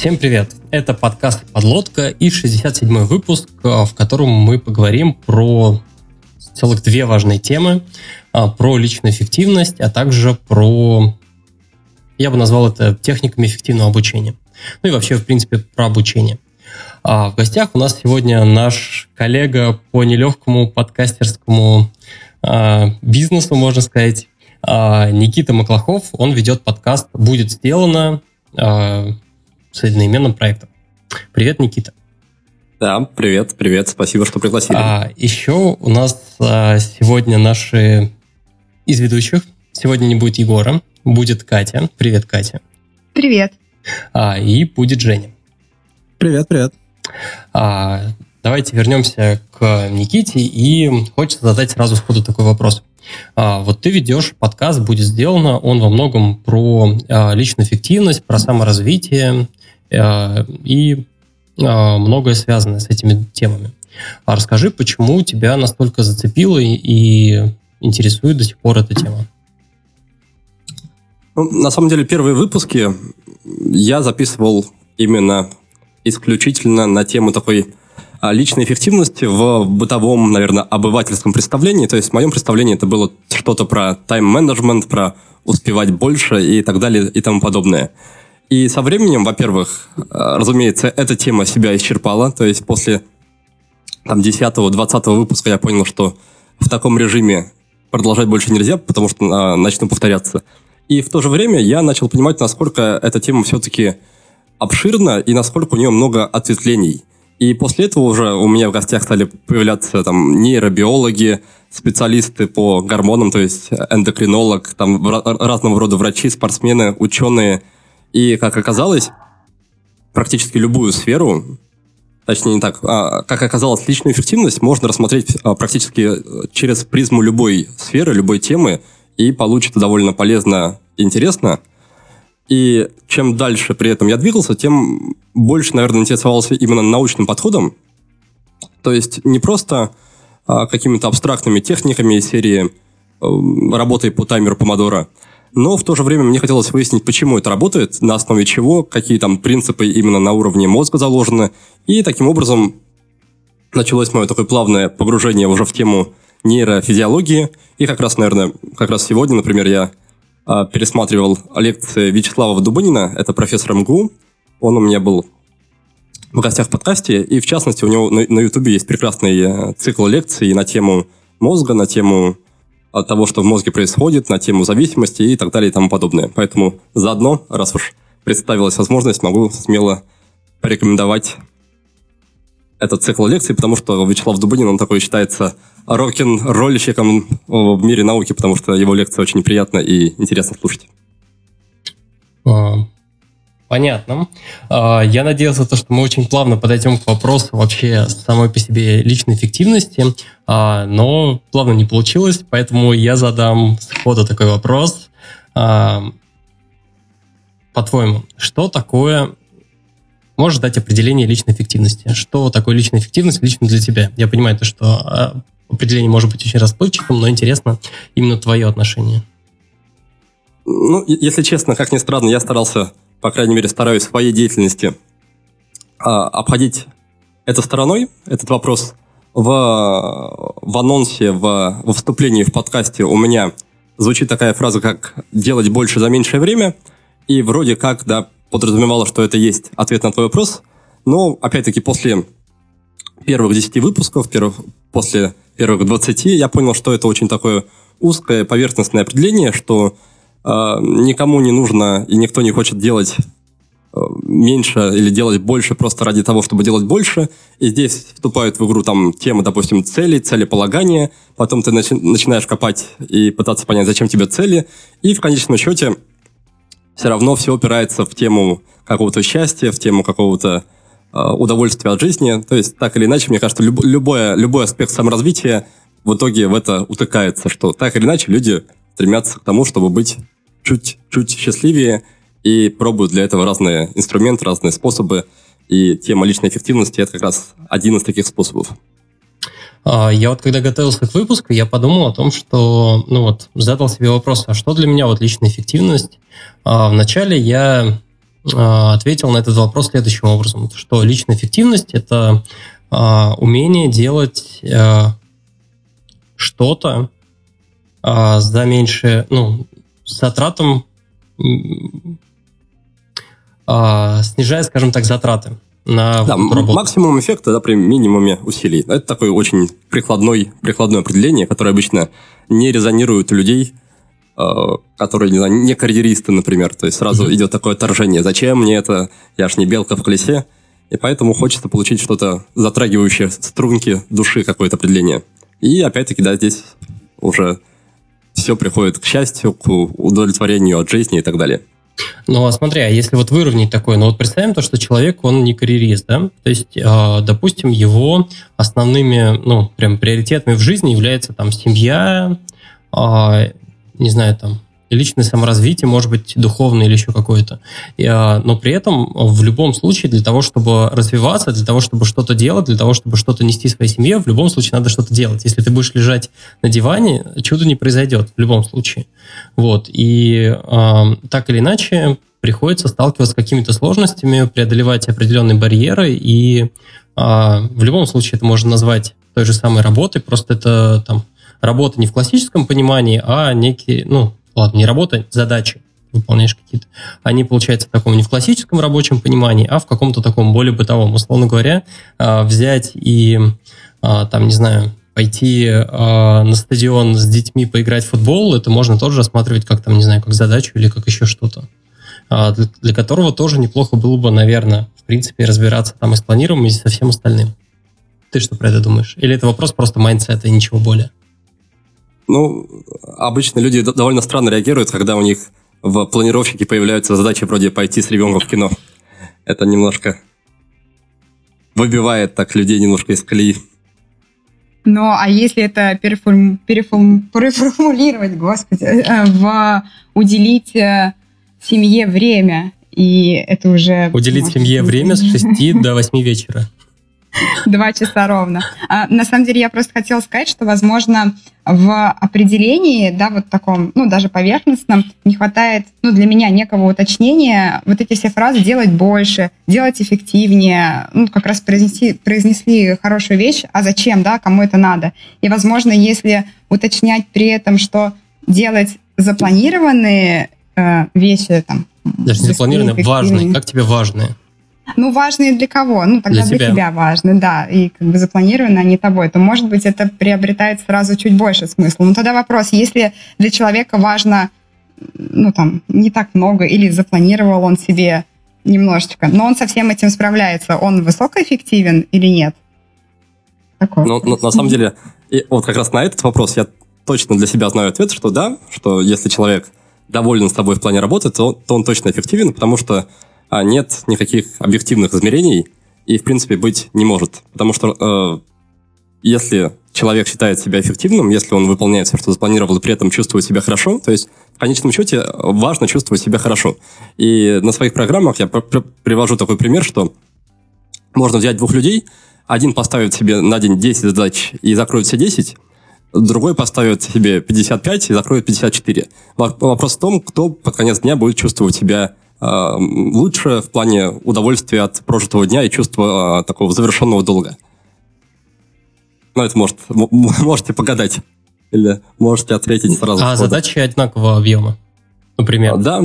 Всем привет! Это подкаст «Подлодка» и 67-й выпуск, в котором мы поговорим про целых две важные темы. Про личную эффективность, а также про, я бы назвал это, техниками эффективного обучения. Ну и вообще, в принципе, про обучение. В гостях у нас сегодня наш коллега по нелегкому подкастерскому бизнесу, можно сказать, Никита Маклахов. Он ведет подкаст «Будет сделано» с одноименным проектом. Привет, Никита. Да, привет, спасибо, что пригласили. Еще у нас сегодня наши из ведущих. Сегодня не будет Егора, будет Катя. Привет, Катя. Привет. И будет Женя. Привет. Давайте вернемся к Никите, и хочется задать сразу сходу такой вопрос. Вот ты ведешь подкаст «Будет сделано», он во многом про личную эффективность, про саморазвитие и многое связанное с этими темами. Расскажи, почему тебя настолько зацепило и интересует до сих пор эта тема? На самом деле, первые выпуски я записывал именно исключительно на тему такой личной эффективности в бытовом, наверное, обывательском представлении. То есть в моем представлении это было что-то про тайм-менеджмент, про успевать больше и так далее и тому подобное. И со временем, во-первых, разумеется, эта тема себя исчерпала. То есть после 10-20 выпуска я понял, что в таком режиме продолжать больше нельзя, потому что начну повторяться. И в то же время я начал понимать, насколько эта тема все-таки обширна и насколько у нее много ответвлений. И после этого уже у меня в гостях стали появляться нейробиологи, специалисты по гормонам, то есть эндокринолог, разного рода врачи, спортсмены, ученые. И, как оказалось, практически любую сферу, точнее не так, как оказалось, личную эффективность можно рассмотреть практически через призму любой сферы, любой темы, и получится довольно полезно и интересно. И чем дальше при этом я двигался, тем больше, наверное, интересовался именно научным подходом. То есть не просто какими-то абстрактными техниками из серии работы по таймеру помодоро, но в то же время мне хотелось выяснить, почему это работает, на основе чего, какие там принципы именно на уровне мозга заложены. И таким образом началось мое такое плавное погружение уже в тему нейрофизиологии. И как раз сегодня, например, я пересматривал лекции Вячеслава Дубынина, это профессор МГУ. Он у меня был в гостях в подкасте, и в частности у него на Ютубе есть прекрасный цикл лекций на тему мозга, на тему того, что в мозге происходит, на тему зависимости и так далее и тому подобное. Поэтому заодно, раз уж представилась возможность, могу смело порекомендовать этот цикл лекций, потому что Вячеслав Дубынин, он такой считается рок-н-ролльщиком в мире науки, потому что его лекции очень приятно и интересно слушать. Понятно. Я надеялся, что мы очень плавно подойдем к вопросу вообще самой по себе личной эффективности, но плавно не получилось, поэтому я задам сходу такой вопрос. По-твоему, что такое... Можешь дать определение личной эффективности? Что такое личная эффективность лично для тебя? Я понимаю, что определение может быть очень расплывчатым, но интересно именно твое отношение. Если честно, как ни странно, я старался, по крайней мере, стараюсь в своей деятельности обходить это стороной, этот вопрос. В анонсе, в вступлении в подкасте у меня звучит такая фраза, как «делать больше за меньшее время», и вроде как, подразумевало, что это есть ответ на твой вопрос, но, опять-таки, после первых 10 выпусков, после первых 20, я понял, что это очень такое узкое, поверхностное определение, что никому не нужно и никто не хочет делать меньше или делать больше просто ради того, чтобы делать больше. И здесь вступают в игру темы, допустим, целей, целеполагания. Потом ты начинаешь копать и пытаться понять, зачем тебе цели. И в конечном счете все равно все опирается в тему какого-то счастья, в тему какого-то удовольствия от жизни. То есть, так или иначе, мне кажется, любой аспект саморазвития в итоге в это утыкается, что так или иначе люди стремятся к тому, чтобы быть чуть счастливее, и пробуют для этого разные инструменты, разные способы. И тема личной эффективности – это как раз один из таких способов. Я когда готовился к выпуску, я подумал о том, что задал себе вопрос, а что для меня личная эффективность? Вначале я ответил на этот вопрос следующим образом, что личная эффективность – это умение делать что-то за меньшее, с затратом, снижая, скажем так, затраты на работу. Максимум эффекта при минимуме усилий. Это такое очень прикладное определение, которое обычно не резонирует у людей, которые, не карьеристы, например. То есть сразу идет такое отторжение. Зачем мне это? Я ж не белка в колесе. И поэтому хочется получить что-то затрагивающее струнки души, какое-то определение. И опять-таки, здесь уже все приходит к счастью, к удовлетворению от жизни и так далее. Смотри, а если выровнять такое, представим то, что человек, он не карьерист, да? То есть, допустим, его основными, прям приоритетами в жизни является семья, не знаю, личное саморазвитие, может быть, духовное или еще какое-то. Но при этом в любом случае для того, чтобы развиваться, для того, чтобы что-то делать, для того, чтобы что-то нести своей семье, в любом случае надо что-то делать. Если ты будешь лежать на диване, чудо не произойдет в любом случае. И так или иначе приходится сталкиваться с какими-то сложностями, преодолевать определенные барьеры, и в любом случае это можно назвать той же самой работой, просто это работа не в классическом понимании, а некие, не работа, задачи выполняешь какие-то. Они, получается, в таком не в классическом рабочем понимании, а в каком-то таком более бытовом. Условно говоря, взять и, пойти на стадион с детьми поиграть в футбол, это можно тоже рассматривать как, как задачу или как еще что-то. Для которого тоже неплохо было бы, наверное, в принципе, разбираться и с планированием, и со всем остальным. Ты что про это думаешь? Или это вопрос просто майндсета и ничего более? Обычно люди довольно странно реагируют, когда у них в планировщике появляются задачи вроде пойти с ребенком в кино. Это немножко выбивает так людей немножко из колеи. А если это переформулировать, уделить семье время, и это уже... Уделить семье время с 6 до 8 вечера. 2 часа ровно. На самом деле я просто хотела сказать, что, возможно, в определении, таком, даже поверхностном, не хватает, для меня некого уточнения. Эти все фразы «делать больше», «делать эффективнее», как раз произнесли хорошую вещь, а зачем, кому это надо. И, возможно, если уточнять при этом, что делать запланированные вещи, даже не запланированные, важные. Как тебе важные? Важные для кого? Тогда для тебя важны, да. И запланированы они тобой. То, может быть, это приобретает сразу чуть больше смысла. Тогда вопрос, если для человека важно, не так много, или запланировал он себе немножечко, но он со всем этим справляется, он высокоэффективен или нет? На самом деле, как раз на этот вопрос я точно для себя знаю ответ, что да, что если человек доволен с тобой в плане работы, то он точно эффективен, потому что нет никаких объективных измерений и, в принципе, быть не может. Потому что если человек считает себя эффективным, если он выполняет все, что запланировал, и при этом чувствует себя хорошо, то есть в конечном счете важно чувствовать себя хорошо. И на своих программах я привожу такой пример, что можно взять 2 людей, один поставит себе на день 10 задач и закроет все 10, другой поставит себе 55 и закроет 54. Вопрос в том, кто под конец дня будет чувствовать себя лучше в плане удовольствия от прожитого дня и чувства такого завершенного долга. Это можете погадать. Или можете ответить сразу. А задачи одинакового объема, например? Да.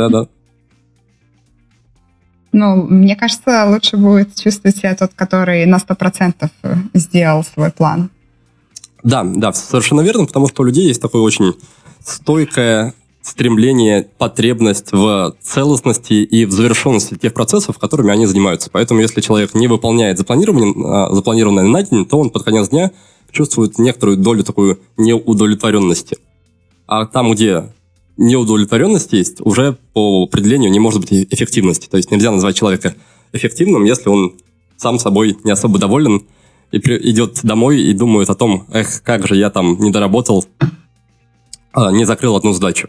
Мне кажется, лучше будет чувствовать себя тот, который на 100% сделал свой план. Да, совершенно верно, потому что у людей есть такое очень стойкое стремление, потребность в целостности и в завершенности тех процессов, которыми они занимаются. Поэтому, если человек не выполняет запланированное на день, то он под конец дня чувствует некоторую долю такой неудовлетворенности. А там, где неудовлетворенность есть, уже по определению не может быть эффективности. То есть нельзя назвать человека эффективным, если он сам собой не особо доволен и идет домой и думает о том, как же я не доработал, не закрыл одну задачу.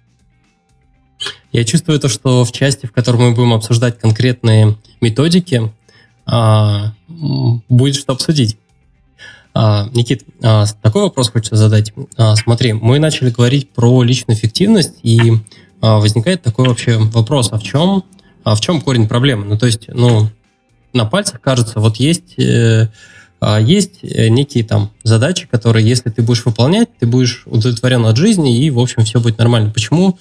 Я чувствую то, что в части, в которой мы будем обсуждать конкретные методики, будет что обсудить. Никит, такой вопрос хочется задать. Смотри, мы начали говорить про личную эффективность, и возникает такой вообще вопрос, а в чем в чем корень проблемы? Ну, то есть, на пальцах, кажется, вот есть некие там задачи, которые, если ты будешь выполнять, ты будешь удовлетворен от жизни, и, в общем, все будет нормально. Почему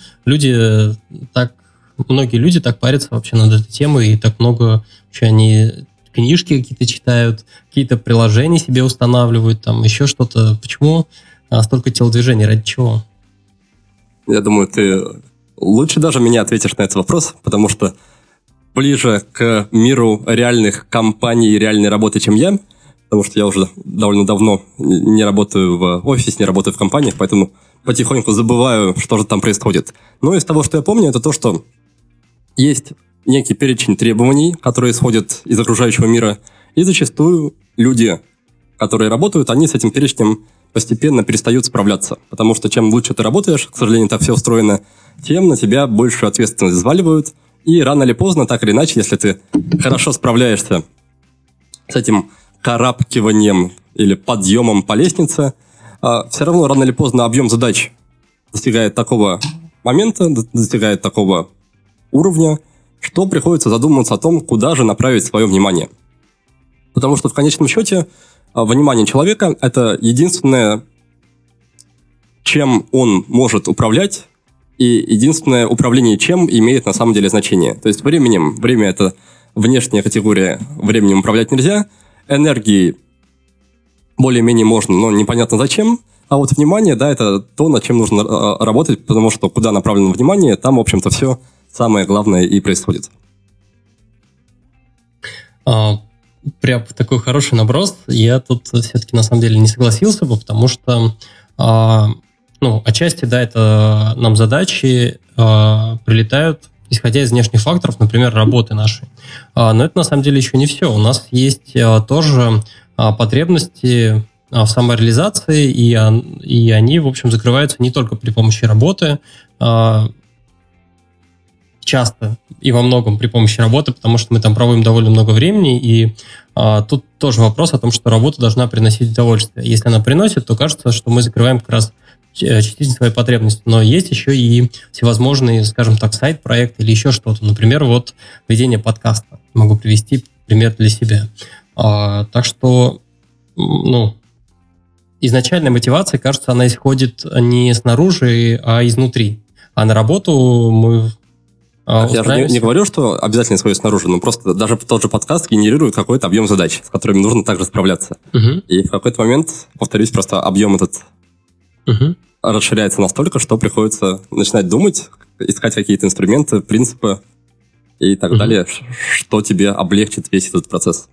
многие люди так парятся вообще над этой темой, и так много вообще они книжки какие-то читают, какие-то приложения себе устанавливают, там еще что-то. Почему столько телодвижений? Ради чего? Я думаю, ты лучше даже меня ответишь на этот вопрос, потому что ближе к миру реальных компаний и реальной работы, чем я, потому что я уже довольно давно не работаю в офисе, не работаю в компаниях, поэтому потихоньку забываю, что же там происходит. Но из того, что я помню, это то, что есть некий перечень требований, которые исходят из окружающего мира, и зачастую люди, которые работают, они с этим перечнем постепенно перестают справляться, потому что чем лучше ты работаешь, к сожалению, так все устроено, тем на тебя большую ответственность взваливают, и рано или поздно, так или иначе, если ты хорошо справляешься с этим карабкиванием или подъемом по лестнице, все равно рано или поздно объем задач достигает такого момента, достигает такого уровня, что приходится задумываться о том, куда же направить свое внимание. Потому что в конечном счете внимание человека – это единственное, чем он может управлять, и единственное управление чем имеет на самом деле значение. То есть время – это внешняя категория, временем управлять нельзя, энергией более-менее можно, но непонятно зачем, а вот внимание, да, это то, над чем нужно работать, потому что куда направлено внимание, там, в общем-то, все самое главное и происходит. Прям такой хороший наброс. Я тут все-таки на самом деле не согласился бы, потому что, отчасти, да, это нам задачи прилетают, исходя из внешних факторов, например, работы нашей. Но это на самом деле еще не все. У нас есть тоже потребности в самореализации, и они, в общем, закрываются не только при помощи работы, часто и во многом при помощи работы, потому что мы там проводим довольно много времени, и тут тоже вопрос о том, что работа должна приносить удовольствие. Если она приносит, то кажется, что мы закрываем как раз частично свои потребности. Но есть еще и всевозможные, скажем так, сайт-проекты или еще что-то. Например, вот ведение подкаста. Могу привести пример для себя. Так что, изначальная мотивация, кажется, она исходит не снаружи, а изнутри. А на работу мы я же не говорю, что обязательно исходит снаружи, но просто даже тот же подкаст генерирует какой-то объем задач, с которыми нужно также справляться. И в какой-то момент, повторюсь, просто объем этот расширяется настолько, что приходится начинать думать, искать какие-то инструменты, принципы и так далее, что тебе облегчит весь этот процесс.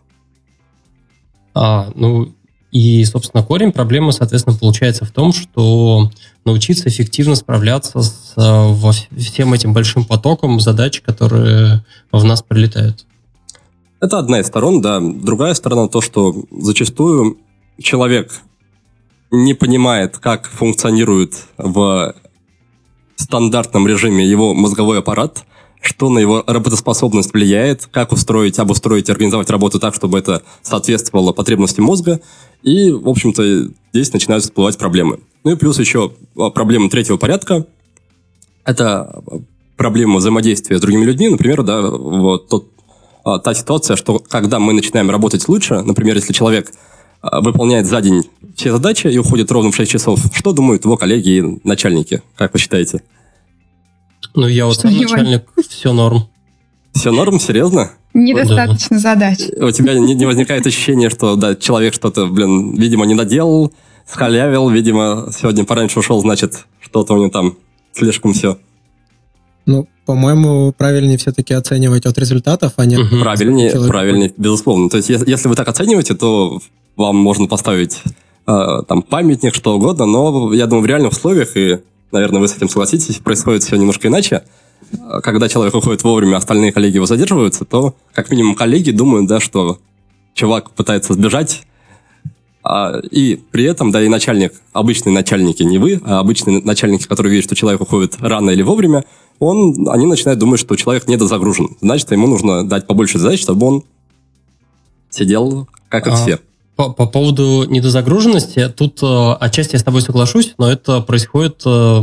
И, собственно, корень проблемы, соответственно, получается в том, что научиться эффективно справляться с всем этим большим потоком задач, которые в нас прилетают. Это одна из сторон, да. Другая сторона то, что зачастую человек не понимает, как функционирует в стандартном режиме его мозговой аппарат, что на его работоспособность влияет, как обустроить, организовать работу так, чтобы это соответствовало потребностям мозга. И, в общем-то, здесь начинают всплывать проблемы. Ну и плюс еще проблемы третьего порядка. Это проблема взаимодействия с другими людьми. Например, да, та ситуация, что когда мы начинаем работать лучше, например, если человек выполняет за день все задачи и уходит ровно в 6 часов, что думают его коллеги и начальники? Как вы считаете? Я вот сам начальник, все норм. Все норм? Серьезно? Недостаточно задач. У тебя не возникает ощущения, что да, человек что-то, видимо, не доделал, схалявил, видимо, сегодня пораньше ушел, значит, что-то у него там слишком все. По-моему, правильнее все-таки оценивать от результатов, а не от Правильнее, безусловно. То есть, если вы так оцениваете, то вам можно поставить там памятник, что угодно, но я думаю, в реальных условиях, и, наверное, вы с этим согласитесь, происходит все немножко иначе. Когда человек уходит вовремя, остальные коллеги его задерживаются, то, как минимум, коллеги думают, да, что чувак пытается сбежать, и при этом, да, и начальник, обычные начальники, не вы, а обычные начальники, которые видят, что человек уходит рано или вовремя, они начинают думать, что человек недозагружен. Значит, ему нужно дать побольше задач, чтобы он сидел, как и все. По поводу недозагруженности, тут отчасти я с тобой соглашусь, но это происходит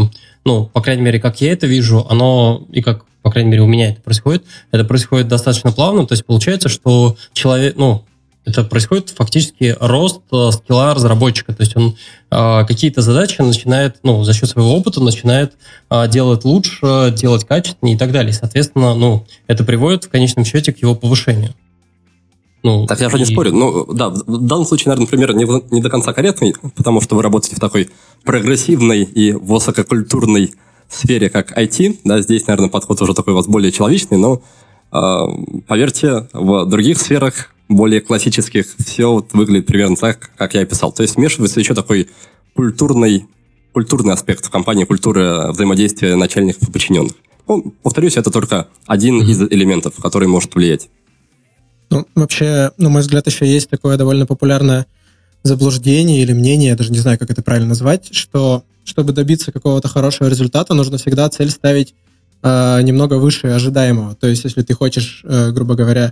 по крайней мере, как я это вижу, оно, и как, по крайней мере, у меня это происходит достаточно плавно, то есть получается, что человек, это происходит фактически рост скилла разработчика, то есть он какие-то задачи начинает, за счет своего опыта начинает делать лучше, делать качественнее и так далее. Соответственно, это приводит в конечном счете к его повышению. Так я же не спорю. Да, в данном случае, наверное, пример не до конца корректный, потому что вы работаете в такой прогрессивной и высококультурной сфере, как IT. Да, здесь, наверное, подход уже такой у вас более человечный, но поверьте, в других сферах, более классических, все выглядит примерно так, как я описал. То есть вмешивается еще такой культурный аспект в компании, культура взаимодействия начальников и подчиненных. Повторюсь, это только один из элементов, который может влиять. Вообще, на мой взгляд, еще есть такое довольно популярное заблуждение или мнение, я даже не знаю, как это правильно назвать, что чтобы добиться какого-то хорошего результата, нужно всегда цель ставить немного выше ожидаемого. То есть, если ты хочешь, грубо говоря,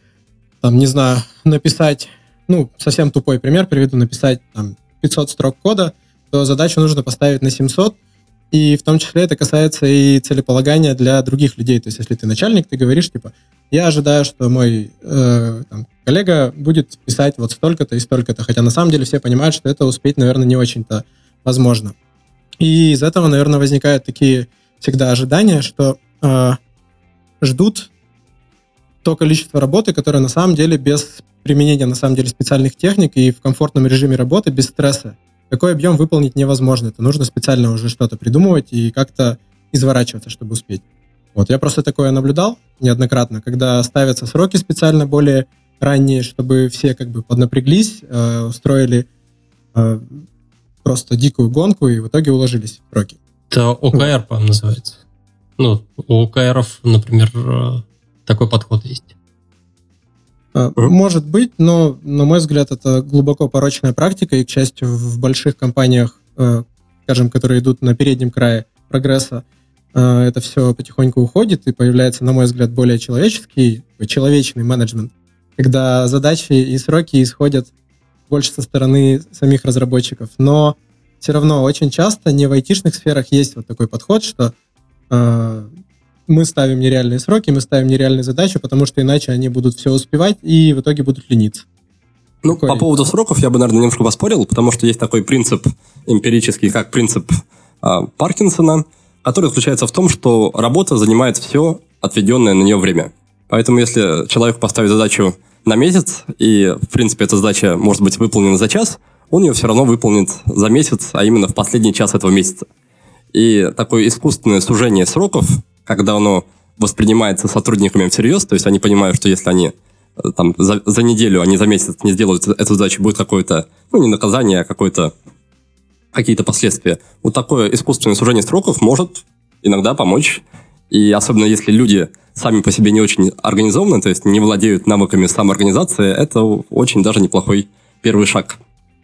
написать, совсем тупой пример приведу, написать 500 строк кода, то задачу нужно поставить на 700, и в том числе это касается и целеполагания для других людей. То есть, если ты начальник, ты говоришь, я ожидаю, что мой коллега будет писать вот столько-то и столько-то, хотя на самом деле все понимают, что это успеть, наверное, не очень-то возможно. И из этого, наверное, возникают такие всегда ожидания, что ждут то количество работы, которое на самом деле без применения на самом деле специальных техник и в комфортном режиме работы, без стресса, такой объем выполнить невозможно. Это нужно специально уже что-то придумывать и как-то изворачиваться, чтобы успеть. Я просто такое наблюдал неоднократно, когда ставятся сроки специально более ранние, чтобы все поднапряглись, устроили просто дикую гонку и в итоге уложились в сроки. Это ОКР, по-моему, называется. У ОКРов, например, такой подход есть. Может быть, но, на мой взгляд, это глубоко порочная практика, и, к счастью, в больших компаниях, скажем, которые идут на переднем крае прогресса, это все потихоньку уходит, и появляется, на мой взгляд, более человечный менеджмент, когда задачи и сроки исходят больше со стороны самих разработчиков. Но все равно очень часто не в айтишных сферах есть вот такой подход, что мы ставим нереальные сроки, мы ставим нереальные задачи, потому что иначе они будут все успевать и в итоге будут лениться. По поводу сроков я бы, наверное, немножко поспорил, потому что есть такой принцип эмпирический, как принцип Паркинсона, который заключается в том, что работа занимает все отведенное на нее время. Поэтому если человек поставит задачу на месяц, и, в принципе, эта задача может быть выполнена за час, он ее все равно выполнит за месяц, а именно в последний час этого месяца. И такое искусственное сужение сроков, когда оно воспринимается сотрудниками всерьез, то есть они понимают, что если они за неделю, они за месяц не сделают эту задачу, будет какое-то, не наказание, а какие-то последствия. Вот такое искусственное сужение сроков может иногда помочь. И особенно если люди сами по себе не очень организованы, то есть не владеют навыками самоорганизации, это очень даже неплохой первый шаг.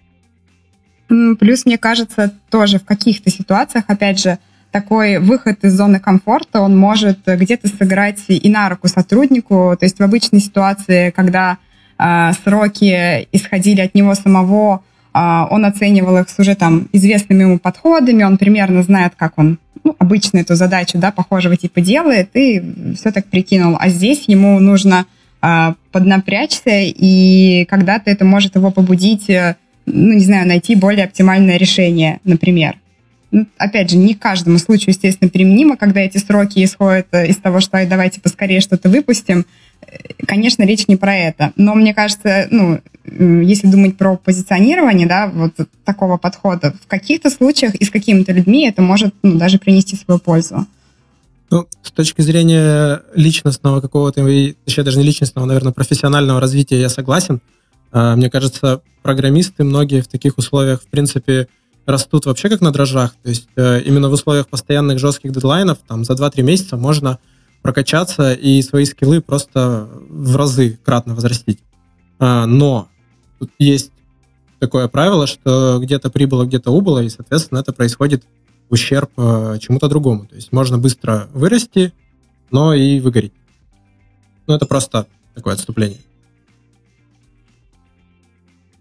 Плюс, мне кажется, тоже в каких-то ситуациях, опять же, такой выход из зоны комфорта, он может где-то сыграть и на руку сотруднику. То есть в обычной ситуации, когда сроки исходили от него самого, он оценивал их с уже известными ему подходами, он примерно знает, как он обычно эту задачу, похожего типа делает, и все так прикинул. А здесь ему нужно поднапрячься, и когда-то это может его побудить, найти более оптимальное решение, например. Опять же, не к каждому случаю, естественно, применимо, когда эти сроки исходят из того, что давайте поскорее что-то выпустим. Конечно, речь не про это. Но мне кажется, если думать про позиционирование, вот такого подхода, в каких-то случаях и с какими-то людьми это может даже принести свою пользу. С точки зрения личностного какого-то, еще даже не личностного, наверное, профессионального развития я согласен. Мне кажется, программисты многие в таких условиях, в принципе, растут вообще как на дрожжах. То есть именно в условиях постоянных жестких дедлайнов за 2-3 месяца можно прокачаться и свои скиллы просто в разы кратно возрастить. Но тут есть такое правило, что где-то прибыло, где-то убыло, и, соответственно, это происходит в ущерб чему-то другому. То есть можно быстро вырасти, но и выгореть. Это просто такое отступление.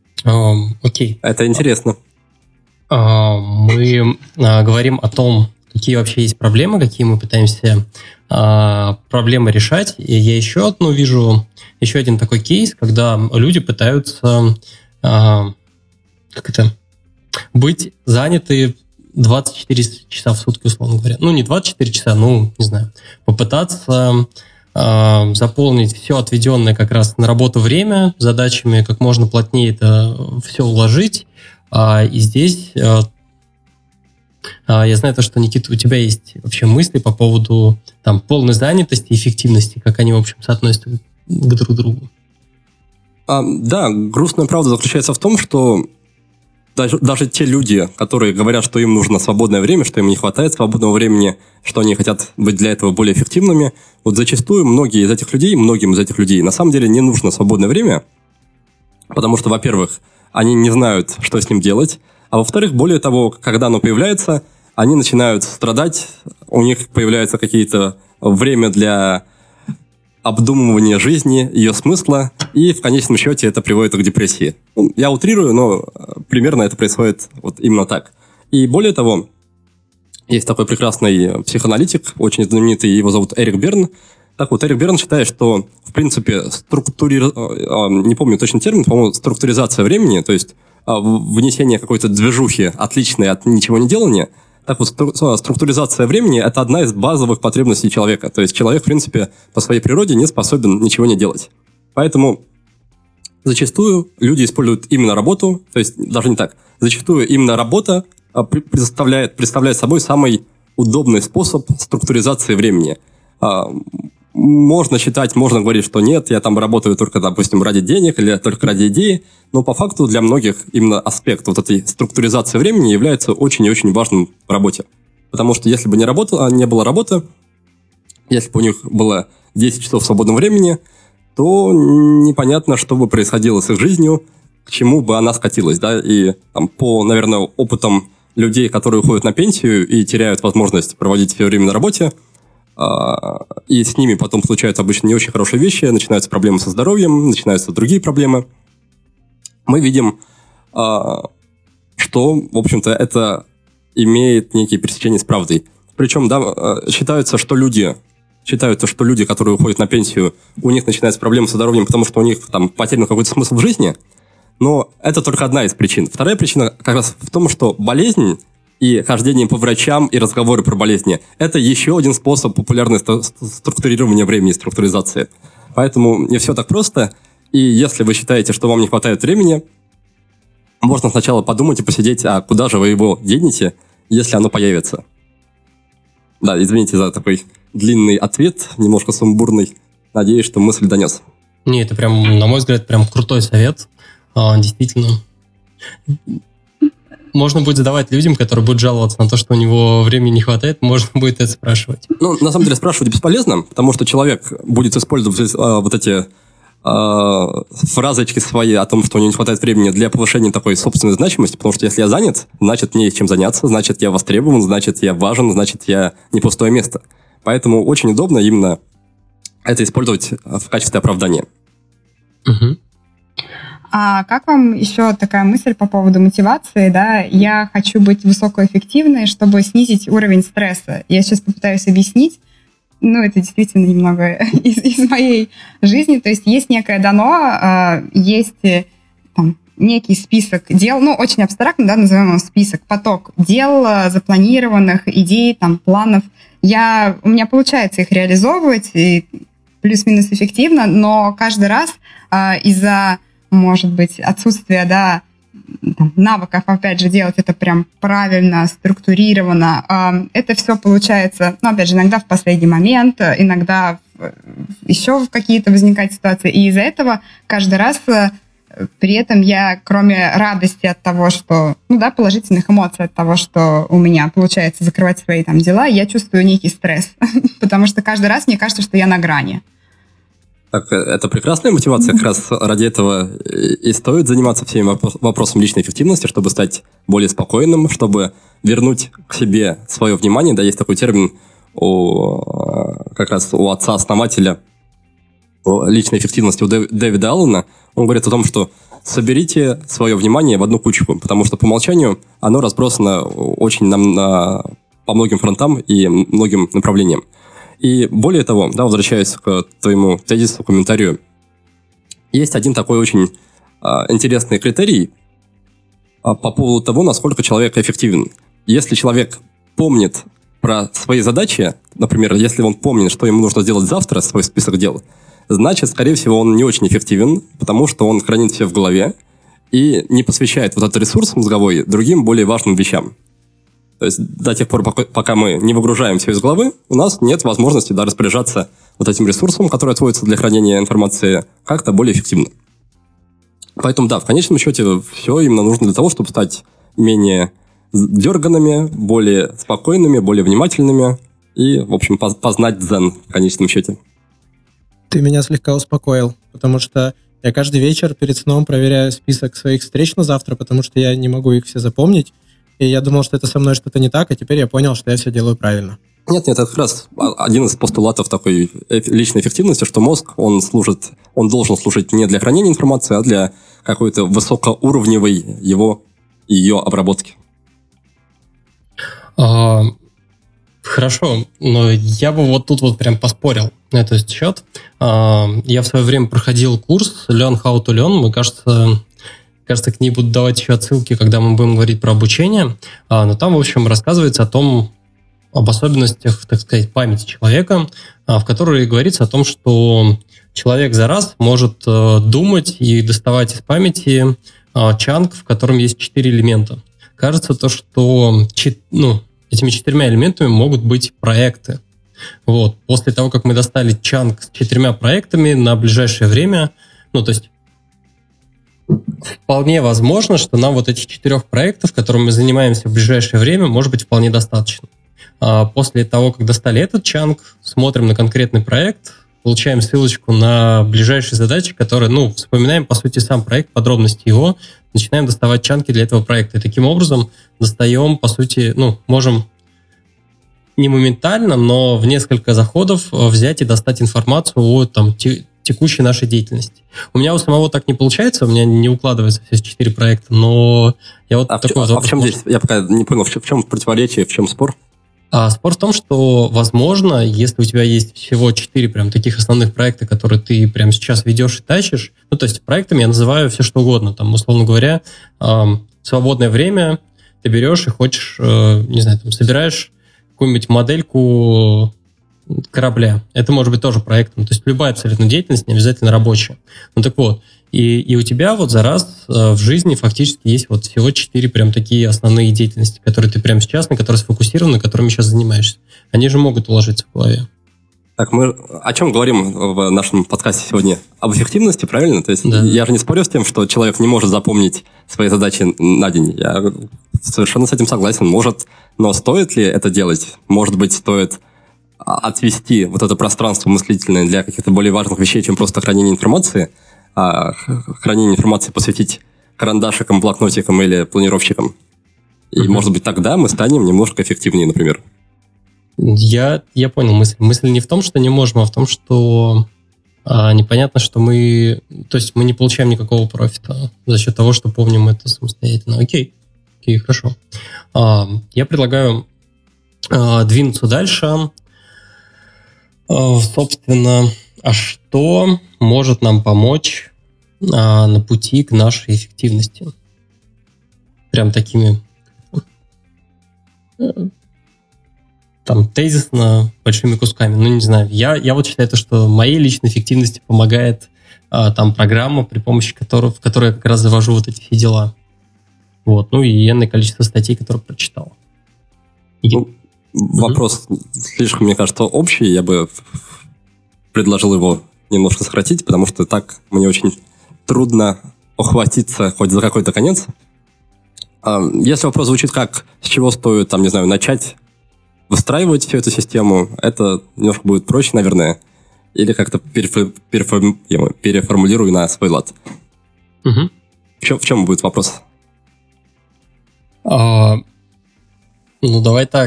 Окей. Это интересно. Мы говорим о том, то какие вообще есть проблемы, какие мы пытаемся проблемы решать. И я еще один такой кейс, когда люди пытаются быть заняты 24 часа в сутки, условно говоря. Не 24 часа, не знаю, попытаться заполнить все отведенное как раз на работу время, задачами как можно плотнее это все уложить. И здесь я знаю, что, Никита, у тебя есть вообще мысли по поводу полной занятости и эффективности, как они, в общем, соотносятся к друг другу. Да, грустная правда заключается в том, что даже те люди, которые говорят, что им нужно свободное время, что им не хватает свободного времени, что они хотят быть для этого более эффективными, зачастую многим из этих людей на самом деле не нужно свободное время, потому что, во-первых, они не знают, что с ним делать, а во-вторых, более того, когда оно появляется, они начинают страдать, у них появляются какие-то время для обдумывания жизни, ее смысла, и в конечном счете это приводит к депрессии. Я утрирую, но примерно это происходит именно так. И более того, есть такой прекрасный психоаналитик, очень знаменитый, его зовут Эрик Берн. Так вот, Эрик Берн считает, что, в принципе, не помню точно термин, по-моему, структуризация времени, то есть внесение какой-то движухи, отличной от ничего не делания. Так вот, структуризация времени – это одна из базовых потребностей человека. То есть человек, в принципе, по своей природе не способен ничего не делать. Поэтому зачастую люди используют именно работу, то есть даже не так. Зачастую именно работа представляет собой самый удобный способ структуризации времени. Можно говорить, что нет, я работаю только, допустим, ради денег или только ради идеи, но по факту для многих именно аспект этой структуризации времени является очень и очень важным в работе. Потому что если бы не было работы, если бы у них было 10 часов свободного времени, то непонятно, что бы происходило с их жизнью, к чему бы она скатилась. Да? И по, наверное, опытам людей, которые уходят на пенсию и теряют возможность проводить все время на работе, и с ними потом случаются обычно не очень хорошие вещи, начинаются проблемы со здоровьем, начинаются другие проблемы. Мы видим, что, в общем-то, это имеет некие пересечения с правдой. Причем, считается, что люди, которые уходят на пенсию, у них начинаются проблемы со здоровьем, потому что у них потерян какой-то смысл в жизни. Но это только одна из причин. Вторая причина как раз в том, что болезнь и хождение по врачам, и разговоры про болезни – это еще один способ популярного структурирования времени, структуризации. Поэтому не все так просто. И если вы считаете, что вам не хватает времени, можно сначала подумать и посидеть, а куда же вы его денете, если оно появится. Да, извините за такой длинный ответ, немножко сумбурный. Надеюсь, что мысль донес. Не, это прям, на мой взгляд, прям крутой совет. Действительно. Можно будет задавать людям, которые будут жаловаться на то, что у него времени не хватает, можно будет это спрашивать. На самом деле спрашивать бесполезно, потому что человек будет использовать эти фразочки свои о том, что у него не хватает времени для повышения такой собственной значимости, потому что если я занят, значит, мне есть чем заняться, значит, я востребован, значит, я важен, значит, я не пустое место. Поэтому очень удобно именно это использовать в качестве оправдания. Угу. А как вам еще такая мысль по поводу мотивации, да? Я хочу быть высокоэффективной, чтобы снизить уровень стресса. Я сейчас попытаюсь объяснить. Это действительно немного из моей жизни. То есть некое дано, есть некий список дел, очень абстрактно, да, назовем его список, поток дел, запланированных идей, планов. У меня получается их реализовывать, и плюс-минус эффективно, но каждый раз из-за, может быть, отсутствия, да, навыков, опять же, делать это прям правильно, структурированно, это все получается, опять же, иногда в последний момент, иногда еще в какие-то возникают ситуации, и из-за этого каждый раз при этом я, кроме радости от того, что, положительных эмоций от того, что у меня получается закрывать свои дела, я чувствую некий стресс, потому что каждый раз мне кажется, что я на грани. Так, это прекрасная мотивация, как раз ради этого и стоит заниматься всеми вопросами личной эффективности, чтобы стать более спокойным, чтобы вернуть к себе свое внимание. Да, есть такой термин как раз у отца-основателя личной эффективности, у Дэвида Аллена. Он говорит о том, что соберите свое внимание в одну кучку, потому что по умолчанию оно разбросано очень по многим фронтам и многим направлениям. И более того, да, возвращаясь к твоему тезису, комментарию, есть один такой очень интересный критерий по поводу того, насколько человек эффективен. Если человек помнит про свои задачи, например, если он помнит, что ему нужно сделать завтра, свой список дел, значит, скорее всего, он не очень эффективен, потому что он хранит все в голове и не посвящает вот этот ресурс мозговой другим более важным вещам. То есть до тех пор, пока мы не выгружаем все из головы, у нас нет возможности распоряжаться вот этим ресурсом, который отводится для хранения информации, как-то более эффективно. Поэтому, да, в конечном счете, все именно нужно для того, чтобы стать менее дерганными, более спокойными, более внимательными и, в общем, познать дзен в конечном счете. Ты меня слегка успокоил, потому что я каждый вечер перед сном проверяю список своих встреч на завтра, потому что я не могу их все запомнить, и я думал, что это со мной что-то не так, а теперь я понял, что я все делаю правильно. Нет, это как раз один из постулатов такой личной эффективности, что мозг, он должен служить не для хранения информации, а для какой-то высокоуровневой ее обработки. Хорошо, но я бы вот тут вот прям поспорил на этот счет. Я в свое время проходил курс Learn How to Learn. Мы, кажется, к ней буду давать еще отсылки, когда мы будем говорить про обучение. Но там, в общем, рассказывается об особенностях, так сказать, памяти человека, в которой говорится о том, что человек за раз может думать и доставать из памяти чанк, в котором есть 4 элемента. Кажется, что этими 4 элементами могут быть проекты. Вот. После того, как мы достали чанк с 4 проектами на ближайшее время, то есть вполне возможно, что нам вот этих 4 проектов, которыми мы занимаемся в ближайшее время, может быть вполне достаточно. После того, как достали этот чанк, смотрим на конкретный проект, получаем ссылочку на ближайшие задачи, которые, вспоминаем, по сути, сам проект, подробности его, начинаем доставать чанки для этого проекта. И таким образом достаем, по сути, можем не моментально, но в несколько заходов взять и достать информацию о текущей нашей деятельности. У меня у самого так не получается, у меня не укладывается все 4 проекта, но я вот такой в чем здесь? Я пока не понял, в чем противоречие, в чем спор? Спор в том, что, возможно, если у тебя есть всего 4 прям таких основных проекта, которые ты прямо сейчас ведешь и тащишь, то есть проектами я называю все что угодно, условно говоря, свободное время ты берешь и хочешь, собираешь какую-нибудь модельку корабля. Это может быть тоже проектом. То есть любая абсолютно деятельность, не обязательно рабочая. Так вот, и у тебя вот за раз в жизни фактически есть вот всего 4 прям такие основные деятельности, которые ты прямо сейчас, на которые сфокусирован, на которыми сейчас занимаешься. Они же могут уложиться в голове. Так, мы о чем говорим в нашем подкасте сегодня? Об эффективности, правильно? То есть Я же не спорю с тем, что человек не может запомнить свои задачи на день. Я совершенно с этим согласен. Может, но стоит ли это делать? Может быть, стоит отвести вот это пространство мыслительное для каких-то более важных вещей, чем просто хранение информации, а хранение информации посвятить карандашикам, блокнотикам или планировщикам. И, может быть, тогда мы станем немножко эффективнее, например. Я понял мысль. Мысль не в том, что не можем, а в том, что непонятно, что мы не получаем никакого профита за счет того, что помним это самостоятельно. Окей, хорошо. Я предлагаю двинуться дальше. Собственно, а что может нам помочь на пути к нашей эффективности? Прям такими тезисно большими кусками. Не знаю. Я вот считаю, что моей личной эффективности помогает программа, при помощи в которой я как раз завожу вот эти все дела. Вот. И энное количество статей, которые прочитал. Вопрос слишком, мне кажется, общий. Я бы предложил его немножко сократить, потому что так мне очень трудно ухватиться хоть за какой-то конец. Если вопрос звучит как, с чего стоит, начать выстраивать всю эту систему, это немножко будет проще, наверное. Или как-то переформулирую на свой лад. В чем будет вопрос? Давай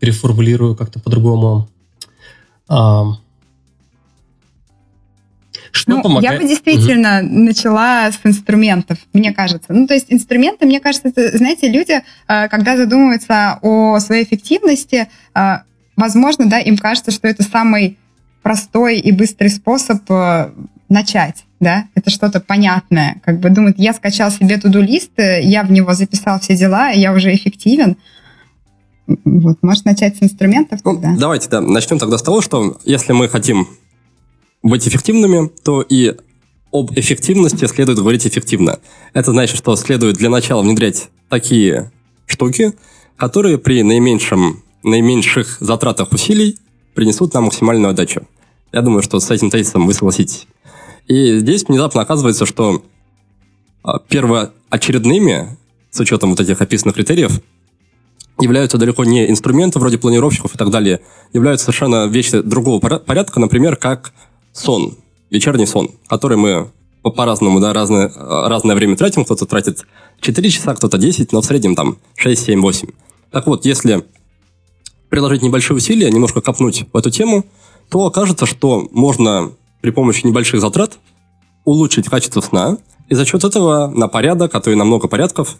переформулирую как-то по-другому. Что помогает? Я бы действительно начала с инструментов, мне кажется. То есть инструменты, мне кажется, это, знаете, люди, когда задумываются о своей эффективности, возможно, да, им кажется, что это самый простой и быстрый способ начать, да, это что-то понятное. Как бы думают, я скачал себе to-do-лист, я в него записал все дела, я уже эффективен. Вот, может начать с инструментов тогда? Давайте, да, начнем тогда с того, что если мы хотим быть эффективными, то и об эффективности следует говорить эффективно. Это значит, что следует для начала внедрять такие штуки, которые при наименьших затратах усилий принесут нам максимальную отдачу. Я думаю, что с этим тезисом вы согласитесь. И здесь внезапно оказывается, что первоочередными, с учетом вот этих описанных критериев, являются далеко не инструменты вроде планировщиков и так далее, являются совершенно вещи другого порядка, например, как сон, вечерний сон, который мы по-разному, да, разное время тратим. Кто-то тратит 4 часа, кто-то 10, но в среднем там 6, 7, 8. Так вот, если приложить небольшие усилия, немножко копнуть в эту тему, то окажется, что можно при помощи небольших затрат улучшить качество сна, и за счет этого на порядок, а то и на много порядков,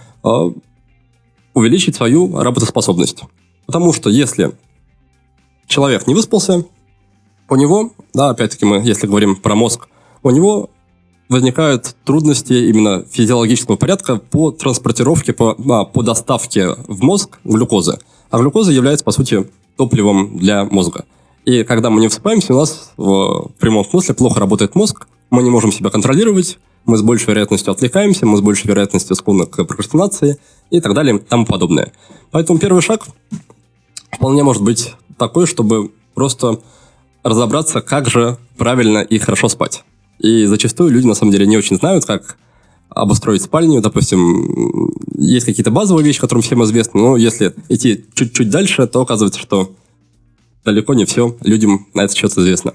увеличить свою работоспособность. Потому что если человек не выспался, у него, да, опять-таки мы, если говорим про мозг, у него возникают трудности именно физиологического порядка по транспортировке, по доставке в мозг глюкозы. А глюкоза является, по сути, топливом для мозга. И когда мы не высыпаемся, у нас в прямом смысле плохо работает мозг, мы не можем себя контролировать, мы с большей вероятностью отвлекаемся, мы с большей вероятностью склонны к прокрастинации и так далее и тому подобное. Поэтому первый шаг вполне может быть такой, чтобы просто разобраться, как же правильно и хорошо спать. И зачастую люди, на самом деле, не очень знают, как обустроить спальню. Допустим, есть какие-то базовые вещи, которым всем известны, но если идти чуть-чуть дальше, то оказывается, что далеко не все людям на этот счет известно.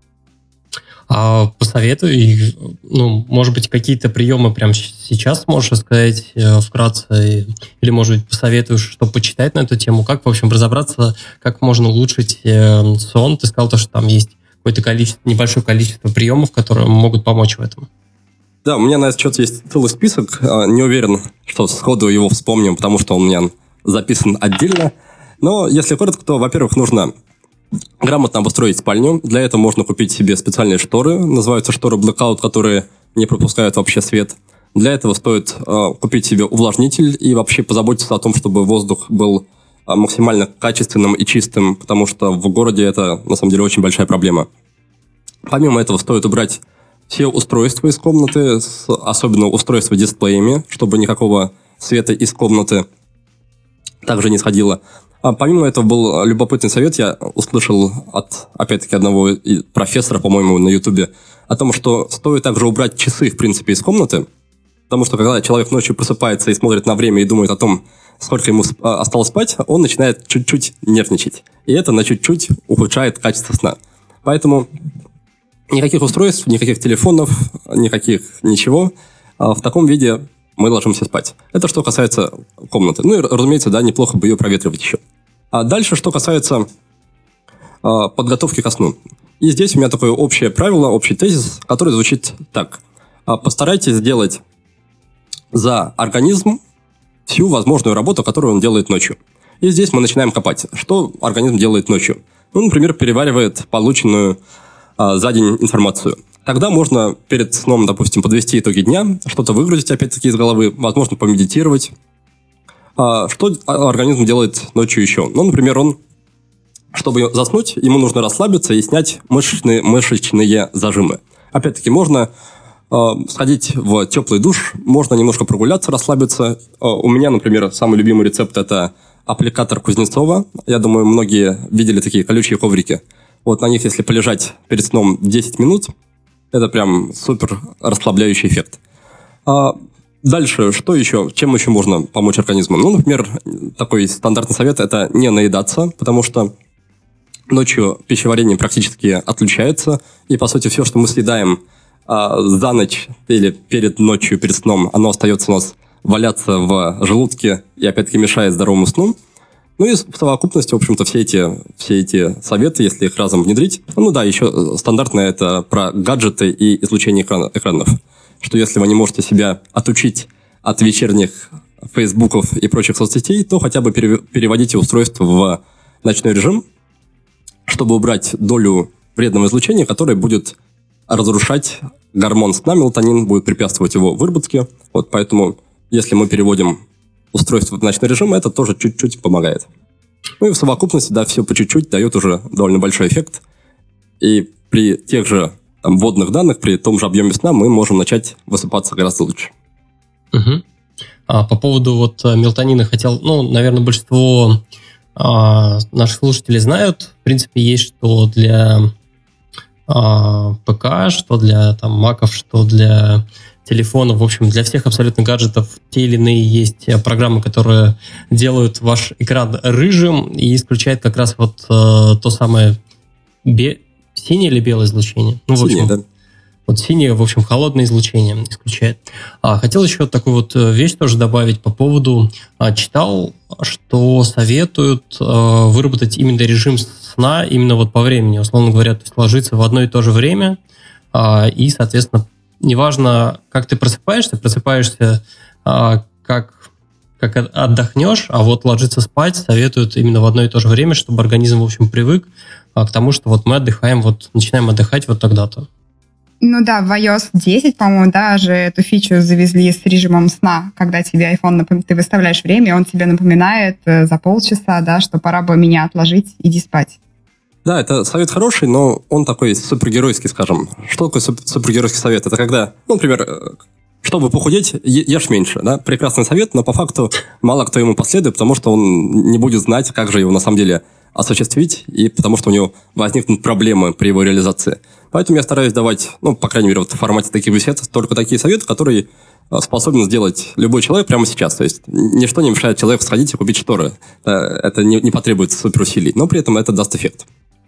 Посоветуй, может быть, какие-то приемы прямо сейчас можешь сказать вкратце, или, может быть, посоветуешь, что почитать на эту тему, как, в общем, разобраться, как можно улучшить сон. Ты сказал, что там есть какое-то небольшое количество приемов, которые могут помочь в этом. Да, у меня на этот счет есть целый список. Не уверен, что сходу его вспомним, потому что он у меня записан отдельно. Но если коротко, то, во-первых, нужно грамотно обустроить спальню. Для этого можно купить себе специальные шторы, называются шторы Blackout, которые не пропускают вообще свет. Для этого стоит купить себе увлажнитель и вообще позаботиться о том, чтобы воздух был максимально качественным и чистым, потому что в городе это, на самом деле, очень большая проблема. Помимо этого, стоит убрать все устройства из комнаты, особенно устройства с дисплеями, чтобы никакого света из комнаты также не сходило. Помимо этого был любопытный совет, я услышал от, опять-таки, одного профессора, по-моему, на Ютубе, о том, что стоит также убрать часы, в принципе, из комнаты, потому что когда человек ночью просыпается и смотрит на время и думает о том, сколько ему осталось спать, он начинает чуть-чуть нервничать. И это на чуть-чуть ухудшает качество сна. Поэтому никаких устройств, никаких телефонов, ничего. В таком виде мы ложимся спать. Это что касается комнаты. Ну и, разумеется, да, неплохо бы ее проветривать еще. А дальше, что касается подготовки ко сну. И здесь у меня такое общее правило, общий тезис, который звучит так. Постарайтесь сделать за организм всю возможную работу, которую он делает ночью. И здесь мы начинаем копать. Что организм делает ночью? Например, переваривает полученную за день информацию. Тогда можно перед сном, допустим, подвести итоги дня, что-то выгрузить опять-таки из головы, возможно, помедитировать. Что организм делает ночью еще? Например, чтобы заснуть, ему нужно расслабиться и снять мышечные зажимы. Опять-таки, можно сходить в теплый душ, можно немножко прогуляться, расслабиться. У меня, например, самый любимый рецепт – это аппликатор Кузнецова. Я думаю, многие видели такие колючие коврики. Вот на них, если полежать перед сном 10 минут, это прям супер расслабляющий эффект. Дальше, что еще? Чем еще можно помочь организму? Например, такой стандартный совет – это не наедаться, потому что ночью пищеварение практически отключается, и, по сути, все, что мы съедаем за ночь или перед ночью, перед сном, оно остается у нас валяться в желудке и, опять-таки, мешает здоровому сну. Ну и в совокупности, в общем-то, все эти советы, если их разом внедрить, ну да, еще стандартное это про гаджеты и излучение экранов, что если вы не можете себя отучить от вечерних фейсбуков и прочих соцсетей, то хотя бы переводите устройство в ночной режим, чтобы убрать долю вредного излучения, которое будет разрушать гормон сна, мелатонин, будет препятствовать его выработке. Вот поэтому, если мы переводим устройство в ночной режим, это тоже чуть-чуть помогает. Ну и в совокупности, да, все по чуть-чуть дает уже довольно большой эффект. И при тех же там, вводных данных, при том же объеме сна мы можем начать высыпаться гораздо лучше. Угу. По поводу вот мелатонина хотел, наверное, большинство наших слушателей знают. В принципе, есть что для ПК, что для там, маков, что для телефонов. В общем, для всех абсолютно гаджетов те или иные есть программы, которые делают ваш экран рыжим и исключают как раз вот то самое синее или белое излучение. Ну, в общем, синее, да. Вот синее, в общем, холодное излучение исключает. Хотел еще такую вот вещь тоже добавить по поводу... Читал, что советуют выработать именно режим сна именно вот по времени. Условно говоря, то есть ложиться в одно и то же время. И, соответственно, неважно, как ты просыпаешься как отдохнешь, а вот ложиться спать советуют именно в одно и то же время, чтобы организм, в общем, привык к тому, что вот мы отдыхаем, вот начинаем отдыхать вот тогда-то. Ну да, в iOS 10, по-моему, даже эту фичу завезли с режимом сна, когда тебе iPhone, ты выставляешь время, он тебе напоминает за полчаса, да, что пора бы меня отложить, иди спать. Да, это совет хороший, но он такой супергеройский, скажем. Что такое супергеройский совет? Это когда, например, чтобы похудеть, ешь меньше, да? Прекрасный совет, но по факту мало кто ему последует, потому что он не будет знать, как же его на самом деле осуществить, и потому что у него возникнут проблемы при его реализации. Поэтому я стараюсь давать, по крайней мере, вот в формате таких бесед, только такие советы, которые способен сделать любой человек прямо сейчас. То есть ничто не мешает человеку сходить и купить шторы. Это не потребует суперусилий, но при этом это даст эффект.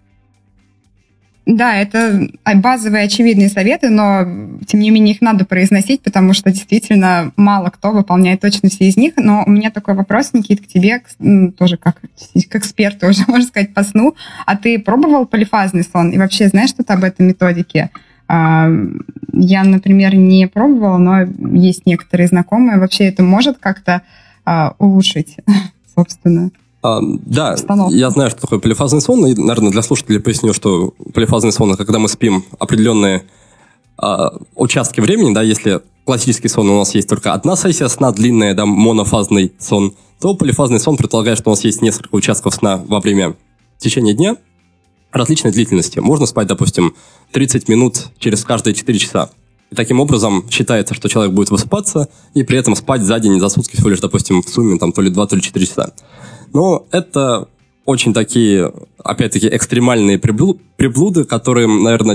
Да, это базовые очевидные советы, но, тем не менее, их надо произносить, потому что действительно мало кто выполняет точно все из них. Но у меня такой вопрос, Никит, к тебе, тоже как к эксперту уже, можно сказать, по сну. А ты пробовал полифазный сон? И вообще знаешь что-то об этой методике? Я, например, не пробовала, но есть некоторые знакомые. Вообще это может как-то улучшить, собственно? Да, обстановку. Я знаю, что такое полифазный сон, и, наверное, для слушателей поясню, что полифазный сон – это когда мы спим определенные участки времени, да, если классический сон у нас есть только одна сессия сна, длинная, да, монофазный сон, то полифазный сон предполагает, что у нас есть несколько участков сна во время течения дня различной длительности. Можно спать, допустим, 30 минут через каждые 4 часа. И таким образом считается, что человек будет высыпаться и при этом спать за день, за сутки всего лишь, допустим, в сумме там, то ли 2, то ли 4 часа. Но это очень такие, опять-таки, экстремальные приблуды, которым, наверное,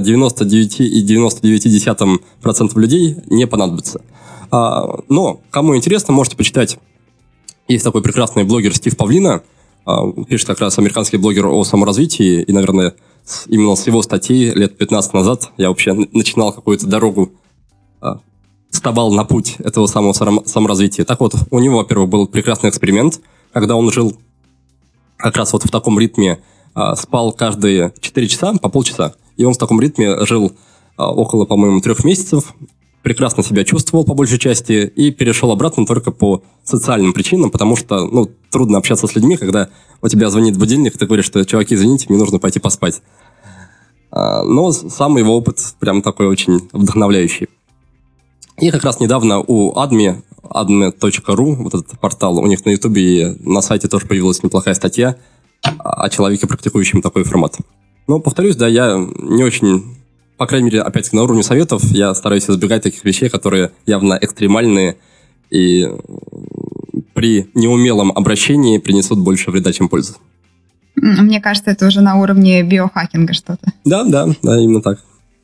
99,99% людей не понадобится. Но, кому интересно, можете почитать. Есть такой прекрасный блогер Стив Павлина, пишет как раз американский блогер о саморазвитии, и, наверное, именно с его статьи лет 15 назад я вообще начинал какую-то дорогу, вставал на путь этого самого саморазвития. Так вот, у него, во-первых, был прекрасный эксперимент, когда он жил как раз вот в таком ритме, спал каждые 4 часа, по полчаса, и он в таком ритме жил около, по-моему, 3 месяцев, прекрасно себя чувствовал по большей части и перешел обратно только по социальным причинам, потому что, трудно общаться с людьми, когда у тебя звонит будильник, и ты говоришь, что, чуваки, извините, мне нужно пойти поспать. Но сам его опыт прям такой очень вдохновляющий. И как раз недавно у adme.ru, вот этот портал, у них на Ютубе и на сайте тоже появилась неплохая статья о человеке, практикующем такой формат. Но, повторюсь, да, я не очень, по крайней мере, опять-таки на уровне советов, я стараюсь избегать таких вещей, которые явно экстремальные и при неумелом обращении принесут больше вреда, чем пользы. Мне кажется, это уже на уровне биохакинга что-то. Да, именно так.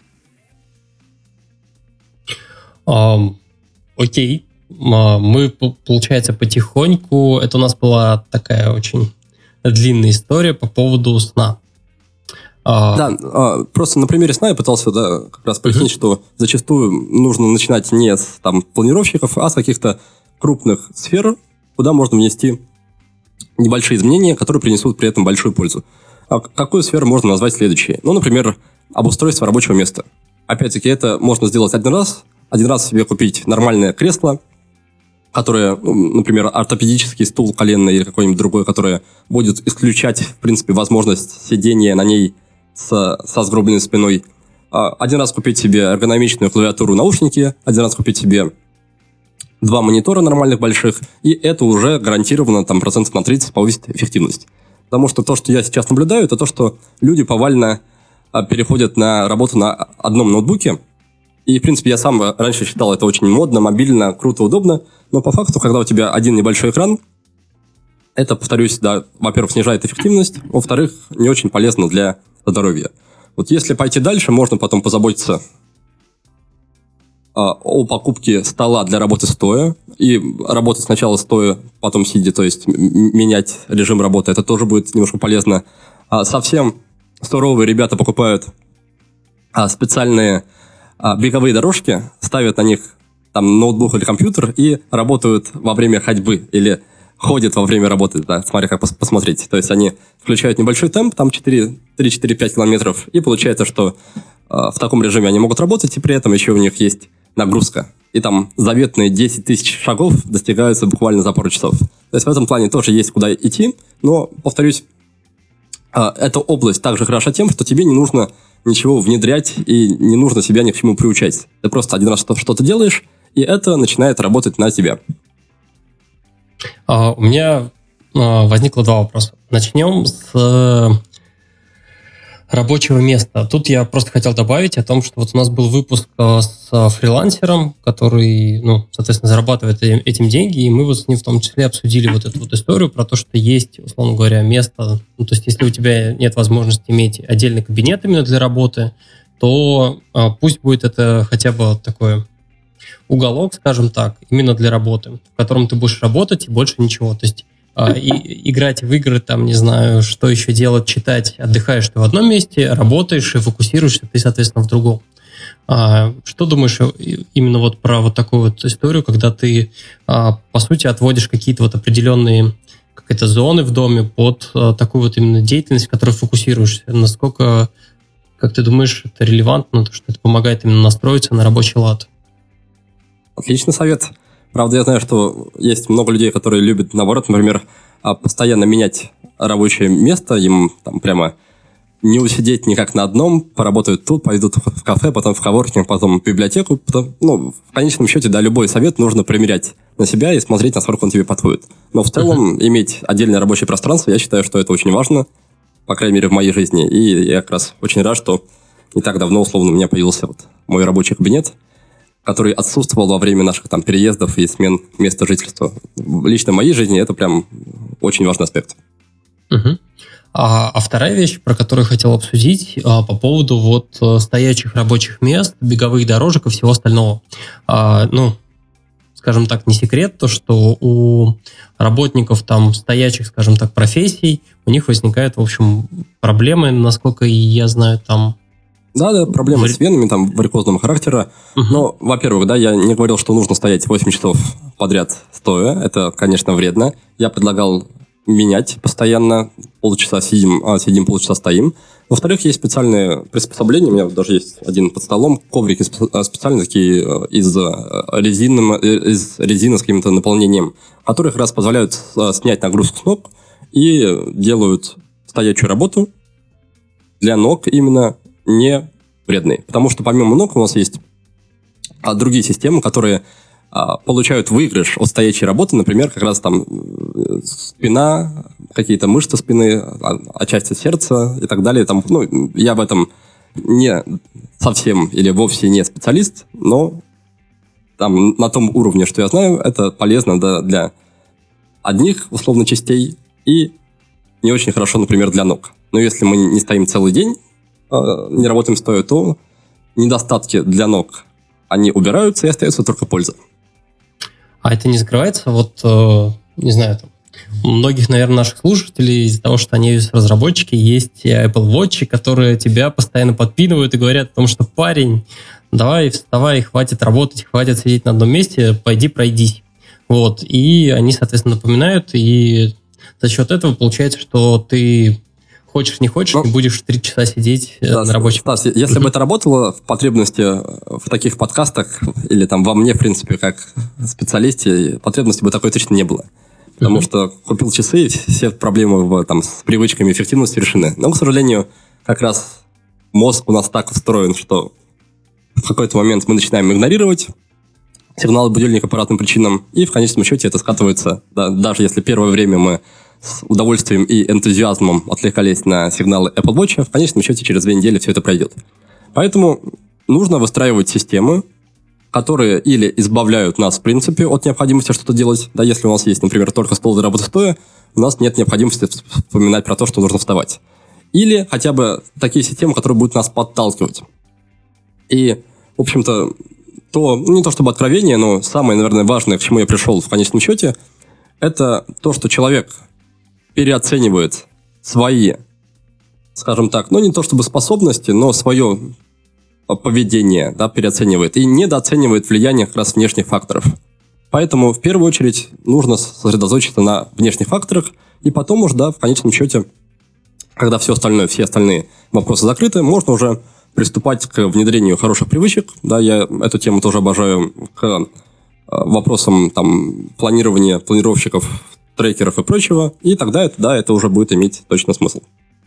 Окей. Мы, получается, потихоньку... Это у нас была такая очень длинная история по поводу сна. Да, просто на примере сна я пытался как раз пояснить, что зачастую нужно начинать не с планировщиков, а с каких-то крупных сфер, куда можно внести небольшие изменения, которые принесут при этом большую пользу. А какую сферу можно назвать следующей? Ну, например, обустройство рабочего места. Опять-таки, это можно сделать один раз себе купить нормальное кресло, которое, например, ортопедический стул коленный или какой-нибудь другой, которое будет исключать, в принципе, возможность сидения на ней со сгрубленной спиной. Один раз купить себе эргономичную клавиатуру, наушники, один раз купить себе 2 монитора нормальных больших, и это уже гарантированно там, 30% на 30% повысит эффективность. Потому что то, что я сейчас наблюдаю, это то, что люди повально переходят на работу на одном ноутбуке. И, в принципе, я сам раньше считал это очень модно, мобильно, круто, удобно. Но по факту, когда у тебя один небольшой экран, это, повторюсь, да, во-первых, снижает эффективность, во-вторых, не очень полезно для здоровья. Вот если пойти дальше, можно потом позаботиться о покупке стола для работы стоя. И работать сначала стоя, потом сидя, то есть менять режим работы. Это тоже будет немножко полезно. Совсем суровые ребята покупают специальные беговые дорожки, ставят на них там ноутбук или компьютер и работают во время ходьбы или ходят во время работы, да, смотря как посмотреть. То есть они включают небольшой темп, там 3-4-5 километров, и получается, что в таком режиме они могут работать, и при этом еще у них есть нагрузка. И там заветные 10 тысяч шагов достигаются буквально за пару часов. То есть в этом плане тоже есть куда идти, но, повторюсь, эта область также хороша тем, что тебе не нужно ничего внедрять и не нужно себя ни к чему приучать. Ты просто один раз что-то делаешь, и это начинает работать на тебя. У меня возникло 2 вопроса. Начнем с рабочего места. Тут я просто хотел добавить о том, что вот у нас был выпуск с фрилансером, который, соответственно, зарабатывает этим деньги, и мы вот с ним в том числе обсудили вот эту вот историю про то, что есть, условно говоря, место, то есть если у тебя нет возможности иметь отдельный кабинет именно для работы, то пусть будет это хотя бы такое уголок, скажем так, именно для работы, в котором ты будешь работать и больше ничего. То есть и играть в игры, там, не знаю, что еще делать, читать, отдыхаешь ты в одном месте, работаешь и фокусируешься ты, соответственно, в другом. Что думаешь именно вот про вот такую вот историю, когда ты, по сути, отводишь какие-то вот определенные какие-то зоны в доме под такую вот именно деятельность, в которой фокусируешься? Насколько, как ты думаешь, это релевантно, то, что это помогает именно настроиться на рабочий лад? Отличный совет. Правда, я знаю, что есть много людей, которые любят, наоборот, например, постоянно менять рабочее место, им там прямо не усидеть никак на одном, поработают тут, пойдут в кафе, потом в коворкинг, потом в библиотеку. Потом, в конечном счете, да, любой совет нужно примерять на себя и смотреть, насколько он тебе подходит. Но в целом иметь отдельное рабочее пространство, я считаю, что это очень важно, по крайней мере, в моей жизни. И я как раз очень рад, что не так давно, условно, у меня появился вот мой рабочий кабинет, который отсутствовал во время наших там переездов и смен места жительства. Лично в моей жизни это прям очень важный аспект. А вторая вещь, про которую я хотел обсудить, по поводу вот стоячих рабочих мест, беговых дорожек и всего остального. Скажем так, не секрет, то, что у работников там стоячих, скажем так, профессий, у них возникают, в общем, проблемы, насколько я знаю, там... Да, проблемы с венами, там, варикозного характера. Но, во-первых, да, я не говорил, что нужно стоять 8 часов подряд стоя. Это, конечно, вредно. Я предлагал менять постоянно. Полчаса сидим, полчаса стоим. Во-вторых, есть специальные приспособления. У меня даже есть один под столом. Коврики специальные такие из резины с каким-то наполнением, которые как раз позволяют снять нагрузку с ног и делают стоячую работу для ног именно не вредные. Потому что помимо ног у нас есть другие системы, которые получают выигрыш от стоячей работы. Например, как раз там спина, какие-то мышцы спины, отчасти сердца и так далее. Там, я в этом не совсем или вовсе не специалист, но там на том уровне, что я знаю, это полезно для одних, условно, частей и не очень хорошо, например, для ног. Но если мы не стоим целый день, не работаем стоя, то недостатки для ног, они убираются и остается только польза. А это не закрывается? Вот, не знаю, там, у многих, наверное, наших слушателей из-за того, что они разработчики, есть Apple Watch, которые тебя постоянно подпинывают и говорят о том, что парень, давай вставай, хватит работать, хватит сидеть на одном месте, пойди пройдись. Вот. И они, соответственно, напоминают, и за счет этого получается, что ты хочешь, не хочешь, не будешь 3 часа сидеть на рабочем. Стас, если бы это работало в потребности в таких подкастах, или там во мне, в принципе, как специалисте, потребности бы такой точно не было. Потому что купил часы, и все проблемы с привычками и эффективностью решены. Но, к сожалению, как раз мозг у нас так устроен, что в какой-то момент мы начинаем игнорировать сигналы будильника по разным причинам, и в конечном счете это скатывается, даже если первое время мы с удовольствием и энтузиазмом отвлекались на сигналы Apple Watch, в конечном счете через 2 недели все это пройдет. Поэтому нужно выстраивать системы, которые или избавляют нас, в принципе, от необходимости что-то делать. Да, если у нас есть, например, только стол для работы стоя, у нас нет необходимости вспоминать про то, что нужно вставать. Или хотя бы такие системы, которые будут нас подталкивать. И, в общем-то, не то чтобы откровение, но самое, наверное, важное, к чему я пришел в конечном счете, это то, что человек переоценивает свои, скажем так, не то чтобы способности, но свое поведение, переоценивает и недооценивает влияние как раз внешних факторов. Поэтому в первую очередь нужно сосредоточиться на внешних факторах, и потом уже, в конечном счете, когда все остальные вопросы закрыты, можно уже приступать к внедрению хороших привычек. Да, я эту тему тоже обожаю, к вопросам планирования планировщиков, трекеров и прочего, и тогда это уже будет иметь точно смысл.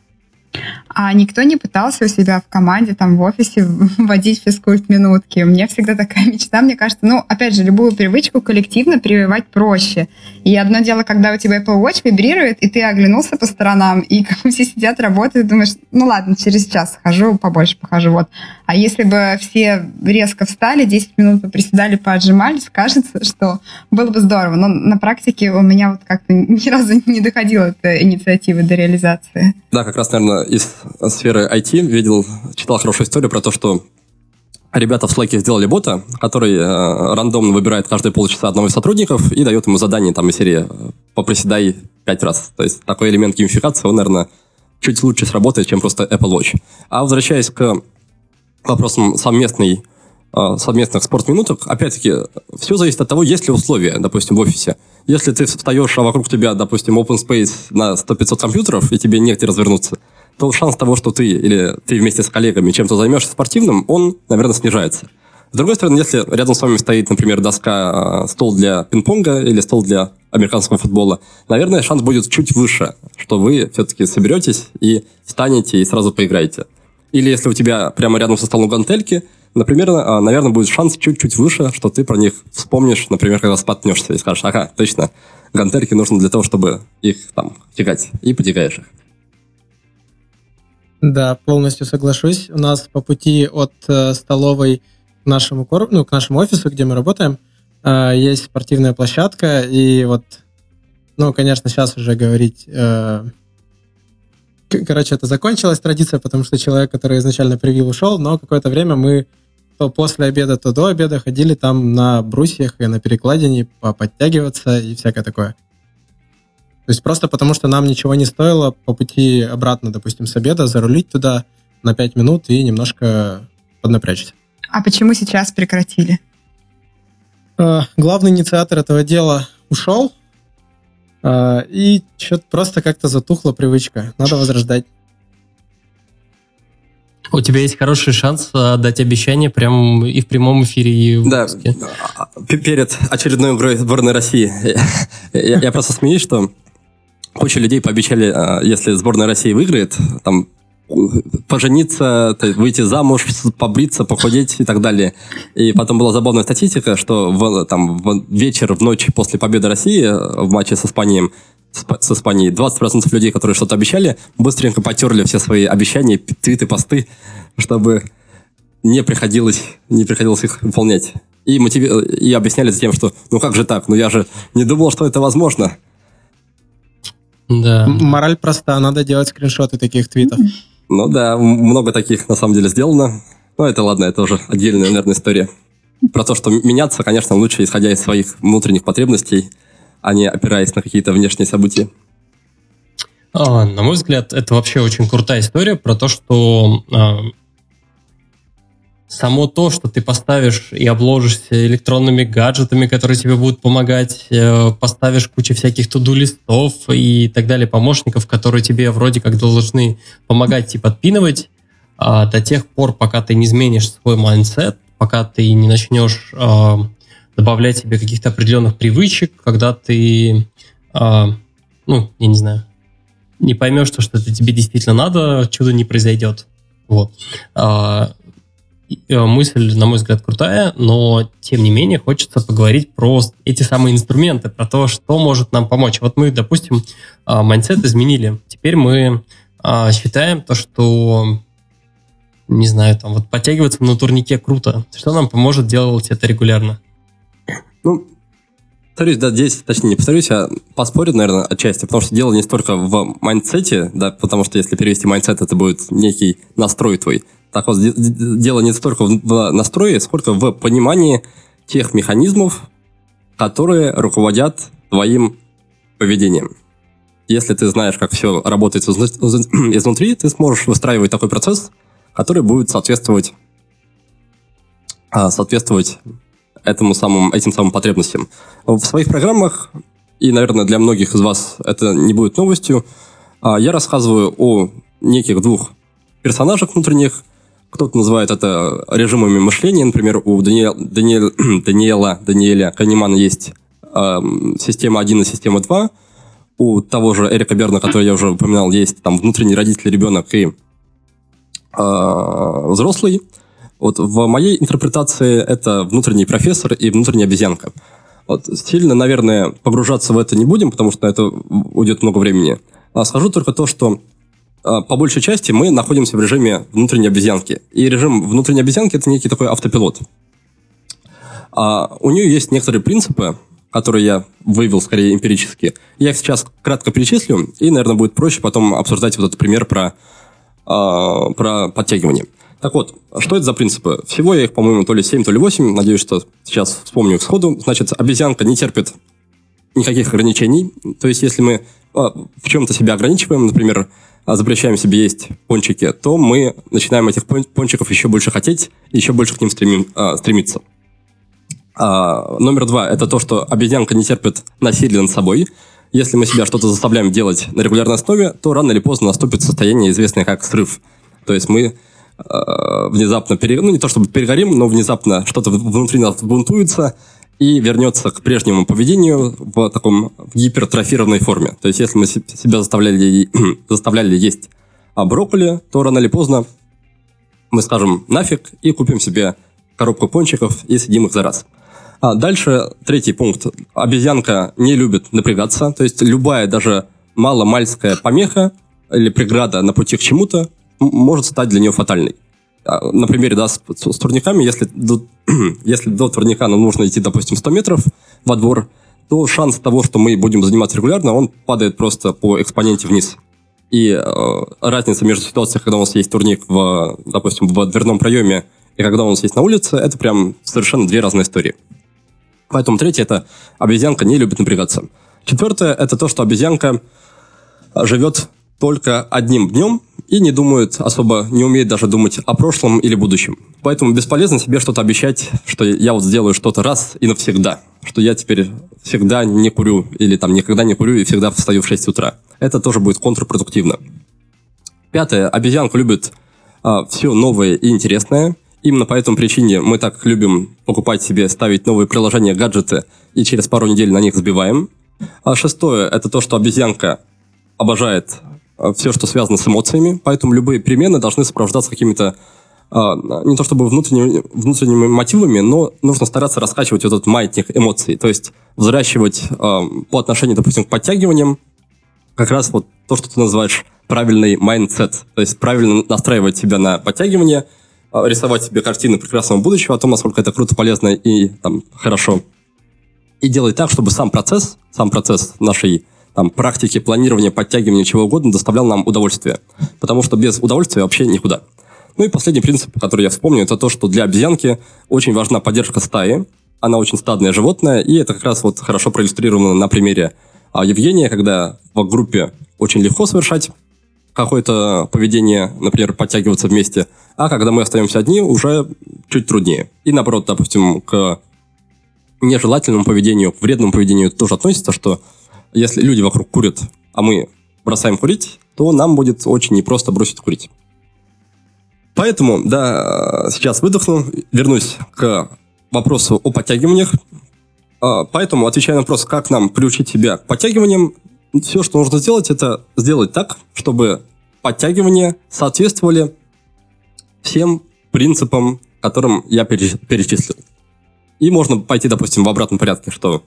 А никто не пытался у себя в команде, в офисе вводить физкульт-минутки? У меня всегда такая мечта, мне кажется, опять же, любую привычку коллективно прививать проще. И одно дело, когда у тебя Apple Watch вибрирует, и ты оглянулся по сторонам, и все сидят, работают, думаешь, ладно, через час схожу, побольше похожу, вот. А если бы все резко встали, 10 минут поприседали, поотжимались, кажется, что было бы здорово. Но на практике у меня как-то ни разу не доходила эта инициатива до реализации. Да, как раз, наверное, из сферы IT читал хорошую историю про то, что ребята в Slack сделали бота, который рандомно выбирает каждые полчаса одного из сотрудников и дает ему задание из серии «поприседай 5 раз». То есть такой элемент геймификации, он, наверное, чуть лучше сработает, чем просто Apple Watch. А возвращаясь к вопросам совместных спортминуток, опять-таки, все зависит от того, есть ли условия, допустим, в офисе. Если ты встаешь, а вокруг тебя, допустим, open space на 100-500 компьютеров, и тебе негде развернуться, то шанс того, что ты или ты вместе с коллегами чем-то займешься спортивным, он, наверное, снижается. С другой стороны, если рядом с вами стоит, например, стол для пинг-понга или стол для американского футбола, наверное, шанс будет чуть выше, что вы все-таки соберетесь и встанете и сразу поиграете. Или если у тебя прямо рядом со столом гантельки, например, наверное, будет шанс чуть-чуть выше, что ты про них вспомнишь, например, когда споткнешься и скажешь, ага, точно, гантельки нужны для того, чтобы их тягать, и потягаешь их. Да, полностью соглашусь. У нас по пути от столовой к нашему офису, где мы работаем, есть спортивная площадка, и конечно, сейчас уже говорить... это закончилась традиция, потому что человек, который изначально привил, ушел, но какое-то время мы то после обеда, то до обеда ходили на брусьях и на перекладине подтягиваться и всякое такое. То есть просто потому, что нам ничего не стоило по пути обратно, допустим, с обеда зарулить туда на 5 минут и немножко поднапрячься. А почему сейчас прекратили? Главный инициатор этого дела ушел, и что-то просто как-то затухла привычка. Надо возрождать. У тебя есть хороший шанс дать обещание прямо и в прямом эфире, и в выпуске. Да, перед очередной игрой сборной России. Я просто смеюсь, что куча людей пообещали, если сборная России выиграет, пожениться, выйти замуж, побриться, похудеть и так далее. И потом была забавная статистика, что в вечер, в ночь после победы России в матче с Испанией 20% людей, которые что-то обещали, быстренько потерли все свои обещания, твиты, посты, чтобы не приходилось их выполнять. И объясняли тем, что как же так, я же не думал, что это возможно. Да. Мораль проста, надо делать скриншоты таких твитов. Да, много таких на самом деле сделано. Это ладно, это уже отдельная, наверное, история. Про то, что меняться, конечно, лучше, исходя из своих внутренних потребностей, а не опираясь на какие-то внешние события. На мой взгляд, это вообще очень крутая история про то, что само то, что ты поставишь и обложишься электронными гаджетами, которые тебе будут помогать, поставишь кучу всяких туду-листов и так далее, помощников, которые тебе вроде как должны помогать и подпинывать, до тех пор, пока ты не изменишь свой майндсет, пока ты не начнешь добавлять себе каких-то определенных привычек, когда ты, я не знаю, не поймешь, что это тебе действительно надо, чудо не произойдет. Вот. Мысль, на мой взгляд, крутая, но, тем не менее, хочется поговорить про эти самые инструменты, про то, что может нам помочь. Вот мы, допустим, майндсет изменили. Теперь мы считаем то, что, не знаю, там вот подтягиваться на турнике круто. Что нам поможет делать это регулярно? Повторюсь, да, здесь, точнее, не повторюсь, а поспорю, наверное, отчасти, потому что дело не столько в майндсете, да, потому что если перевести майндсет, это будет некий настрой твой. Так вот, дело не столько в настрое, сколько в понимании тех механизмов, которые руководят твоим поведением. Если ты знаешь, как все работает изнутри, ты сможешь выстраивать такой процесс, который будет соответствовать этим самым потребностям. В своих программах, и, наверное, для многих из вас это не будет новостью, я рассказываю о неких двух персонажах внутренних. Кто-то называет это режимами мышления. Например, у Даниэля Канемана есть система 1 и система 2. У того же Эрика Берна, который я уже упоминал, есть там внутренний родитель, ребенок и взрослый. Вот в моей интерпретации это внутренний профессор и внутренняя обезьянка. Вот сильно, наверное, погружаться в это не будем, потому что на это уйдет много времени. Скажу только то, что по большей части мы находимся в режиме внутренней обезьянки. И режим внутренней обезьянки – это некий такой автопилот. У нее есть некоторые принципы, которые я выявил скорее эмпирически. Я их сейчас кратко перечислю, и, наверное, будет проще потом обсуждать вот этот пример про подтягивание. Так вот, что это за принципы? Всего я их, по-моему, то ли 7, то ли 8. Надеюсь, что сейчас вспомню их сходу. Значит, обезьянка не терпит никаких ограничений. То есть, если мы в чем-то себя ограничиваем, например, запрещаем себе есть пончики, то мы начинаем этих пончиков еще больше хотеть, еще больше к ним стремиться. Номер 2 – это то, что обезьянка не терпит насилия над собой. Если мы себя что-то заставляем делать на регулярной основе, то рано или поздно наступит состояние, известное как срыв. То есть мы внезапно, не то чтобы перегорим, но внезапно что-то внутри нас бунтуется и вернется к прежнему поведению в таком гипертрофированной форме. То есть, если мы себя заставляли есть брокколи, то рано или поздно мы скажем нафиг и купим себе коробку пончиков и съедим их за раз. Дальше, третий пункт. Обезьянка не любит напрягаться, то есть любая даже маломальская помеха или преграда на пути к чему-то может стать для нее фатальной. На примере, да, с турниками, если до турника нам нужно идти, допустим, 100 метров во двор, то шанс того, что мы будем заниматься регулярно, он падает просто по экспоненте вниз. И разница между ситуацией, когда у нас есть турник, допустим, в дверном проеме, и когда у нас есть на улице, это прям совершенно две разные истории. Поэтому третье – это обезьянка не любит напрягаться. Четвертое – это то, что обезьянка живет только одним днем и не умеет даже думать о прошлом или будущем. Поэтому бесполезно себе что-то обещать, что я вот сделаю что-то раз и навсегда, что я теперь всегда не курю или там никогда не курю и всегда встаю в 6 утра. Это тоже будет контрпродуктивно. Пятое. Обезьянка любит все новое и интересное. Именно по этой причине мы так любим покупать себе, ставить новые приложения, гаджеты и через пару недель на них сбиваем. Шестое. Это то, что обезьянка обожает все, что связано с эмоциями, поэтому любые перемены должны сопровождаться какими-то, не то чтобы внутренними мотивами, но нужно стараться раскачивать этот маятник эмоций, то есть взращивать по отношению, допустим, к подтягиваниям как раз вот то, что ты называешь правильный майндсет, то есть правильно настраивать себя на подтягивание, рисовать себе картины прекрасного будущего о том, насколько это круто, полезно и хорошо, и делать так, чтобы сам процесс нашей практики, планирования, подтягивания, чего угодно доставлял нам удовольствие. Потому что без удовольствия вообще никуда. Ну и последний принцип, который я вспомню, это то, что для обезьянки очень важна поддержка стаи. Она очень стадное животное, и это как раз вот хорошо проиллюстрировано на примере Евгения, когда в группе очень легко совершать какое-то поведение, например, подтягиваться вместе, а когда мы остаемся одни, уже чуть труднее. И наоборот, допустим, к нежелательному поведению, к вредному поведению тоже относится, что если люди вокруг курят, а мы бросаем курить, то нам будет очень непросто бросить курить. Поэтому, да, сейчас выдохну, вернусь к вопросу о подтягиваниях. Поэтому, отвечая на вопрос, как нам приучить себя к подтягиваниям, все, что нужно сделать, это сделать так, чтобы подтягивания соответствовали всем принципам, которым я перечислил. И можно пойти, допустим, в обратном порядке, что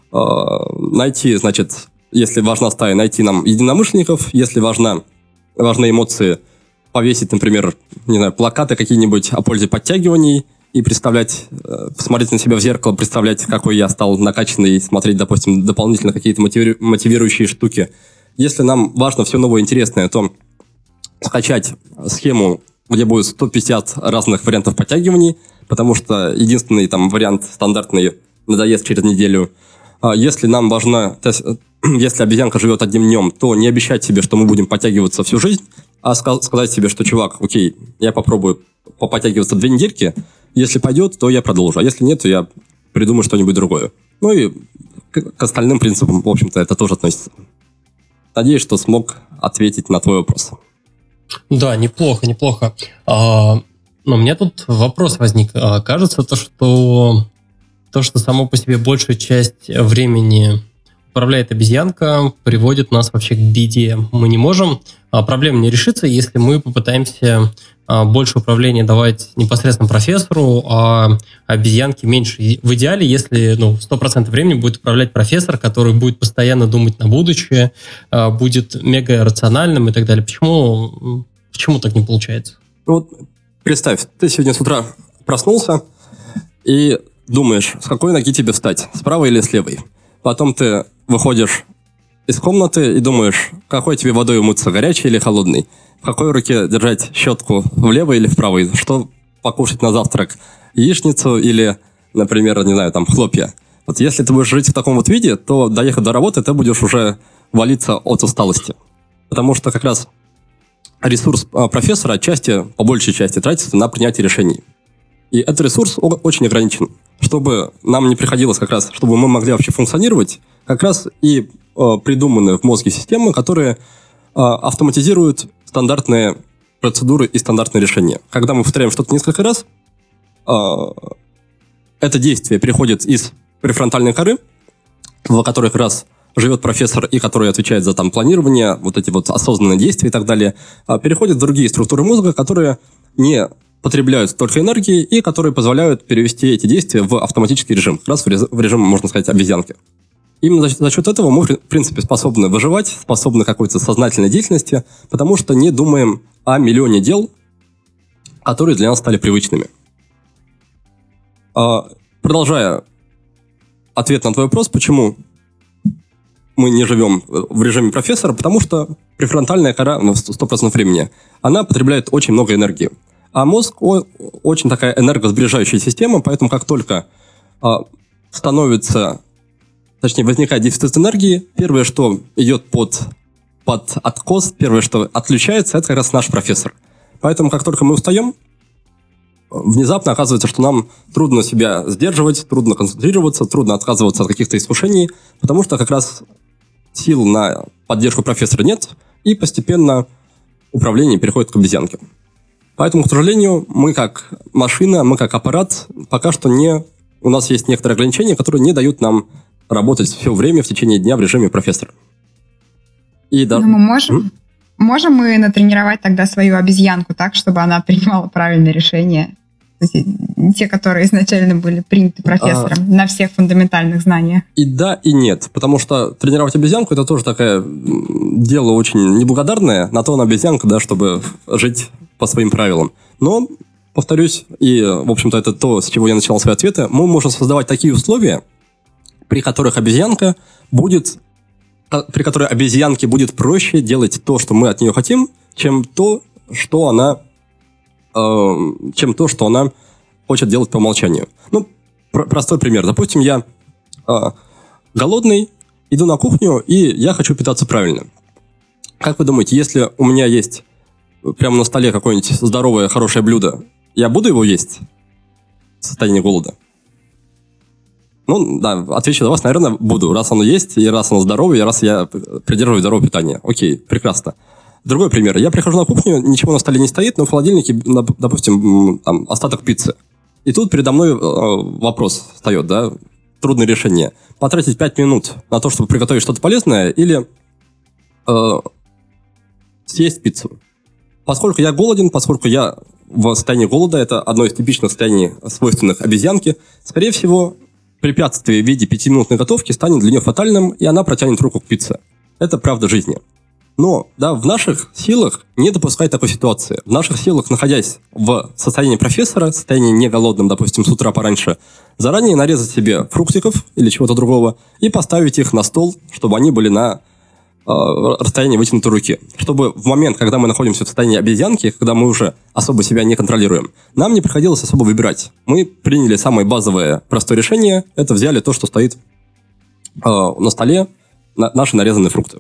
найти, значит, если важна стая, найти нам единомышленников, если важны эмоции, повесить, например, не знаю, плакаты какие-нибудь о пользе подтягиваний и представлять, смотреть на себя в зеркало, представлять, какой я стал накачанный, и смотреть, допустим, дополнительно какие-то мотивирующие штуки. Если нам важно все новое и интересное, то скачать схему, где будет 150 разных вариантов подтягиваний, потому что единственный там вариант стандартный надоест через неделю. Если нам важно, если обезьянка живет одним днем, то не обещать себе, что мы будем подтягиваться всю жизнь, а сказать себе, что, чувак, окей, я попробую поподтягиваться 2 недельки, если пойдет, то я продолжу, а если нет, то я придумаю что-нибудь другое. Ну и к остальным принципам, в общем-то, это тоже относится. Надеюсь, что смог ответить на твой вопрос. Да, неплохо. Но у меня тут вопрос возник. Кажется, что само по себе большую часть времени управляет обезьянка, приводит нас вообще к беде. Мы не можем, проблема не решится, если мы попытаемся больше управления давать непосредственно профессору, а обезьянке меньше. В идеале, если 100% времени будет управлять профессор, который будет постоянно думать на будущее, будет мега рациональным и так далее. Почему так не получается? Вот представь, ты сегодня с утра проснулся и думаешь, с какой ноги тебе встать, с правой или с левой. Потом ты выходишь из комнаты и думаешь, какой тебе водой умыться, горячей или холодной. В какой руке держать щетку, в левой или в правой? Что покушать на завтрак? Яичницу или, например, не знаю, там, хлопья? Вот если ты будешь жить в таком вот виде, то доехав до работы, ты будешь уже валиться от усталости. Потому что как раз ресурс профессора отчасти, по большей части, тратится на принятие решений. И этот ресурс очень ограничен. Чтобы нам не приходилось как раз, чтобы мы могли вообще функционировать, как раз и придуманы в мозге системы, которые автоматизируют стандартные процедуры и стандартные решения. Когда мы повторяем что-то несколько раз, это действие переходит из префронтальной коры, в которой как раз живет профессор и который отвечает за там планирование, вот эти вот осознанные действия и так далее, переходит в другие структуры мозга, которые не потребляют столько энергии и которые позволяют перевести эти действия в автоматический режим, как раз в режим, можно сказать, обезьянки. Именно за счет этого мы, в принципе, способны выживать, способны к какой-то сознательной деятельности, потому что не думаем о миллионе дел, которые для нас стали привычными. Продолжая ответ на твой вопрос, почему мы не живем в режиме профессора, потому что префронтальная кора, 100% времени, она потребляет очень много энергии. А мозг очень такая энергосбережающая система, поэтому как только возникает дефицит энергии, первое, что идет под откос, первое, что отключается, это как раз наш профессор. Поэтому как только мы устаем, внезапно оказывается, что нам трудно себя сдерживать, трудно концентрироваться, трудно отказываться от каких-то искушений, потому что как раз сил на поддержку профессора нет, и постепенно управление переходит к обезьянке. Поэтому, к сожалению, мы как машина, мы как аппарат, пока что у нас есть некоторые ограничения, которые не дают нам работать все время в течение дня в режиме профессора. Но мы можем мы натренировать тогда свою обезьянку так, чтобы она принимала правильные решения? Те, которые изначально были приняты профессором на всех фундаментальных знаниях. И да, и нет. Потому что тренировать обезьянку – это тоже такое дело очень неблагодарное. На то она обезьянка, да, чтобы жить по своим правилам. Но, повторюсь, и, в общем-то, это то, с чего я начал свои ответы, мы можем создавать такие условия, при которых обезьянке будет проще делать то, что мы от нее хотим, чем то, что она хочет делать по умолчанию. Простой пример. Допустим, я голодный, иду на кухню, и я хочу питаться правильно. Как вы думаете, если у меня есть прямо на столе какое-нибудь здоровое, хорошее блюдо, я буду его есть в состоянии голода? Ну, да, отвечу за вас, наверное, буду. Раз оно есть, и раз оно здоровое, и раз я придерживаюсь здорового питания. Окей, прекрасно. Другой пример. Я прихожу на кухню, ничего на столе не стоит, но в холодильнике, допустим, там, остаток пиццы. И тут передо мной вопрос встает, да, трудное решение. Потратить 5 минут на то, чтобы приготовить что-то полезное, или съесть пиццу. Поскольку я голоден, поскольку я в состоянии голода, это одно из типичных состояний, свойственных обезьянке, скорее всего, препятствие в виде 5-минутной готовки станет для нее фатальным, и она протянет руку к пицце. Это правда жизни. Но, да, в наших силах не допускать такой ситуации. В наших силах, находясь в состоянии профессора, в состоянии не голодным, допустим, с утра пораньше, заранее нарезать себе фруктиков или чего-то другого и поставить их на стол, чтобы они были на расстоянии вытянутой руки. Чтобы в момент, когда мы находимся в состоянии обезьянки, когда мы уже особо себя не контролируем, нам не приходилось особо выбирать. Мы приняли самое базовое, простое решение. Это взяли то, что стоит на столе, наши нарезанные фрукты.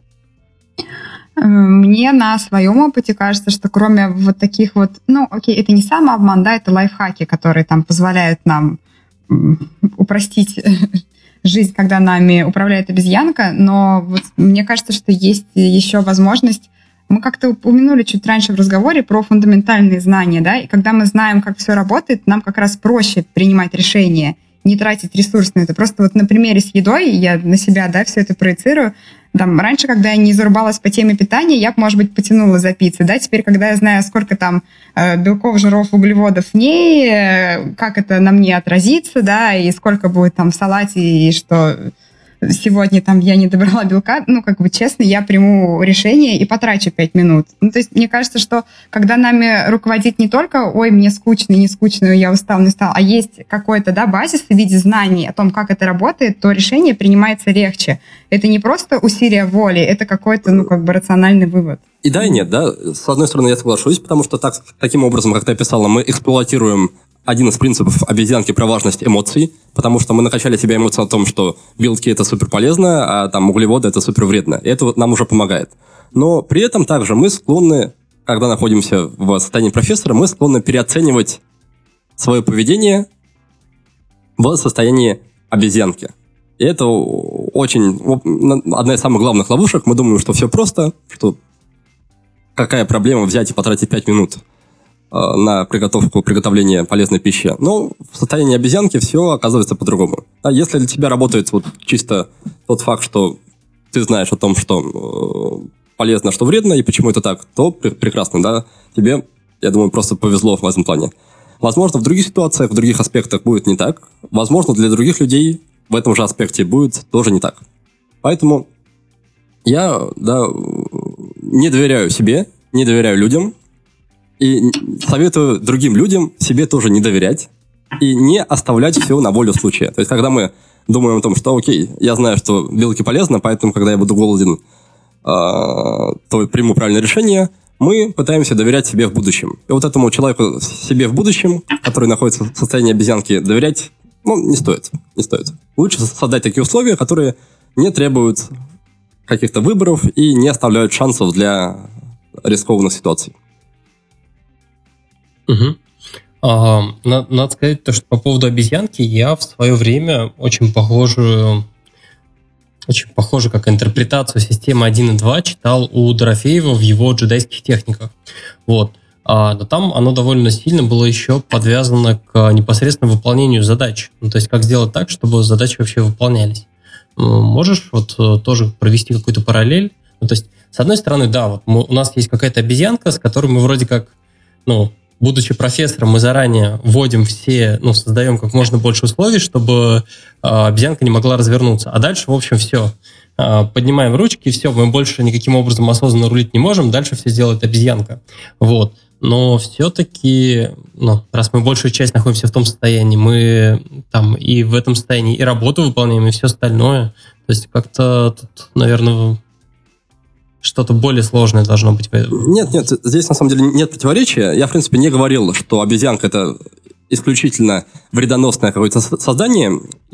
Мне на своем опыте кажется, что кроме вот таких вот... Ну, окей, это не самообман, да, это лайфхаки, которые там позволяют нам упростить жизнь, когда нами управляет обезьянка, но вот мне кажется, что есть еще возможность. Мы как-то упомянули чуть раньше в разговоре про фундаментальные знания, да, и когда мы знаем, как все работает, нам как раз проще принимать решения, не тратить ресурс на это. Просто вот на примере с едой, я на себя, да, все это проецирую. Там, раньше, когда я не зарубалась по теме питания, я бы, может быть, потянула за пиццей, да, теперь, когда я знаю, сколько там белков, жиров, углеводов в ней, как это на мне отразится, да, и сколько будет там в салате, и что сегодня там я не добрала белка, ну, как бы, честно, я приму решение и потрачу 5 минут. Ну, то есть, мне кажется, что когда нами руководит не только, ой, мне скучно, не скучно, я устал, не устал, а есть какой-то, да, базис в виде знаний о том, как это работает, то решение принимается легче. Это не просто усилие воли, это какой-то, ну, как бы, рациональный вывод. И да, и нет, да. С одной стороны, я соглашусь, потому что таким образом, как ты описала, мы эксплуатируем один из принципов обезьянки про важность эмоций, потому что мы накачали себя эмоциями о том, что белки – это супер полезно, а там углеводы – это супер вредно. И это нам уже помогает. Но при этом также мы склонны, когда находимся в состоянии профессора, мы склонны переоценивать свое поведение в состоянии обезьянки. И это очень одна из самых главных ловушек. Мы думаем, что все просто, что какая проблема взять и потратить 5 минут на приготовление полезной пищи. Но в состоянии обезьянки все оказывается по-другому. А если для тебя работает вот чисто тот факт, что ты знаешь о том, что полезно, что вредно, и почему это так, то прекрасно, да, тебе, я думаю, просто повезло в этом плане. Возможно, в других ситуациях, в других аспектах будет не так. Возможно, для других людей в этом же аспекте будет тоже не так. Поэтому я, да, не доверяю себе, не доверяю людям, и советую другим людям себе тоже не доверять и не оставлять все на волю случая. То есть, когда мы думаем о том, что, окей, я знаю, что белки полезны, поэтому, когда я буду голоден, то приму правильное решение, мы пытаемся доверять себе в будущем. И вот этому человеку себе в будущем, который находится в состоянии обезьянки, доверять, ну, не стоит. Не стоит. Лучше создать такие условия, которые не требуют каких-то выборов и не оставляют шансов для рискованных ситуаций. Угу. Надо сказать, то, что по поводу обезьянки я в свое время очень похожую как интерпретацию системы 1 и 2 читал у Дорофеева в его джедайских техниках. Вот. Но там оно довольно сильно было еще подвязано к непосредственному выполнению задач. Ну, то есть, как сделать так, чтобы задачи вообще выполнялись. Можешь вот тоже провести какую-то параллель? Ну, то есть, с одной стороны, да, вот у нас есть какая-то обезьянка, с которой мы вроде как, ну, будучи профессором, мы заранее вводим все, ну, создаем как можно больше условий, чтобы обезьянка не могла развернуться. А дальше, в общем, все. Поднимаем ручки, все, мы больше никаким образом осознанно рулить не можем, дальше все сделает обезьянка. Вот. Но все-таки, ну, раз мы большую часть находимся в том состоянии, мы там и в этом состоянии и работу выполняем, и все остальное. То есть как-то тут, наверное, что-то более сложное должно быть. Нет, здесь на самом деле нет противоречия. Я, в принципе, не говорил, что обезьянка – это исключительно вредоносное какое-то создание.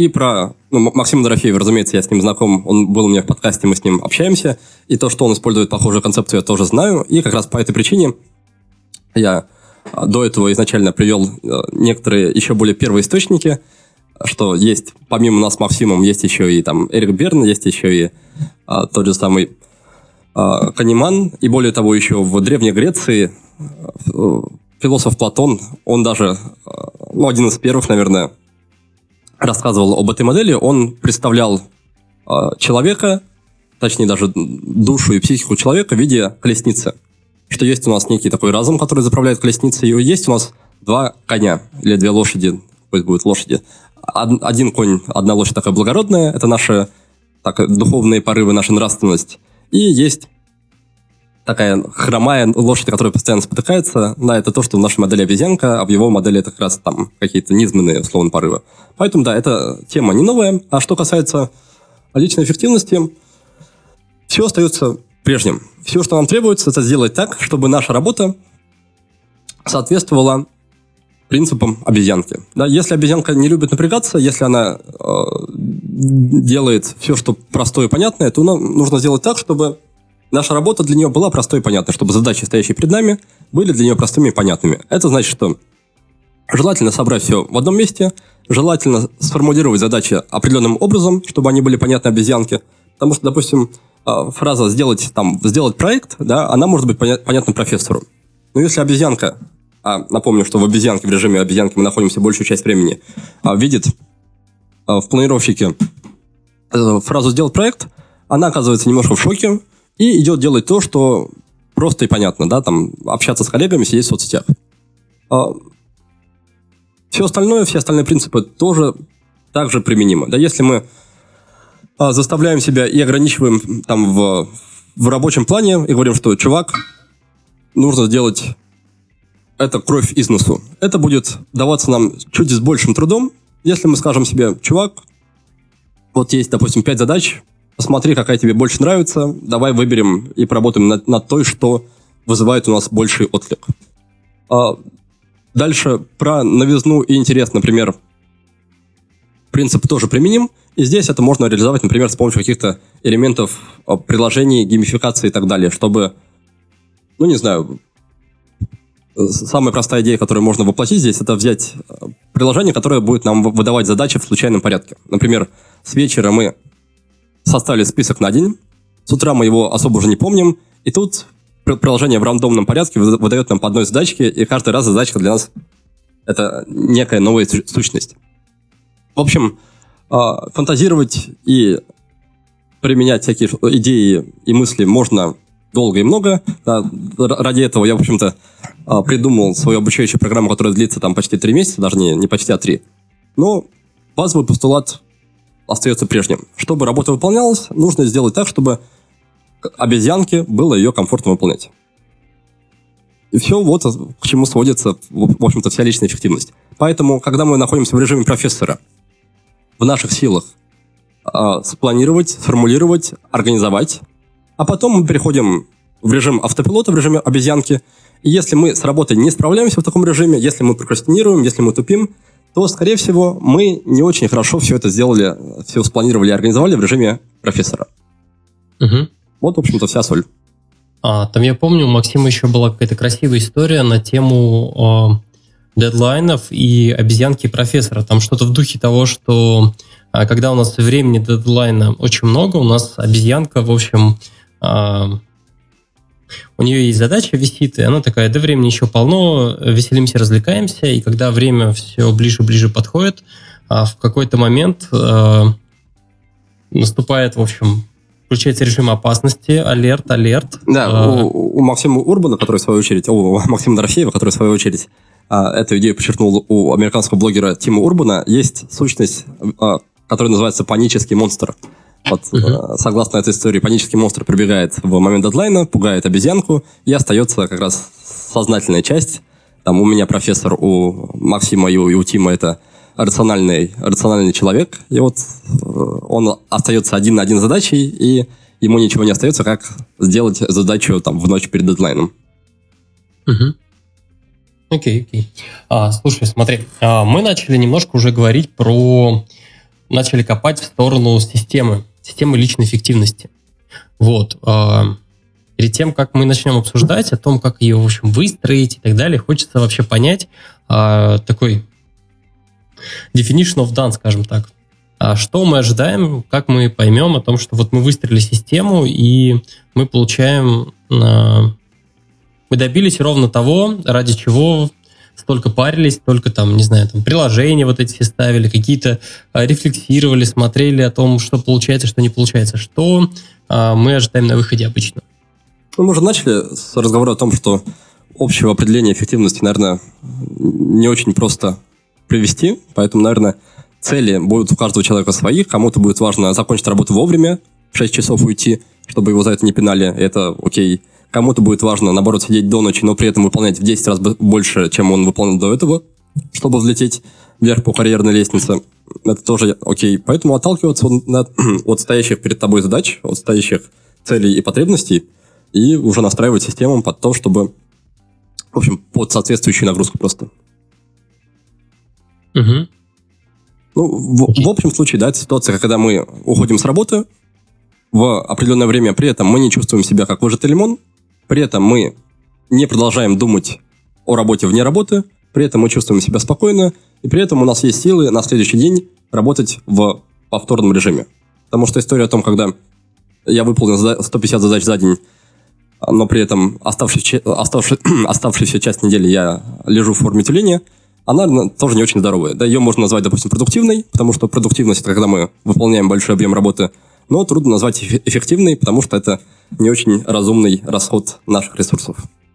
И про Максима Дорофеева, разумеется, я с ним знаком, он был у меня в подкасте, мы с ним общаемся, и то, что он использует похожую концепцию, я тоже знаю, и как раз по этой причине я до этого изначально привел некоторые еще более первые источники, что есть, помимо нас с Максимом, есть еще и там Эрик Берн, есть еще и тот же самый Канеман, и более того, еще в Древней Греции философ Платон, он даже, один из первых, наверное, рассказывал об этой модели. Он представлял человека, точнее даже душу и психику человека в виде колесницы. Что есть у нас некий такой разум, который заправляет колесницей, и есть у нас два коня, или две лошади, пусть будут лошади. Один конь, одна лошадь такая благородная, это наши духовные порывы, наша нравственность. И есть такая хромая лошадь, которая постоянно спотыкается. Да, это то, что в нашей модели обезьянка, а в его модели это как раз там какие-то низменные, условно, порывы. Поэтому, да, эта тема не новая. А что касается личной эффективности, все остается прежним. Все, что нам требуется, это сделать так, чтобы наша работа соответствовала принципам обезьянки. Да, если обезьянка не любит напрягаться, если она делает все, что простое и понятное, то нам нужно сделать так, чтобы наша работа для нее была простой и понятной, чтобы задачи, стоящие перед нами, были для нее простыми и понятными. Это значит, что желательно собрать все в одном месте, желательно сформулировать задачи определенным образом, чтобы они были понятны обезьянке. Потому что, допустим, фраза «сделать проект», да, она может быть понятна профессору. Но если обезьянка, напомню, что в обезьянке, в режиме обезьянки мы находимся большую часть времени, видит в планировщике фразу «сделать проект», она оказывается немножко в шоке, и идет делать то, что просто и понятно, да, там, общаться с коллегами, сидеть в соцсетях. Все остальное, все остальные принципы тоже также применимы. Да, если мы заставляем себя и ограничиваем там в рабочем плане и говорим, что, чувак, нужно сделать это кровь из носу. Это будет даваться нам чуть с большим трудом, если мы скажем себе, чувак, вот есть, допустим, 5 задач, посмотри, какая тебе больше нравится, давай выберем и поработаем над той, что вызывает у нас больший отклик. Дальше про новизну и интерес, например, принцип тоже применим, и здесь это можно реализовать, например, с помощью каких-то элементов приложений, геймификации и так далее, чтобы, самая простая идея, которую можно воплотить здесь, это взять приложение, которое будет нам выдавать задачи в случайном порядке. Например, с вечера мы составили список на день, с утра мы его особо уже не помним, и тут приложение в рандомном порядке выдает нам по одной задачке, и каждый раз задачка для нас – это некая новая сущность. В общем, фантазировать и применять всякие идеи и мысли можно долго и много. Да, ради этого я, в общем-то, придумал свою обучающую программу, которая длится там почти 3 месяца, даже не почти, а 3. Но базовый постулат остается прежним. Чтобы работа выполнялась, нужно сделать так, чтобы обезьянке было ее комфортно выполнять. И все вот к чему сводится, в общем-то, вся личная эффективность. Поэтому, когда мы находимся в режиме профессора, в наших силах спланировать, сформулировать, организовать, а потом мы переходим в режим автопилота, в режиме обезьянки, и если мы с работой не справляемся в таком режиме, если мы прокрастинируем, если мы тупим, то, скорее всего, мы не очень хорошо все это сделали, все спланировали и организовали в режиме профессора. Угу. Вот, в общем-то, вся соль. Там я помню, у Максима еще была какая-то красивая история на тему дедлайнов и обезьянки профессора. Там что-то в духе того, что когда у нас времени дедлайна очень много, у нас обезьянка, в общем, у нее есть задача, висит, и она такая, да времени еще полно, веселимся, развлекаемся, и когда время все ближе-ближе подходит, в какой-то момент наступает, в общем, включается режим опасности, алерт. Да, у Максима Урбана, который в свою очередь, у Максима Дорофеева, который в свою очередь эту идею подчеркнул у американского блогера Тима Урбана, есть сущность, которая называется панический монстр. Вот, согласно этой истории, панический монстр прибегает в момент дедлайна, пугает обезьянку, и остается как раз сознательная часть. Там у меня профессор, у Максима и у Тима это рациональный человек, и вот он остается один на один с задачей, и ему ничего не остается, как сделать задачу там в ночь перед дедлайном. Окей. Слушай, смотри, мы начали немножко уже говорить про начали копать в сторону системы личной эффективности. Вот. Перед тем, как мы начнем обсуждать о том, как ее, в общем, выстроить и так далее, хочется вообще понять такой definition of done, скажем так. Что мы ожидаем, как мы поймем о том, что вот мы выстроили систему, и мы получаем... Мы добились ровно того, ради чего столько парились, столько там, не знаю, там приложения вот эти все ставили, какие-то рефлексировали, смотрели о том, что получается, что не получается. Что мы ожидаем на выходе обычно? Мы уже начали с разговора о том, что общего определения эффективности, наверное, не очень просто привести, поэтому, наверное, цели будут у каждого человека свои. Кому-то будет важно закончить работу вовремя, в 6 часов уйти, чтобы его за это не пинали, это окей. Кому-то будет важно, наоборот, сидеть до ночи, но при этом выполнять в 10 раз больше, чем он выполнил до этого, чтобы взлететь вверх по карьерной лестнице. Это тоже окей. Поэтому отталкиваться от стоящих перед тобой задач, от стоящих целей и потребностей, и уже настраивать систему под то, чтобы, в общем, под соответствующую нагрузку просто. Угу. В общем случае, да, это ситуация, когда мы уходим с работы в определенное время, при этом мы не чувствуем себя как выжатый лимон, при этом мы не продолжаем думать о работе вне работы, при этом мы чувствуем себя спокойно, и при этом у нас есть силы на следующий день работать в повторном режиме. Потому что история о том, когда я выполнил 150 задач за день, но при этом оставшуюся часть недели я лежу в форме тюленя, она тоже не очень здоровая. Да, ее можно назвать, допустим, продуктивной, потому что продуктивность – это когда мы выполняем большой объем работы, но трудно назвать эффективной, потому что это не очень разумный расход наших ресурсов.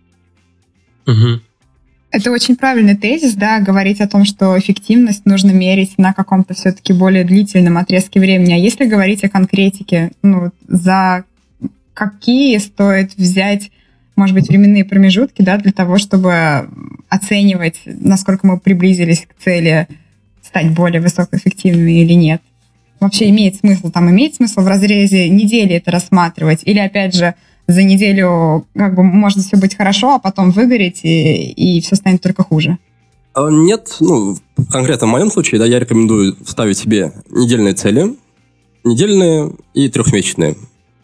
Угу. Это очень правильный тезис, да, говорить о том, что эффективность нужно мерить на каком-то все-таки более длительном отрезке времени. А если говорить о конкретике, за какие стоит взять, может быть, временные промежутки, да, для того, чтобы оценивать, насколько мы приблизились к цели стать более высокоэффективными или нет? Вообще имеет смысл в разрезе недели это рассматривать? Или, опять же, за неделю может все быть хорошо, а потом выгореть, и все станет только хуже? Нет, конкретно в моем случае, да, я рекомендую ставить себе недельные цели, недельные и трехмесячные.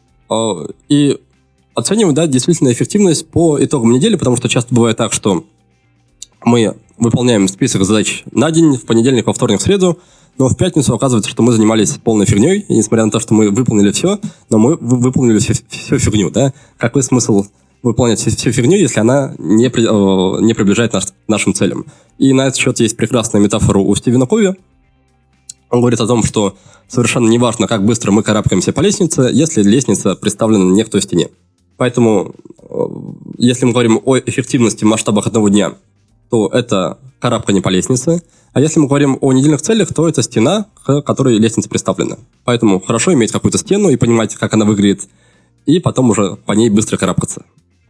И оценивать, да, действительно эффективность по итогам недели, потому что часто бывает так, что мы выполняем список задач на день, в понедельник, во вторник, в среду, но в пятницу оказывается, что мы занимались полной фигней, и несмотря на то, что мы выполнили все, но мы выполнили всю фигню, да. Какой смысл выполнять всю фигню, если она не приближает нас к нашим целям? И на этот счет есть прекрасная метафора у Стивена Кови. Он говорит о том, что совершенно неважно, как быстро мы карабкаемся по лестнице, если лестница представлена не в той стене. Поэтому, если мы говорим о эффективности в масштабах одного дня, то это карабкание по лестнице. А если мы говорим о недельных целях, то это стена, к которой лестница представлена. Поэтому хорошо иметь какую-то стену и понимать, как она выглядит, и потом уже по ней быстро карабкаться.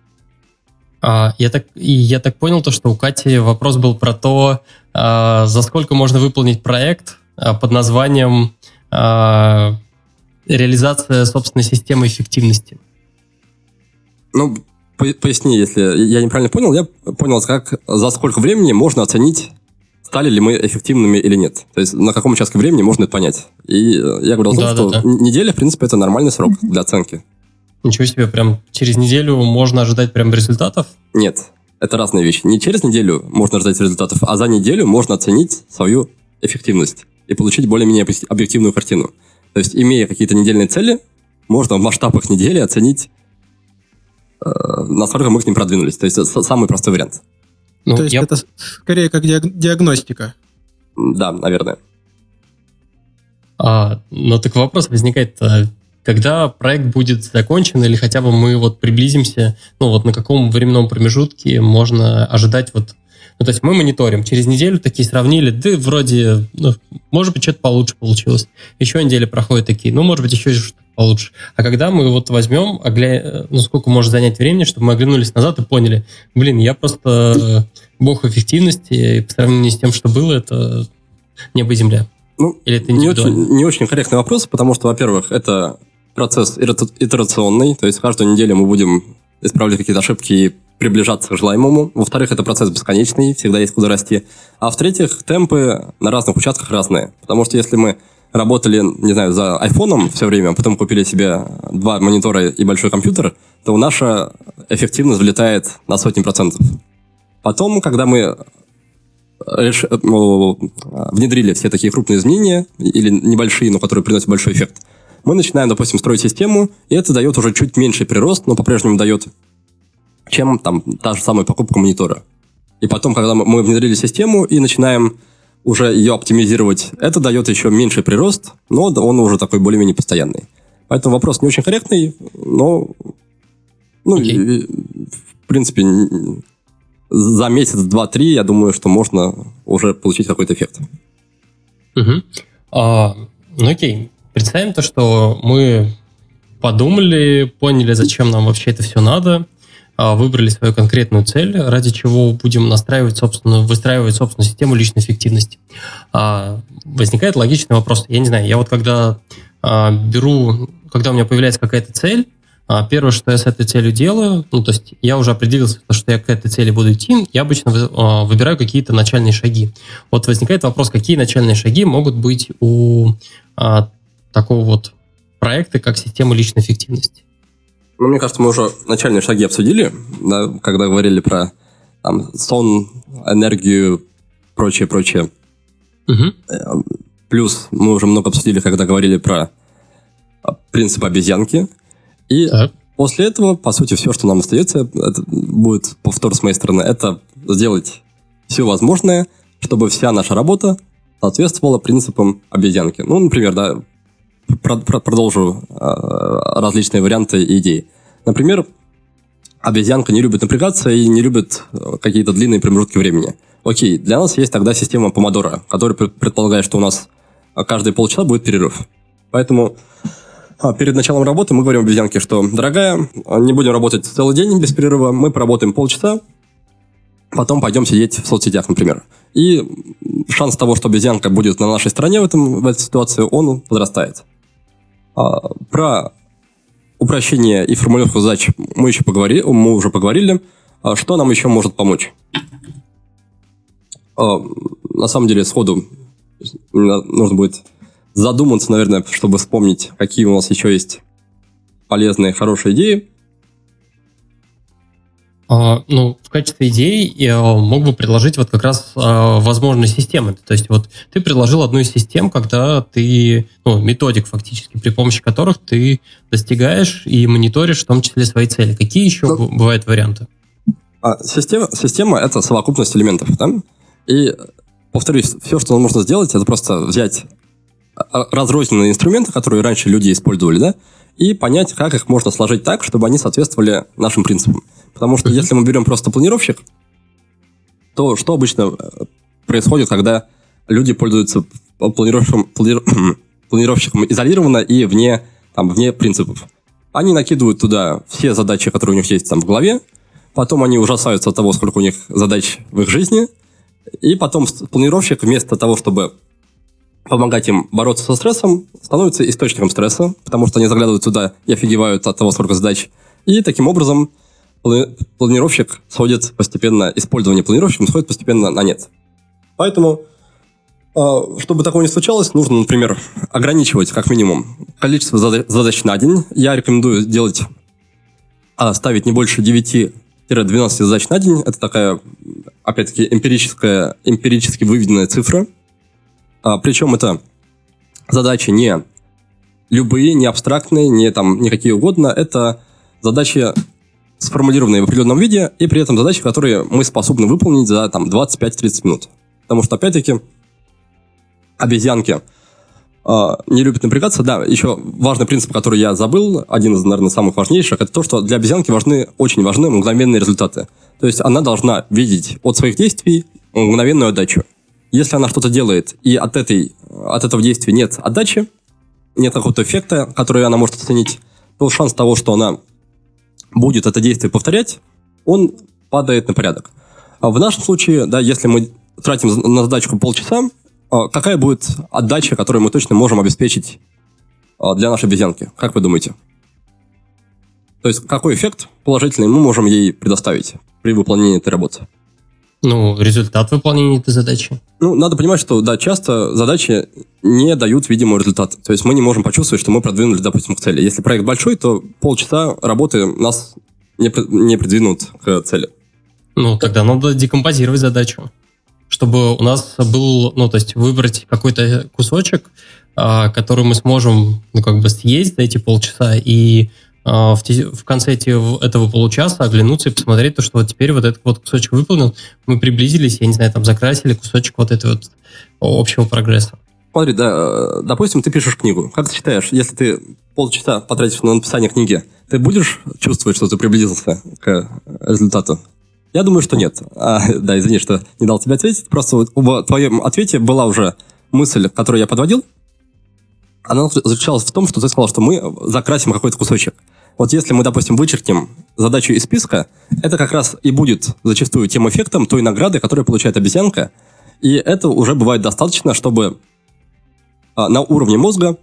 Я так понял, что у Кати вопрос был про то, за сколько можно выполнить проект под названием «Реализация собственной системы эффективности». Поясни, если я неправильно понял. Я понял, как за сколько времени можно оценить, стали ли мы эффективными или нет. То есть на каком участке времени можно это понять. И я говорил о том, что неделя, в принципе, это нормальный срок для оценки. Ничего себе, прям через неделю можно ожидать прям результатов? Нет, это разные вещи. Не через неделю можно ожидать результатов, а за неделю можно оценить свою эффективность и получить более-менее объективную картину. То есть, имея какие-то недельные цели, можно в масштабах недели оценить, насколько мы к ним продвинулись. То есть, это самый простой вариант. То есть, это скорее как диагностика? Да, наверное. Но так вопрос возникает, когда проект будет закончен, или хотя бы мы приблизимся, на каком временном промежутке можно ожидать то есть мы мониторим, через неделю такие сравнили, да вроде, может быть, что-то получше получилось. Еще неделя проходит такие, может быть, еще что-то получше. А когда мы возьмем, сколько может занять времени, чтобы мы оглянулись назад и поняли, я просто бог эффективности, и по сравнению с тем, что было, это небо и земля. Или это не очень корректный вопрос, потому что, во-первых, это процесс итерационный, то есть каждую неделю мы будем исправлять какие-то ошибки и приближаться к желаемому. Во-вторых, это процесс бесконечный, всегда есть куда расти. А в-третьих, темпы на разных участках разные. Потому что если мы работали, не знаю, за айфоном все время, а потом купили себе 2 монитора и большой компьютер, то наша эффективность взлетает на сотни процентов. Потом, когда мы внедрили все такие крупные изменения, или небольшие, но которые приносят большой эффект, мы начинаем, допустим, строить систему, и это дает уже чуть меньший прирост, но по-прежнему дает, чем там та же самая покупка монитора. И потом, когда мы внедрили систему и начинаем уже ее оптимизировать, это дает еще меньший прирост, но он уже такой более-менее постоянный. Поэтому вопрос не очень корректный, но в принципе за месяц, 2-3, я думаю, что можно уже получить какой-то эффект. Окей. Представим то, что мы подумали, поняли, зачем нам вообще это все надо, выбрали свою конкретную цель, ради чего будем выстраивать собственную систему личной эффективности. Возникает логичный вопрос. Я не знаю, я вот когда у меня появляется какая-то цель, первое, что я с этой целью делаю, то есть я уже определился, что я к этой цели буду идти, я обычно выбираю какие-то начальные шаги. Вот возникает вопрос, какие начальные шаги могут быть у такого вот проекта, как система личной эффективности? Мне кажется, мы уже начальные шаги обсудили, да, когда говорили про сон, энергию, прочее. Плюс мы уже много обсудили, когда говорили про принцип обезьянки. И после этого, по сути, все, что нам остается, это будет повтор с моей стороны, это сделать все возможное, чтобы вся наша работа соответствовала принципам обезьянки. Например, да, продолжу различные варианты и идеи. Например, обезьянка не любит напрягаться и не любит какие-то длинные промежутки времени. Окей, для нас есть тогда система помодоро, которая предполагает, что у нас каждые полчаса будет перерыв. Поэтому перед началом работы мы говорим обезьянке, что, дорогая, не будем работать целый день без перерыва, мы поработаем полчаса, потом пойдем сидеть в соцсетях, например. И шанс того, что обезьянка будет на нашей стороне в этой ситуации, он возрастает. Про упрощение и формулировку задач мы уже поговорили. Что нам еще может помочь? На самом деле, сходу нужно будет задуматься, наверное, чтобы вспомнить, какие у нас еще есть полезные, хорошие идеи. В качестве идей я мог бы предложить вот как раз возможные системы. То есть вот ты предложил одну из систем, когда ты, методик фактически, при помощи которых ты достигаешь и мониторишь в том числе свои цели. Какие еще бывают варианты? Система – это совокупность элементов, да? И, повторюсь, все, что нужно сделать, это просто взять разрозненные инструменты, которые раньше люди использовали, да, и понять, как их можно сложить так, чтобы они соответствовали нашим принципам. Потому что если мы берем просто планировщик, то что обычно происходит, когда люди пользуются планировщиком изолированно и вне принципов? Они накидывают туда все задачи, которые у них есть в голове, потом они ужасаются от того, сколько у них задач в их жизни, и потом планировщик вместо того, чтобы помогать им бороться со стрессом, становится источником стресса, потому что они заглядывают туда и офигевают от того, сколько задач. И таким образом планировщик сходит постепенно, использование планировщиком сходит постепенно на нет. Поэтому, чтобы такого не случалось, нужно, например, ограничивать как минимум количество задач на день. Я рекомендую ставить не больше 9-12 задач на день. Это такая, опять-таки, эмпирически выведенная цифра. Причем это задачи не любые, не абстрактные, не какие угодно. Это задачи, сформулированные в определенном виде, и при этом задачи, которые мы способны выполнить за 25-30 минут. Потому что, опять-таки, обезьянки не любят напрягаться. Да, еще важный принцип, который я забыл, один из, наверное, самых важнейших, это то, что для обезьянки очень важны мгновенные результаты. То есть она должна видеть от своих действий мгновенную отдачу. Если она что-то делает, и от этого действия нет отдачи, нет какого-то эффекта, который она может оценить, то шанс того, что она будет это действие повторять, он падает на порядок. В нашем случае, да, если мы тратим на задачку полчаса, какая будет отдача, которую мы точно можем обеспечить для нашей обезьянки? Как вы думаете? То есть какой эффект положительный мы можем ей предоставить при выполнении этой работы? Результат выполнения этой задачи. Ну, надо понимать, что, да, часто задачи не дают видимого результата. То есть мы не можем почувствовать, что мы продвинулись, допустим, к цели. Если проект большой, то полчаса работы нас не придвинут к цели. Ну, тогда надо декомпозировать задачу, чтобы у нас был, ну, то есть выбрать какой-то кусочек, который мы сможем, ну, как бы съесть за эти полчаса, и в конце этого получаса оглянуться и посмотреть, то, что вот теперь вот этот вот кусочек выполнен, мы приблизились, я не знаю, там закрасили кусочек вот этого вот общего прогресса. Смотри, да, допустим, ты пишешь книгу. Как ты считаешь, если ты полчаса потратишь на написание книги, ты будешь чувствовать, что ты приблизился к результату? Я думаю, что нет. Да, извини, что не дал тебе ответить. Просто вот в твоем ответе была уже мысль, которую я подводил. Она заключалась в том, что ты сказал, что мы закрасим какой-то кусочек. Вот если мы, допустим, вычеркнем задачу из списка, это как раз и будет зачастую тем эффектом той награды, которую получает обезьянка. И это уже бывает достаточно, чтобы на уровне мозга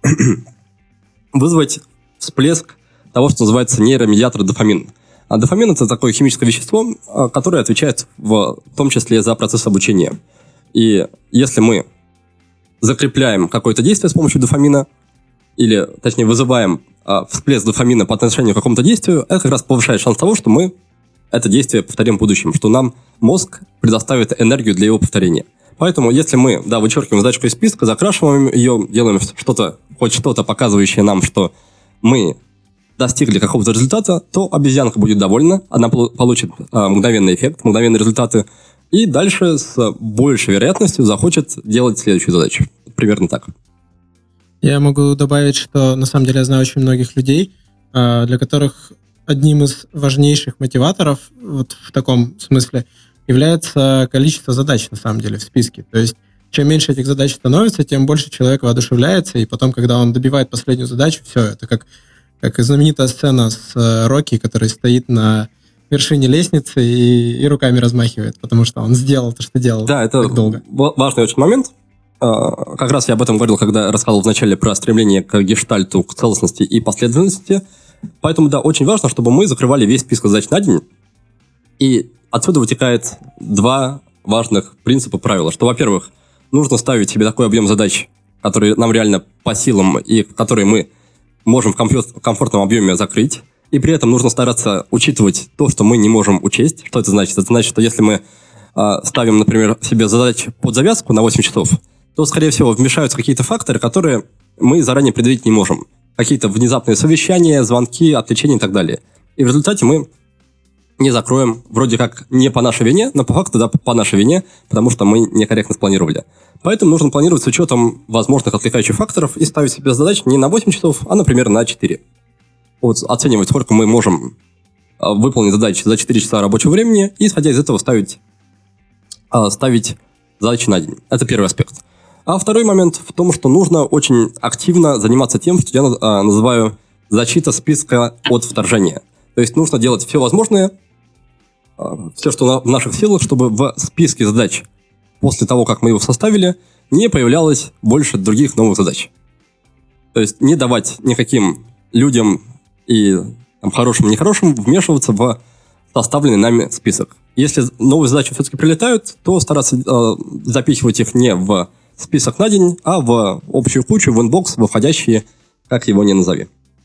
вызвать всплеск того, что называется нейромедиатор дофамин. А дофамин – это такое химическое вещество, которое отвечает в том числе за процесс обучения. И если мы закрепляем какое-то действие с помощью дофамина, или, точнее, вызываем всплеск дофамина по отношению к какому-то действию, это как раз повышает шанс того, что мы это действие повторим в будущем, что нам мозг предоставит энергию для его повторения. Поэтому, если мы, да, вычеркиваем задачку из списка, закрашиваем ее, делаем хоть что-то, показывающее нам, что мы достигли какого-то результата, то обезьянка будет довольна, она получит мгновенный эффект, мгновенные результаты, и дальше с большей вероятностью захочет делать следующую задачу. Примерно так. Я могу добавить, что на самом деле я знаю очень многих людей, для которых одним из важнейших мотиваторов вот в таком смысле является количество задач на самом деле в списке. То есть чем меньше этих задач становится, тем больше человек воодушевляется, и потом, когда он добивает последнюю задачу, все, это как знаменитая сцена с Рокки, который стоит на вершине лестницы и руками размахивает, потому что он сделал то, что делал. Да, это долго. Важный очень момент. Как раз я об этом говорил, когда рассказывал вначале про стремление к гештальту, к целостности и последовательности. Поэтому, да, очень важно, чтобы мы закрывали весь список задач на день. И отсюда вытекает два важных принципа правила. Что, во-первых, нужно ставить себе такой объем задач, который нам реально по силам и которые мы можем в комфортном объеме закрыть. И при этом нужно стараться учитывать то, что мы не можем учесть. Что это значит? Это значит, что если мы ставим, например, себе задачу под завязку на 8 часов, то, скорее всего, вмешаются какие-то факторы, которые мы заранее предвидеть не можем. Какие-то внезапные совещания, звонки, отвлечения и так далее. И в результате мы не закроем, вроде как не по нашей вине, но по факту, да, по нашей вине, потому что мы некорректно спланировали. Поэтому нужно планировать с учетом возможных отвлекающих факторов и ставить себе задачу не на 8 часов, а, например, на 4. Вот оценивать, сколько мы можем выполнить задачи за 4 часа рабочего времени, и, исходя из этого, ставить задачи на день. Это первый аспект. А второй момент в том, что нужно очень активно заниматься тем, что я называю защита списка от вторжения. То есть нужно делать все возможное, все, что в наших силах, чтобы в списке задач после того, как мы его составили, не появлялось больше других новых задач. То есть не давать никаким людям и хорошим и нехорошим вмешиваться в составленный нами список. Если новые задачи все-таки прилетают, то стараться запихивать их не в список на день, а в общую кучу, в инбокс, в входящие, как его ни назови.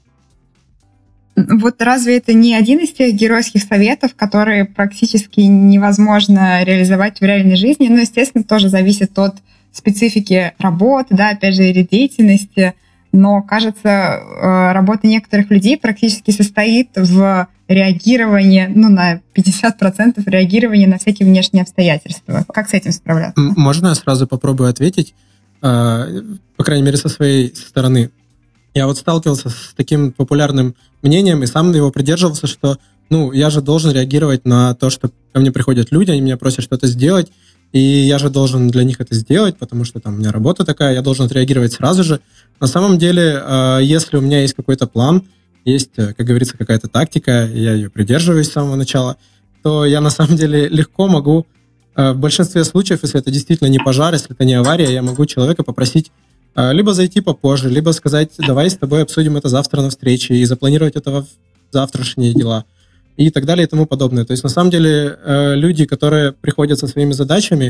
Вот разве это не один из тех геройских советов, которые практически невозможно реализовать в реальной жизни? Ну, естественно, тоже зависит от специфики работы, да, опять же, или деятельности. Но, кажется, работа некоторых людей практически состоит в реагировании, на 50% реагирования на всякие внешние обстоятельства. Как с этим справляться? Можно я сразу попробую ответить, по крайней мере, со своей стороны? Я вот сталкивался с таким популярным мнением и сам его придерживался, что, я же должен реагировать на то, что ко мне приходят люди, они меня просят что-то сделать, и я же должен для них это сделать, потому что там у меня работа такая, я должен отреагировать сразу же. На самом деле, если у меня есть какой-то план, есть, как говорится, какая-то тактика, и я ее придерживаюсь с самого начала, то я на самом деле легко могу, в большинстве случаев, если это действительно не пожар, если это не авария, я могу человека попросить либо зайти попозже, либо сказать, давай с тобой обсудим это завтра на встрече и запланировать это в завтрашние дела и так далее и тому подобное. То есть на самом деле люди, которые приходят со своими задачами,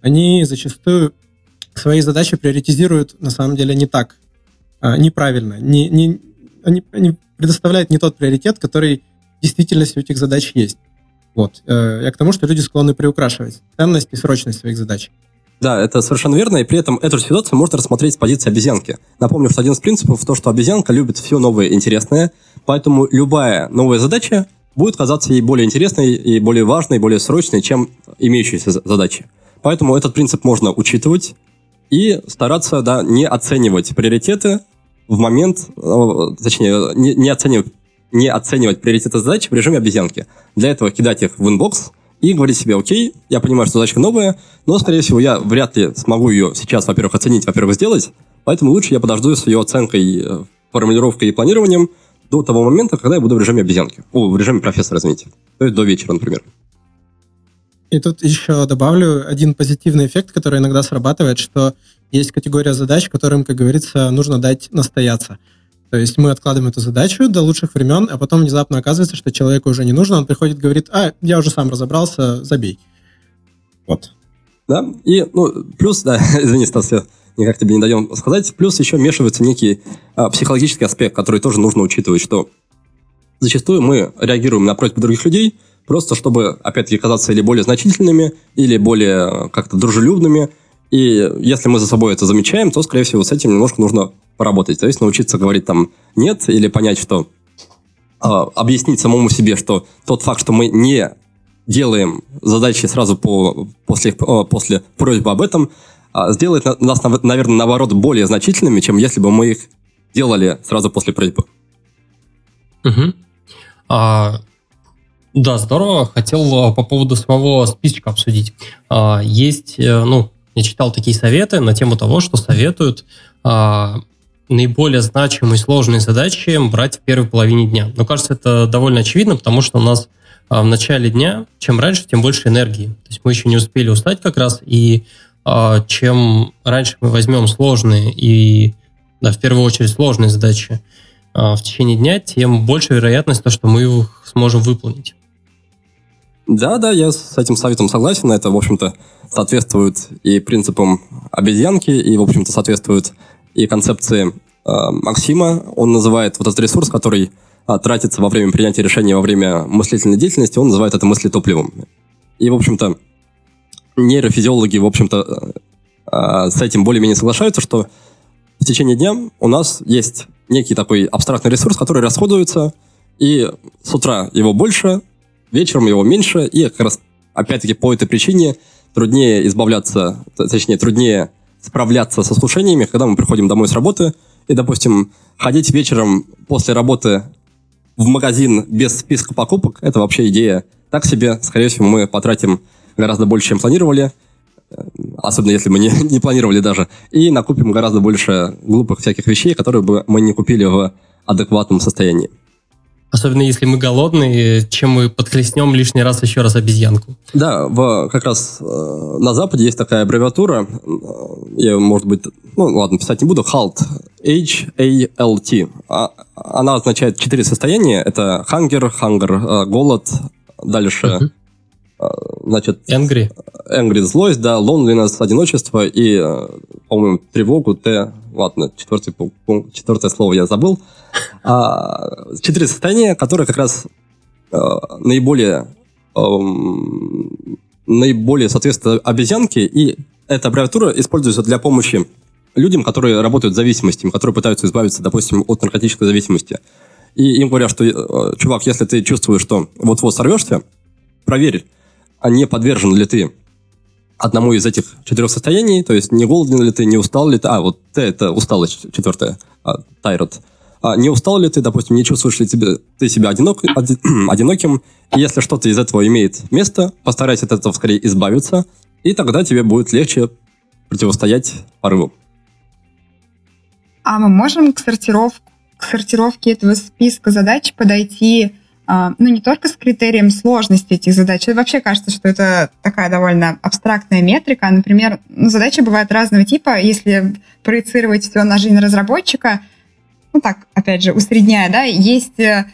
они зачастую свои задачи приоритизируют, на самом деле, не так, неправильно. Они предоставляют не тот приоритет, который в действительности у этих задач есть. Вот. Я к тому, что люди склонны приукрашивать ценность и срочность своих задач. Да, это совершенно верно, и при этом эту ситуацию можно рассмотреть с позиции обезьянки. Напомню, что один из принципов то, что обезьянка любит все новое и интересное, поэтому любая новая задача будет казаться ей более интересной и более важной, более срочной, чем имеющиеся задачи. Поэтому этот принцип можно учитывать и стараться, да, не оценивать приоритеты в момент, точнее, не оценивать приоритеты задач в режиме обезьянки. Для этого кидать их в инбокс и говорить себе: окей, я понимаю, что задачка новая, но, скорее всего, я вряд ли смогу ее сейчас, во-первых, оценить, во-первых, сделать, поэтому лучше я подожду с ее оценкой, формулировкой и планированием до того момента, когда я буду в режиме обезьянки. В режиме профессора, извините. То есть до вечера, например. И тут еще добавлю один позитивный эффект, который иногда срабатывает, что есть категория задач, которым, как говорится, нужно дать настояться. То есть мы откладываем эту задачу до лучших времен, а потом внезапно оказывается, что человеку уже не нужно, он приходит и говорит: я уже сам разобрался, забей. Вот. Да, и, плюс, да, извини, Стас, я никак тебе не даем сказать, плюс еще вмешивается некий психологический аспект, который тоже нужно учитывать, что зачастую мы реагируем на просьбы других людей, просто чтобы, опять-таки, казаться или более значительными, или более как-то дружелюбными. И если мы за собой это замечаем, то, скорее всего, с этим немножко нужно поработать. То есть научиться говорить там «нет», или понять, что... объяснить самому себе, что тот факт, что мы не делаем задачи сразу после просьбы об этом, сделает нас, наверное, наоборот, более значительными, чем если бы мы их делали сразу после просьбы. Угу. Да, здорово. Хотел по поводу самого списочка обсудить. Есть, я читал такие советы на тему того, что советуют наиболее значимые и сложные задачи брать в первой половине дня. Но кажется, это довольно очевидно, потому что у нас в начале дня, чем раньше, тем больше энергии. То есть мы еще не успели устать как раз, и чем раньше мы возьмем сложные и, да, в первую очередь, сложные задачи в течение дня, тем больше вероятность, что мы их сможем выполнить. Да, я с этим советом согласен. Это, в общем-то, соответствует и принципам обезьянки, и, в общем-то, соответствует и концепции Максима. Он называет вот этот ресурс, который тратится во время принятия решения, во время мыслительной деятельности, он называет это мыслетопливом. И, в общем-то, нейрофизиологи, в общем-то, с этим более-менее соглашаются, что в течение дня у нас есть некий такой абстрактный ресурс, который расходуется, и с утра его больше, вечером его меньше, и как раз, опять-таки, по этой причине труднее справляться со слушаниями, когда мы приходим домой с работы, и, допустим, ходить вечером после работы в магазин без списка покупок – это вообще идея так себе. Скорее всего, мы потратим гораздо больше, чем планировали, особенно если мы не планировали даже, и накупим гораздо больше глупых всяких вещей, которые бы мы не купили в адекватном состоянии. Особенно если мы голодные, чем мы подхлестнем лишний раз еще раз обезьянку. Да, как раз на Западе есть такая аббревиатура, я, может быть, писать не буду, HALT, H-A-L-T. Она означает 4 состояния, это hunger, голод, дальше, angry, злость, да, loneliness, одиночество и, по-моему, тревогу, четвертое слово я забыл. 4 состояния, которые как раз наиболее соответствуют обезьянке, и эта аббревиатура используется для помощи людям, которые работают с зависимостями, которые пытаются избавиться, допустим, от наркотической зависимости. И им говорят, что, чувак, если ты чувствуешь, что вот-вот сорвешься, проверь, а не подвержен ли ты одному из этих 4 состояний, то есть не голоден ли ты, не устал ли ты, это усталость 4, тайрот. Не устал ли ты, допустим, не чувствуешь ли ты себя одиноким, и если что-то из этого имеет место, постарайся от этого скорее избавиться, и тогда тебе будет легче противостоять порыву. А мы можем к сортировке этого списка задач подойти, не только с критерием сложности этих задач. Вообще кажется, что это такая довольно абстрактная метрика. Например, задачи бывают разного типа. Если проецировать все на жизнь разработчика, опять же, усредняя, да, есть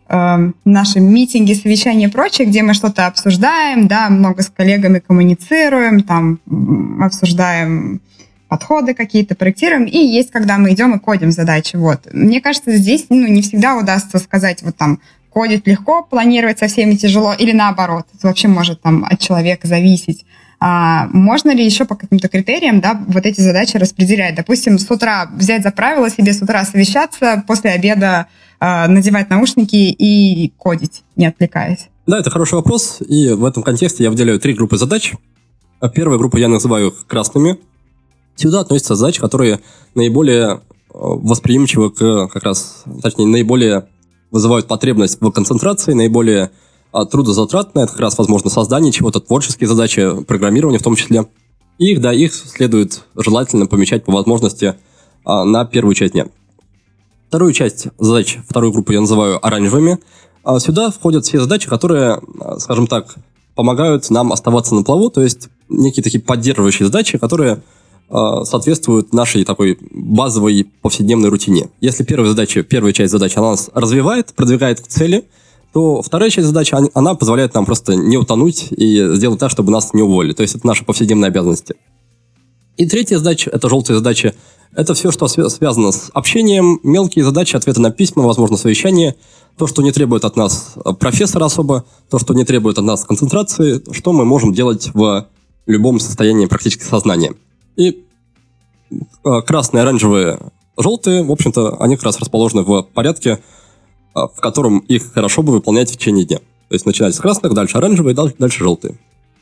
наши митинги, совещания и прочее, где мы что-то обсуждаем, да, много с коллегами коммуницируем, там обсуждаем подходы какие-то, проектируем, и есть, когда мы идем и кодим задачи. Вот. Мне кажется, здесь не всегда удастся сказать, вот там, кодить легко, планировать со всеми тяжело, или наоборот. Это вообще может там от человека зависеть. Можно ли еще по каким-то критериям, да, вот эти задачи распределять? Допустим, с утра взять за правило себе с утра совещаться, после обеда надевать наушники и кодить, не отвлекаясь? Да, это хороший вопрос, и в этом контексте я выделяю 3 группы задач. Первую группу я называю красными. Сюда относятся задачи, которые наиболее восприимчивы к как раз, точнее, наиболее вызывают потребность в концентрации, наиболее трудозатратно. Это как раз, возможно, создание чего-то, творческие задачи, программирование в том числе. И их следует желательно помещать по возможности на первую часть дня. Вторую часть задач, вторую группу я называю оранжевыми. Сюда входят все задачи, которые, скажем так, помогают нам оставаться на плаву, то есть некие такие поддерживающие задачи, которые соответствуют нашей такой базовой повседневной рутине. Если первая часть задачи она нас развивает, продвигает к цели, то вторая часть задачи, она позволяет нам просто не утонуть и сделать так, чтобы нас не уволили. То есть это наши повседневные обязанности. И третья задача, это желтые задачи, это все, что связано с общением, мелкие задачи, ответы на письма, возможно, совещания, то, что не требует от нас профессора особо, то, что не требует от нас концентрации, что мы можем делать в любом состоянии практически сознания. И красные, оранжевые, желтые, в общем-то, они как раз расположены в порядке, в котором их хорошо бы выполнять в течение дня. То есть начинать с красных, дальше оранжевые, дальше желтые.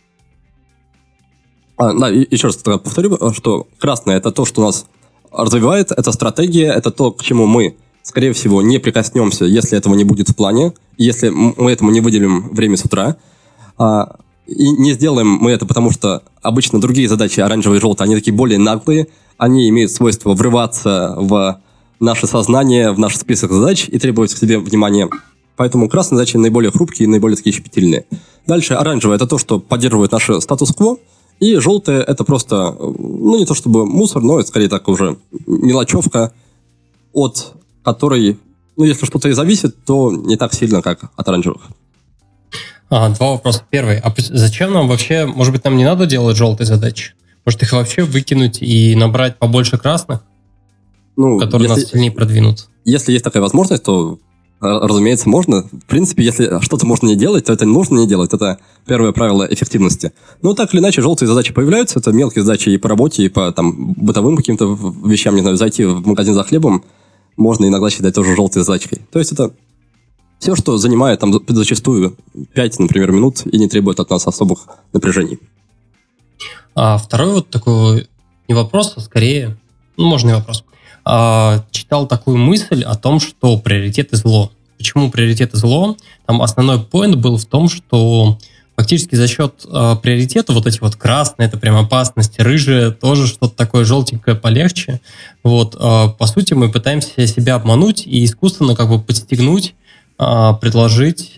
Да, и еще раз повторю, что красное – это то, что нас развивает, это стратегия, это то, к чему мы, скорее всего, не прикоснемся, если этого не будет в плане, если мы этому не выделим время с утра. И не сделаем мы это, потому что обычно другие задачи, оранжевые и желтые, они такие более наглые, они имеют свойство врываться в наше сознание, в наш список задач и требовать к себе внимания. Поэтому красные задачи наиболее хрупкие и наиболее такие щепетильные. Дальше оранжевое – это то, что поддерживает наш статус-кво, и желтое – это просто, не то чтобы мусор, но это скорее так уже мелочевка, от которой, если что-то и зависит, то не так сильно, как от оранжевых. 2 вопроса. Первый. А зачем нам вообще, может быть, нам не надо делать желтые задачи? Может, их вообще выкинуть и набрать побольше красных, которые нас сильнее продвинут? Если есть такая возможность, то, разумеется, можно. В принципе, если что-то можно не делать, то это нужно не делать. Это первое правило эффективности. Но так или иначе, желтые задачи появляются. Это мелкие задачи и по работе, и по бытовым каким-то вещам. Не знаю, зайти в магазин за хлебом можно иногда считать тоже желтой задачкой. То есть это все, что занимает зачастую 5, например, минут и не требует от нас особых напряжений. А второй такой не вопрос, а скорее, можно и вопрос. Читал такую мысль о том, что приоритеты зло. Почему приоритеты зло? Там основной поинт был в том, что фактически за счет приоритета эти красные, это прям опасность, рыжие, тоже что-то такое желтенькое полегче. По сути, мы пытаемся себя обмануть и искусственно подстегнуть, предложить,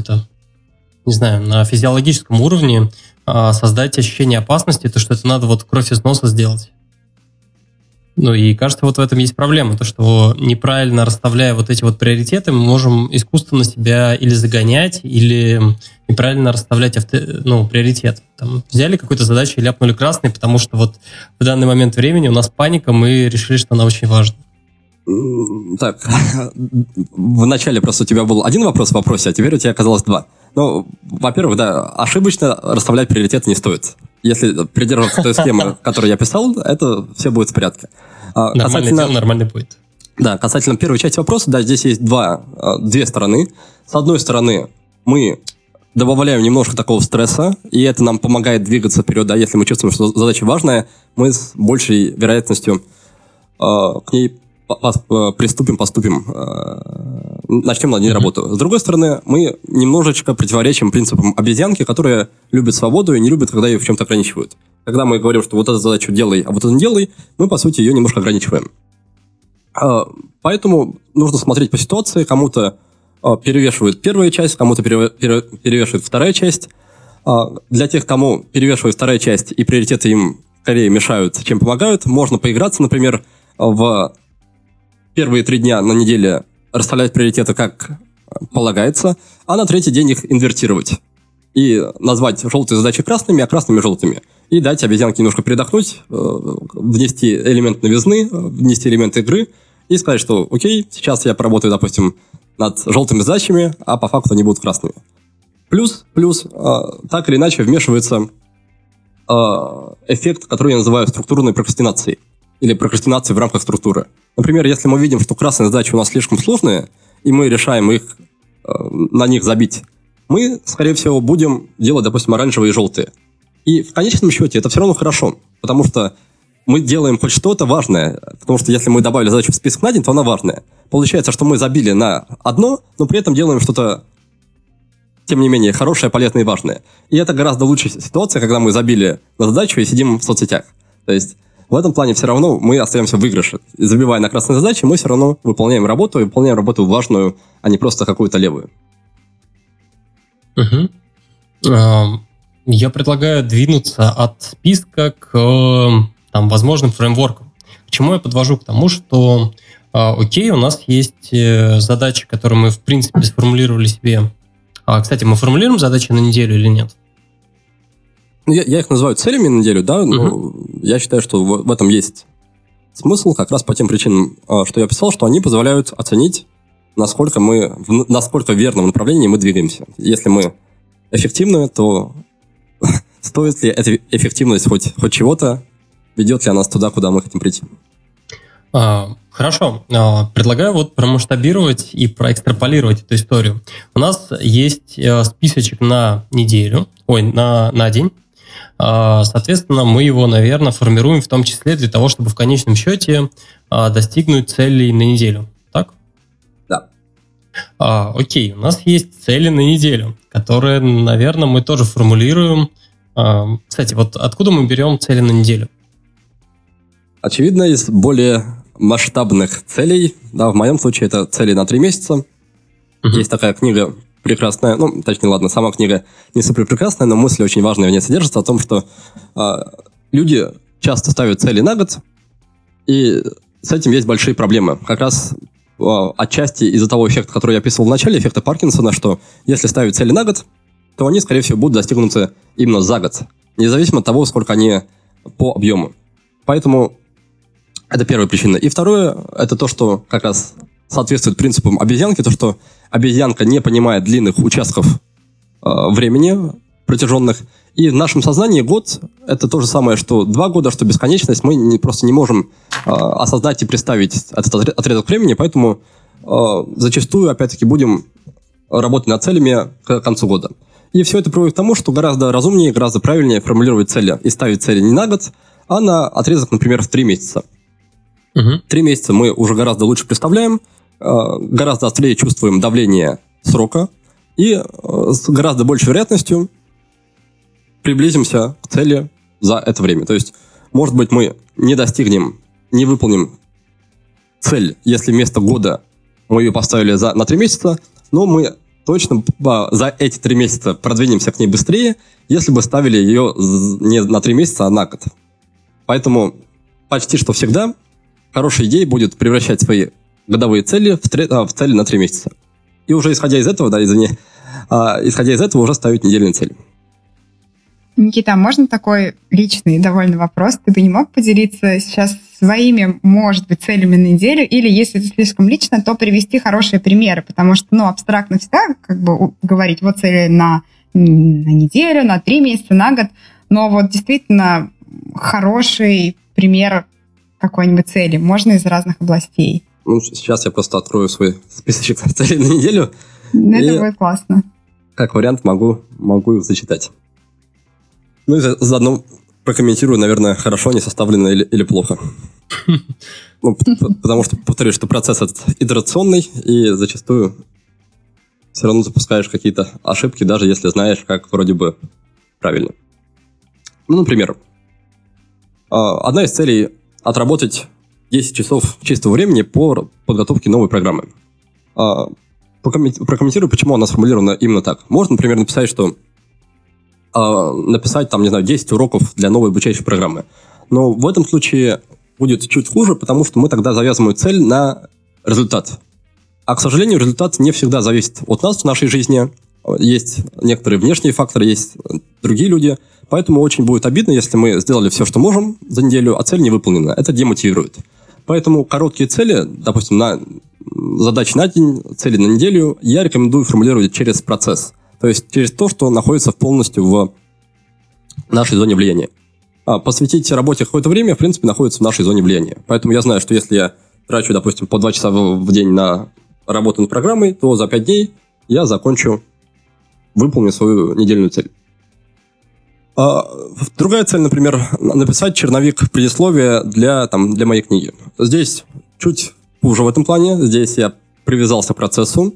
на физиологическом уровне создать ощущение опасности, то, что это надо кровь из носа сделать. И кажется, в этом есть проблема, то, что неправильно расставляя эти приоритеты, мы можем искусственно себя или загонять, или неправильно расставлять приоритет. Взяли какую-то задачу и ляпнули красный, потому что в данный момент времени у нас паника, мы решили, что она очень важна. Так, вначале просто у тебя был один вопрос в вопросе, а теперь у тебя оказалось 2. Во-первых, да, ошибочно расставлять приоритеты не стоит. Если придерживаться той схемы, которую я писал, это все будет в порядке. Нормальное дело, нормально будет. Да, касательно первой части вопроса, да, здесь есть две стороны. С одной стороны, мы добавляем немножко такого стресса, и это нам помогает двигаться вперед, да, если мы чувствуем, что задача важная, мы с большей вероятностью к ней поступим, начнем над ней работу. С другой стороны, мы немножечко противоречим принципам обезьянки, которые любят свободу и не любят, когда ее в чем-то ограничивают. Когда мы говорим, что эту задачу делай, а эту не делай, мы, по сути, ее немножко ограничиваем. Поэтому нужно смотреть по ситуации. Кому-то перевешивает первая часть, кому-то перевешивает вторая часть. Для тех, кому перевешивает вторая часть и приоритеты им скорее мешают, чем помогают, можно поиграться, например, в первые 3 дня на неделе расставлять приоритеты как полагается, а на третий день их инвертировать. И назвать желтые задачи красными, а красными желтыми. И дать обезьянке немножко передохнуть, внести элемент новизны, внести элемент игры и сказать, что окей, сейчас я поработаю, допустим, над желтыми задачами, а по факту они будут красными. Плюс так или иначе вмешивается эффект, который я называю структурной прокрастинацией. Или прокрастинацией в рамках структуры. Например, если мы видим, что красные задачи у нас слишком сложные, и мы решаем их, на них забить, мы, скорее всего, будем делать, допустим, оранжевые и желтые. И в конечном счете это все равно хорошо, потому что мы делаем хоть что-то важное, потому что если мы добавили задачу в список на день, то она важная. Получается, что мы забили на одно, но при этом делаем что-то, тем не менее, хорошее, полезное и важное. И это гораздо лучшая ситуация, когда мы забили на задачу и сидим в соцсетях. То есть в этом плане все равно мы остаемся в выигрыше. И забивая на красные задачи, мы все равно выполняем работу важную, а не просто какую-то левую. Я предлагаю двинуться от списка к возможным фреймворкам. К чему я подвожу? К тому, что окей, у нас есть задачи, которые мы, в принципе, сформулировали себе. Кстати, мы формулируем задачи на неделю или нет? Я их называю целями на неделю, да, но я считаю, что в этом есть смысл как раз по тем причинам, что я писал, что они позволяют оценить, насколько в верном направлении мы двигаемся. Если мы эффективны, то стоит ли эта эффективность хоть чего-то, ведет ли она нас туда, куда мы хотим прийти. Хорошо. Предлагаю промасштабировать и проэкстраполировать эту историю. У нас есть списочек на неделю, на день. Соответственно, мы его, наверное, формируем в том числе для того, чтобы в конечном счете достигнуть целей на неделю. Так? Да. Окей, у нас есть цели на неделю, которые, наверное, мы тоже формулируем. Кстати, откуда мы берем цели на неделю? Очевидно, из более масштабных целей. Да, в моем случае это цели на 3 месяца. Есть такая книга прекрасная, сама книга не супер прекрасная, но мысли очень важные в ней содержатся о том, что люди часто ставят цели на год, и с этим есть большие проблемы. Как раз отчасти из-за того эффекта, который я описывал в начале, эффекта Паркинсона, что если ставить цели на год, то они, скорее всего, будут достигнуты именно за год, независимо от того, сколько они по объему. Поэтому это первая причина. И второе, это то, что как раз соответствует принципам обезьянки, то, что обезьянка не понимает длинных участков времени протяженных. И в нашем сознании год – это то же самое, что 2 года, что бесконечность. Мы просто не можем осознать и представить этот отрезок времени, поэтому зачастую, опять-таки, будем работать над целями к концу года. И все это приводит к тому, что гораздо разумнее, гораздо правильнее формулировать цели и ставить цели не на год, а на отрезок, например, в 3 месяца. 3 месяца мы уже гораздо лучше представляем, гораздо острее чувствуем давление срока и с гораздо большей вероятностью приблизимся к цели за это время. То есть, может быть, мы не выполним цель, если вместо года мы ее поставили на 3 месяца, но мы точно за эти 3 месяца продвинемся к ней быстрее, если бы ставили ее не на 3 месяца, а на год. Поэтому почти что всегда хорошая идея будет превращать свои годовые цели в цели на 3 месяца. И уже исходя из этого, уже ставить недельные цели. Никита, а можно такой личный довольно вопрос? Ты бы не мог поделиться сейчас своими, может быть, целями на неделю? Или, если это слишком лично, то привести хорошие примеры? Потому что, абстрактно всегда говорить, цели на неделю, на 3 месяца, на год. Но действительно хороший пример какой-нибудь цели можно из разных областей. Сейчас я просто открою свой списочек целей на неделю. Это будет классно. Как вариант могу их зачитать. И заодно прокомментирую, наверное, хорошо они составлены или плохо. Потому что, повторюсь, что процесс этот итерационный, и зачастую все равно запускаешь какие-то ошибки, даже если знаешь, как вроде бы правильно. Например, одна из целей – отработать 10 часов чистого времени по подготовке новой программы. Прокомментирую, почему она сформулирована именно так. Можно, например, написать, 10 уроков для новой обучающей программы. Но в этом случае будет чуть хуже, потому что мы тогда завязываем цель на результат. А, к сожалению, результат не всегда зависит от нас в нашей жизни. Есть некоторые внешние факторы, есть другие люди. Поэтому очень будет обидно, если мы сделали все, что можем за неделю, а цель не выполнена. Это демотивирует. Поэтому короткие цели, допустим, на задачи на день, цели на неделю, я рекомендую формулировать через процесс. То есть через то, что находится полностью в нашей зоне влияния. Посвятить работе какое-то время, в принципе, находится в нашей зоне влияния. Поэтому я знаю, что если я трачу, допустим, по 2 часа в день на работу над программой, то за 5 дней я выполню свою недельную цель. Другая цель, например, написать черновик предисловия для моей книги. Здесь чуть хуже в этом плане. Здесь я привязался к процессу.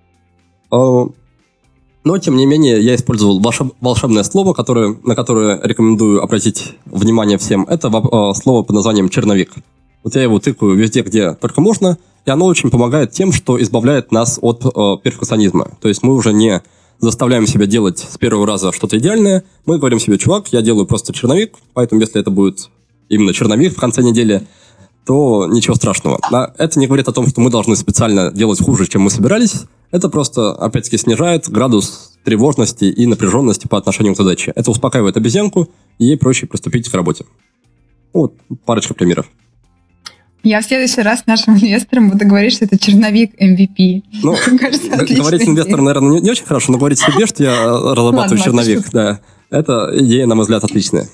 Но, тем не менее, я использовал волшебное слово, на которое рекомендую обратить внимание всем. Это слово под названием «черновик». Вот я его тыкаю везде, где только можно, и оно очень помогает тем, что избавляет нас от перфекционизма. То есть мы уже не заставляем себя делать с первого раза что-то идеальное. Мы говорим себе: чувак, я делаю просто черновик, поэтому если это будет именно черновик в конце недели, то ничего страшного. Это не говорит о том, что мы должны специально делать хуже, чем мы собирались. Это просто, опять-таки, снижает градус тревожности и напряженности по отношению к задаче. Это успокаивает обезьянку, и ей проще приступить к работе. Вот парочка примеров. Я в следующий раз нашим инвесторам буду говорить, что это черновик MVP. Ну, говорить инвесторам, наверное, не очень хорошо, но говорить себе, что я разрабатываю черновик, да, это идея, на мой взгляд, отличная.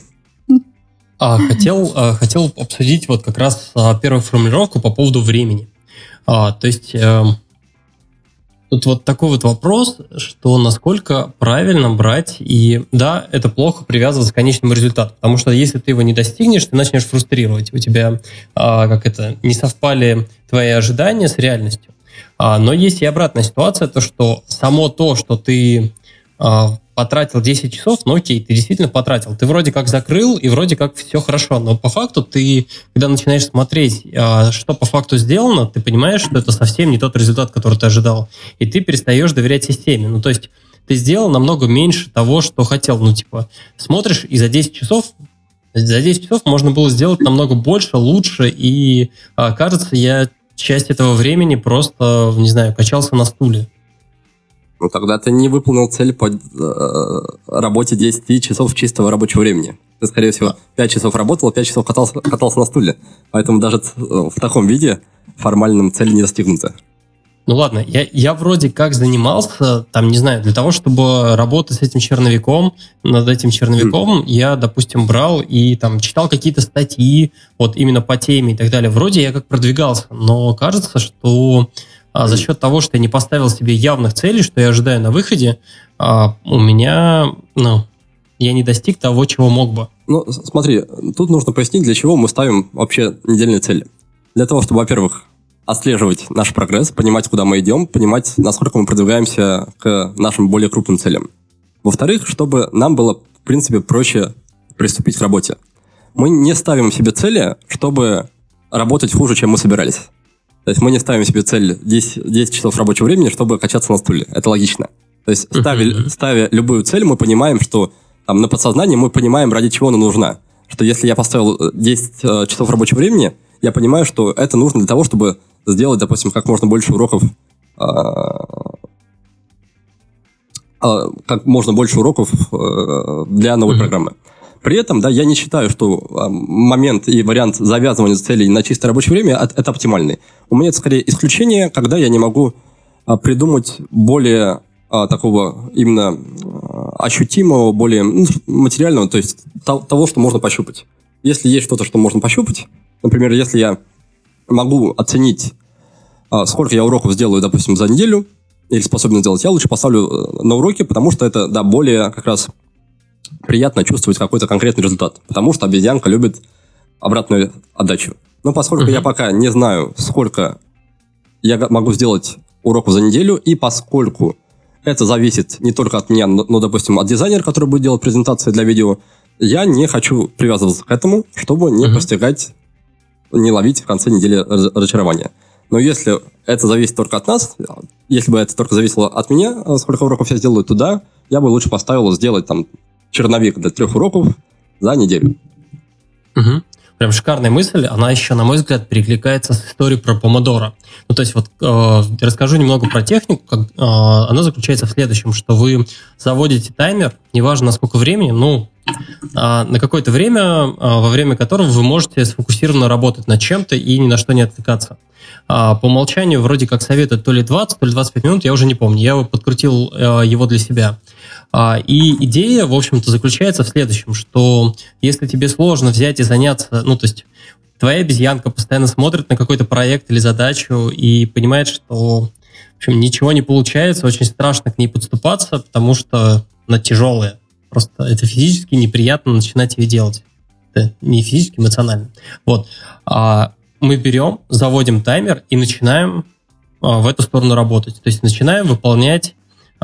Хотел обсудить вот как раз первую формулировку по поводу времени. То есть тут вот такой вот вопрос, что насколько правильно брать, и да, это плохо привязываться к конечному результату, потому что если ты его не достигнешь, ты начнешь фрустрировать, у тебя не совпали твои ожидания с реальностью. Но есть и обратная ситуация, то что само то, что ты потратил 10 часов, ну окей, ты действительно потратил. Ты вроде как закрыл, и вроде как все хорошо, но по факту ты, когда начинаешь смотреть, что по факту сделано, ты понимаешь, что это совсем не тот результат, который ты ожидал, и ты перестаешь доверять системе. Ну, то есть ты сделал намного меньше того, что хотел. Ну, типа, смотришь, и за 10 часов можно было сделать намного больше, лучше, и, кажется, я часть этого времени просто, не знаю, качался на стуле. Ну, тогда ты не выполнил цель по работе 10 часов чистого рабочего времени. Ты, скорее всего, 5 часов работал, 5 часов катался на стуле. Поэтому даже в таком виде формальном цель не достигнута. Ну ладно, я вроде как занимался, не знаю, для того, чтобы работать с этим черновиком, над этим черновиком я, допустим, брал и читал какие-то статьи, вот именно по теме и так далее. Вроде я как продвигался, но кажется, что за счет того, что я не поставил себе явных целей, что я ожидаю на выходе, у меня, я не достиг того, чего мог бы. Ну, смотри, тут нужно пояснить, для чего мы ставим вообще недельные цели. Для того, чтобы, во-первых, отслеживать наш прогресс, понимать, куда мы идем, понимать, насколько мы продвигаемся к нашим более крупным целям. Во-вторых, чтобы нам было, в принципе, проще приступить к работе. Мы не ставим себе цели, чтобы работать хуже, чем мы собирались. То есть мы не ставим себе цель 10 часов рабочего времени, чтобы качаться на стуле. Это логично. То есть ставя любую цель, мы понимаем, что на подсознании мы понимаем, ради чего она нужна. Что если я поставил 10 часов рабочего времени, я понимаю, что это нужно для того, чтобы сделать, допустим, как можно больше уроков для новой программы. При этом, я не считаю, что момент и вариант завязывания целей на чистое рабочее время – это оптимальный. У меня это скорее исключение, когда я не могу придумать более такого именно ощутимого, более материального, то есть того, что можно пощупать. Если есть что-то, что можно пощупать, например, если я могу оценить, сколько я уроков сделаю, допустим, за неделю, или способен сделать, я лучше поставлю на уроки, потому что это, более как раз приятно чувствовать какой-то конкретный результат, потому что обезьянка любит обратную отдачу. Но поскольку я пока не знаю, сколько я могу сделать уроков за неделю, и поскольку это зависит не только от меня, но, допустим, от дизайнера, который будет делать презентации для видео, я не хочу привязываться к этому, чтобы не ловить в конце недели разочарования. Но если это зависит только от нас, если бы это только зависело от меня, сколько уроков я сделаю, то да, я бы лучше поставил сделать черновик для 3 уроков за неделю. прям шикарная мысль, она еще, на мой взгляд, перекликается с историей про помодоро. Ну, то есть вот расскажу немного про технику. Она заключается в следующем, что вы заводите таймер, неважно на сколько времени, на какое-то время, во время которого вы можете сфокусированно работать над чем-то и ни на что не отвлекаться. По умолчанию вроде как советуют то ли 20, то ли 25 минут, я уже не помню. Я подкрутил его для себя. И идея, в общем-то, заключается в следующем, что если тебе сложно взять и заняться, то есть твоя обезьянка постоянно смотрит на какой-то проект или задачу и понимает, что, в общем, ничего не получается, очень страшно к ней подступаться, потому что она тяжелая. Просто это физически неприятно начинать ее делать. Это не физически, эмоционально. Вот. Мы берем, заводим таймер и начинаем в эту сторону работать. То есть начинаем выполнять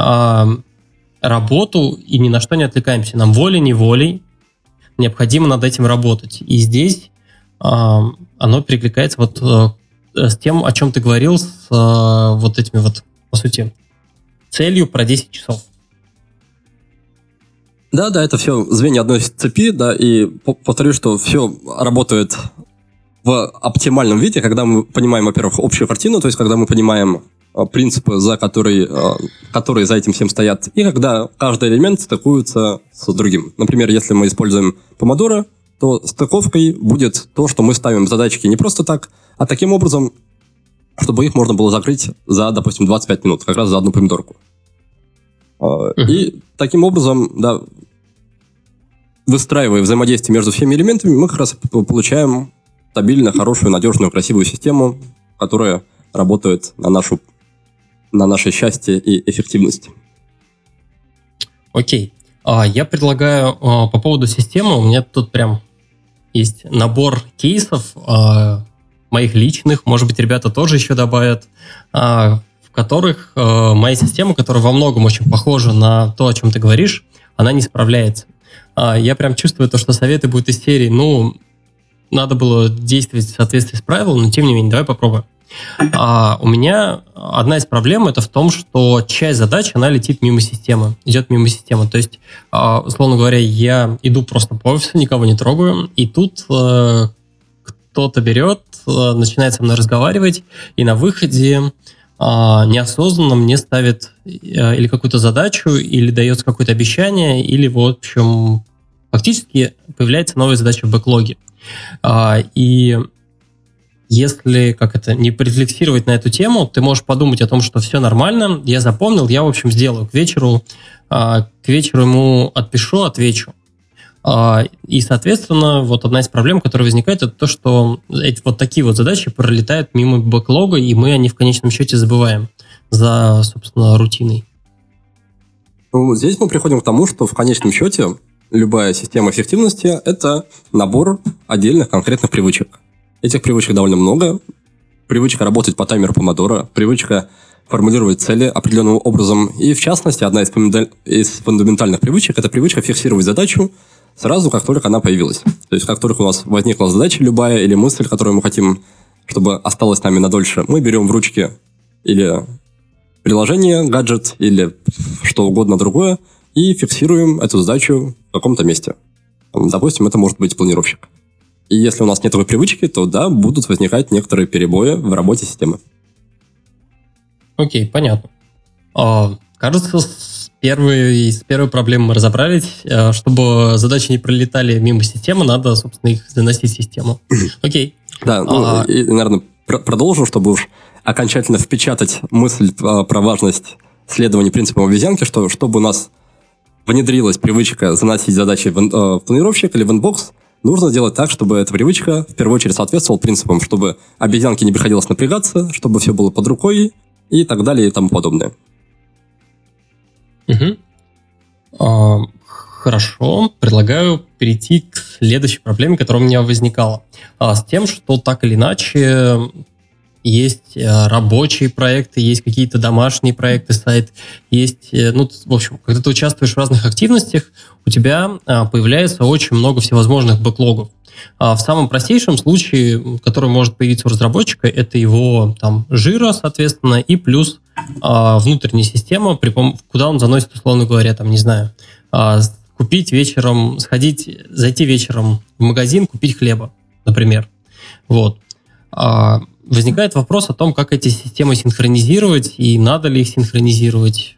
работу и ни на что не отвлекаемся. Нам волей-неволей необходимо над этим работать. И здесь оно перекликается с тем, о чем ты говорил, с вот этими вот, по сути, целью про 10 часов. Да, это все звенья одной цепи, да, и повторю, что все работает в оптимальном виде, когда мы понимаем, во-первых, общую картину, то есть когда мы понимаем принципы, которые за этим всем стоят, и когда каждый элемент стыкуется с другим. Например, если мы используем помодоро, то стыковкой будет то, что мы ставим задачки не просто так, а таким образом, чтобы их можно было закрыть за, допустим, 25 минут, как раз за одну помидорку. И таким образом, да, выстраивая взаимодействие между всеми элементами, мы как раз получаем стабильно, хорошую, надежную, красивую систему, которая работает на наше счастье и эффективность. Окей. Я предлагаю по поводу системы, у меня тут прям есть набор кейсов моих личных, может быть, ребята тоже еще добавят, в которых моя система, которая во многом очень похожа на то, о чем ты говоришь, она не справляется. Я прям чувствую то, что советы будут из серии, надо было действовать в соответствии с правилами, но тем не менее, давай попробуем. У меня одна из проблем это в том, что часть задач, она летит мимо системы, идет мимо системы. То есть, условно говоря, я иду просто по офису, никого не трогаю, и тут кто-то берет, начинает со мной разговаривать, и на выходе неосознанно мне ставит или какую-то задачу, или дается какое-то обещание, или, в общем, фактически появляется новая задача в бэклоге. И если не порефлексировать на эту тему, ты можешь подумать о том, что все нормально, я запомнил, я, в общем, сделаю. К вечеру ему отвечу. И, соответственно, вот одна из проблем, которая возникает, это то, что эти вот такие вот задачи пролетают мимо бэклога, и мы о них в конечном счете забываем за, собственно, рутиной. Здесь мы приходим к тому, что в конечном счете любая система эффективности – это набор отдельных конкретных привычек. Этих привычек довольно много. Привычка работать по таймеру помодоро, привычка формулировать цели определенным образом. И, в частности, одна из фундаментальных привычек – это привычка фиксировать задачу сразу, как только она появилась. То есть, как только у нас возникла задача любая или мысль, которую мы хотим, чтобы осталась с нами надольше, мы берем в ручки или приложение, гаджет или что угодно другое и фиксируем эту задачу в каком-то месте. Допустим, это может быть планировщик. И если у нас нет такой привычки, то да, будут возникать некоторые перебои в работе системы. Окей, понятно. Кажется, с первой проблемой мы разобрались. Чтобы задачи не пролетали мимо системы, надо, собственно, их заносить в систему. Окей. Да, и, наверное, продолжу, чтобы уж окончательно впечатать мысль про важность следования принципам обезьянки, что чтобы у нас внедрилась привычка заносить задачи в планировщик или в инбокс, нужно сделать так, чтобы эта привычка в первую очередь соответствовала принципам, чтобы обезьянке не приходилось напрягаться, чтобы все было под рукой и так далее и тому подобное. Хорошо. Предлагаю перейти к следующей проблеме, которая у меня возникала. С тем, что так или иначе есть рабочие проекты, есть какие-то домашние проекты, сайт, есть, в общем, когда ты участвуешь в разных активностях, у тебя появляется очень много всевозможных бэклогов. В самом простейшем случае, который может появиться у разработчика, это его жира, соответственно, и плюс внутренняя система, куда он заносит, условно говоря, купить вечером, зайти вечером в магазин, купить хлеба. например. Вот. Возникает вопрос о том, как эти системы синхронизировать и надо ли их синхронизировать.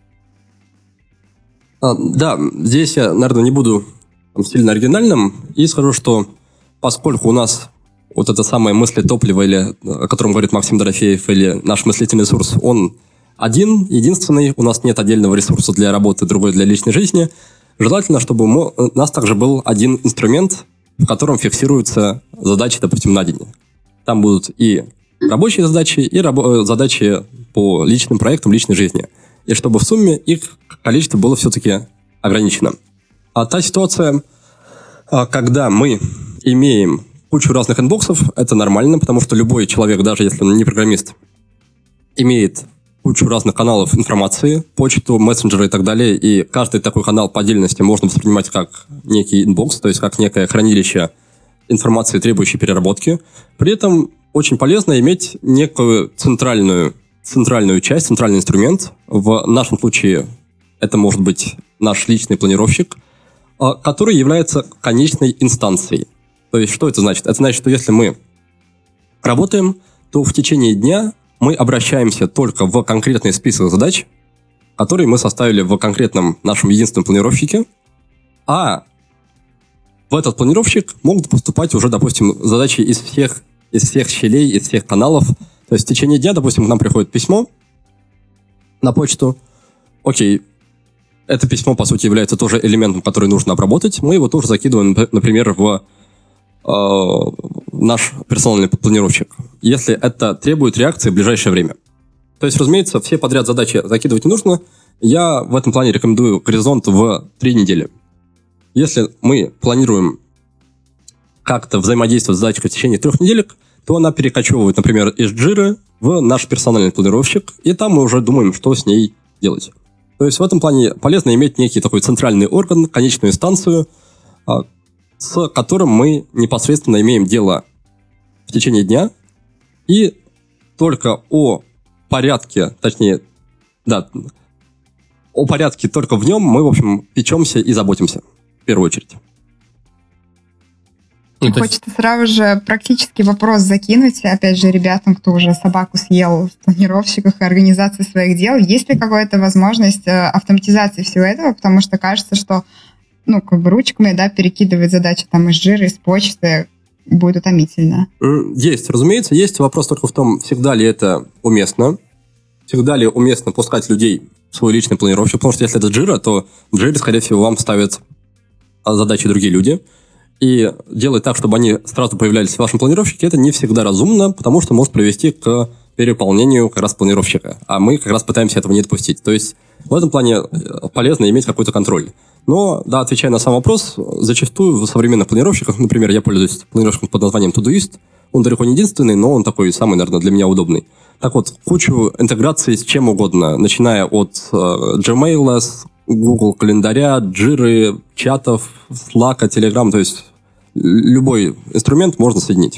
Да, здесь я, наверное, не буду сильно оригинальным и скажу, что поскольку у нас вот это самое мыслетопливо, или о котором говорит Максим Дорофеев, или наш мыслительный ресурс, он один, единственный, у нас нет отдельного ресурса для работы, другой для личной жизни, желательно, чтобы у нас также был один инструмент, в котором фиксируются задачи, допустим, на день. Там будут и рабочие задачи, и задачи по личным проектам, личной жизни. И чтобы в сумме их количество было все-таки ограничено. А та ситуация, когда мы имеем кучу разных инбоксов, это нормально, потому что любой человек, даже если он не программист, имеет кучу разных каналов информации, почту, мессенджеры и так далее, и каждый такой канал по отдельности можно воспринимать как некий инбокс, то есть как некое хранилище информации, требующей переработки. При этом очень полезно иметь некую центральную часть, центральный инструмент. В нашем случае это может быть наш личный планировщик, который является конечной инстанцией. То есть что это значит? Это значит, что если мы работаем, то в течение дня мы обращаемся только в конкретный список задач, которые мы составили в конкретном нашем единственном планировщике, а в этот планировщик могут поступать уже, допустим, задачи из всех щелей, из всех каналов. То есть в течение дня, допустим, к нам приходит письмо на почту. Окей, это письмо, по сути, является тоже элементом, который нужно обработать. Мы его тоже закидываем, например, в наш персональный планировщик, если это требует реакции в ближайшее время. То есть, разумеется, все подряд задачи закидывать не нужно. Я в этом плане рекомендую горизонт в 3 недели. Если мы планируем как-то взаимодействовать с задачей в течение 3 неделек, то она перекочевывает, например, из Jira в наш персональный планировщик, и там мы уже думаем, что с ней делать. То есть в этом плане полезно иметь некий такой центральный орган, конечную инстанцию, с которым мы непосредственно имеем дело в течение дня, и только о порядке только в нем мы, в общем, печемся и заботимся, в первую очередь. Хочется сразу же практический вопрос закинуть, опять же, ребятам, кто уже собаку съел в планировщиках и организации своих дел. Есть ли какая-то возможность автоматизации всего этого? Потому что кажется, что ручками, перекидывать задачи там из Jira, из почты будет утомительно. Есть, разумеется, есть. Вопрос только в том, всегда ли это уместно. Всегда ли уместно пускать людей в свой личный планировщик. Потому что если это Jira, то в Jira, скорее всего, вам ставят задачи другие люди. И делать так, чтобы они сразу появлялись в вашем планировщике, это не всегда разумно, потому что может привести к переполнению как раз планировщика. А мы как раз пытаемся этого не допустить. То есть в этом плане полезно иметь какой-то контроль. Но, да, отвечая на сам вопрос, зачастую в современных планировщиках, например, я пользуюсь планировщиком под названием Todoist, он далеко не единственный, но он такой самый, наверное, для меня удобный. Так вот, кучу интеграций с чем угодно, начиная от Gmail, Google календаря, Jira, чатов, Slack, Telegram, то есть любой инструмент можно соединить.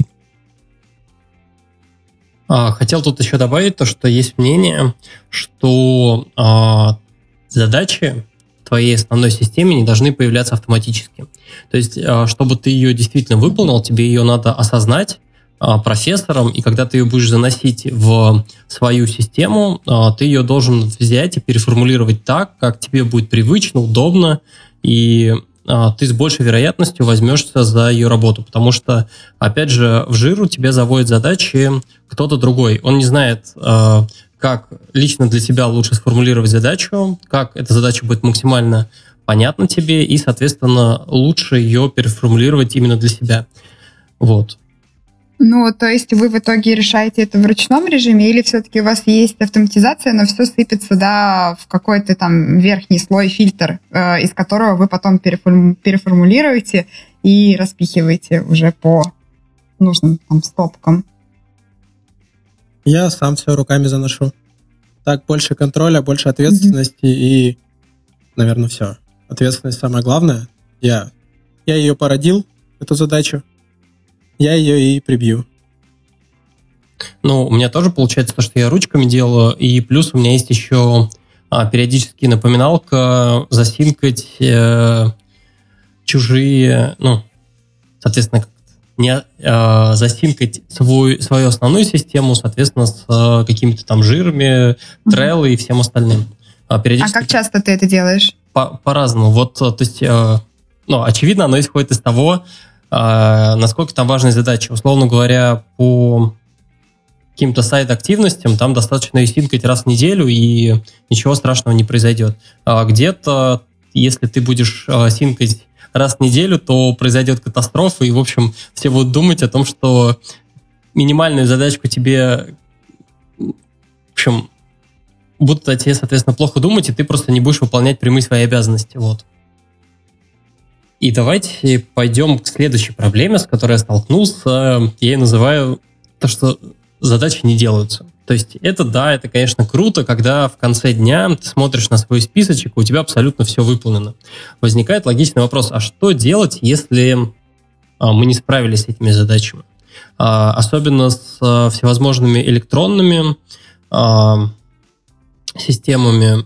Хотел тут еще добавить то, что есть мнение, что задачи в твоей основной системе не должны появляться автоматически. То есть, чтобы ты ее действительно выполнил, тебе ее надо осознать процессором, и когда ты ее будешь заносить в свою систему, ты ее должен взять и переформулировать так, как тебе будет привычно, удобно, и ты с большей вероятностью возьмешься за ее работу, потому что, опять же, в Jira тебе заводит задачи кто-то другой. Он не знает, как лично для тебя лучше сформулировать задачу, как эта задача будет максимально понятна тебе, и, соответственно, лучше ее переформулировать именно для себя. Вот. То есть вы в итоге решаете это в ручном режиме, или все-таки у вас есть автоматизация, но все сыпется, в какой-то там верхний слой, фильтр, из которого вы потом переформулируете и распихиваете уже по нужным стопкам? Я сам все руками заношу. Так больше контроля, больше ответственности и, наверное, все. Ответственность самое главное. Я ее породил, эту задачу. Я ее и прибью. У меня тоже получается то, что я ручками делаю, и плюс у меня есть еще периодически напоминалка засинкать чужие, соответственно, засинкать свою основную систему, соответственно, с какими-то там жирами, Trello и всем остальным. А как часто ты это делаешь? По-разному. Вот, то есть, очевидно, оно исходит из того, насколько там важные задачи. Условно говоря, по каким-то сайт-активностям там достаточно и синкать раз в неделю, и ничего страшного не произойдет. Где-то, если ты будешь синкать раз в неделю, то произойдет катастрофа, и, в общем, все будут думать о том, что минимальную задачку тебе, в общем, будут о тебе, соответственно, плохо думать, и ты просто не будешь выполнять прямые свои обязанности. Вот. И давайте пойдем к следующей проблеме, с которой я столкнулся. Я ее называю то, что задачи не делаются. То есть это, конечно, круто, когда в конце дня ты смотришь на свой списочек, и у тебя абсолютно все выполнено. Возникает логичный вопрос, а что делать, если мы не справились с этими задачами? Особенно с всевозможными электронными системами.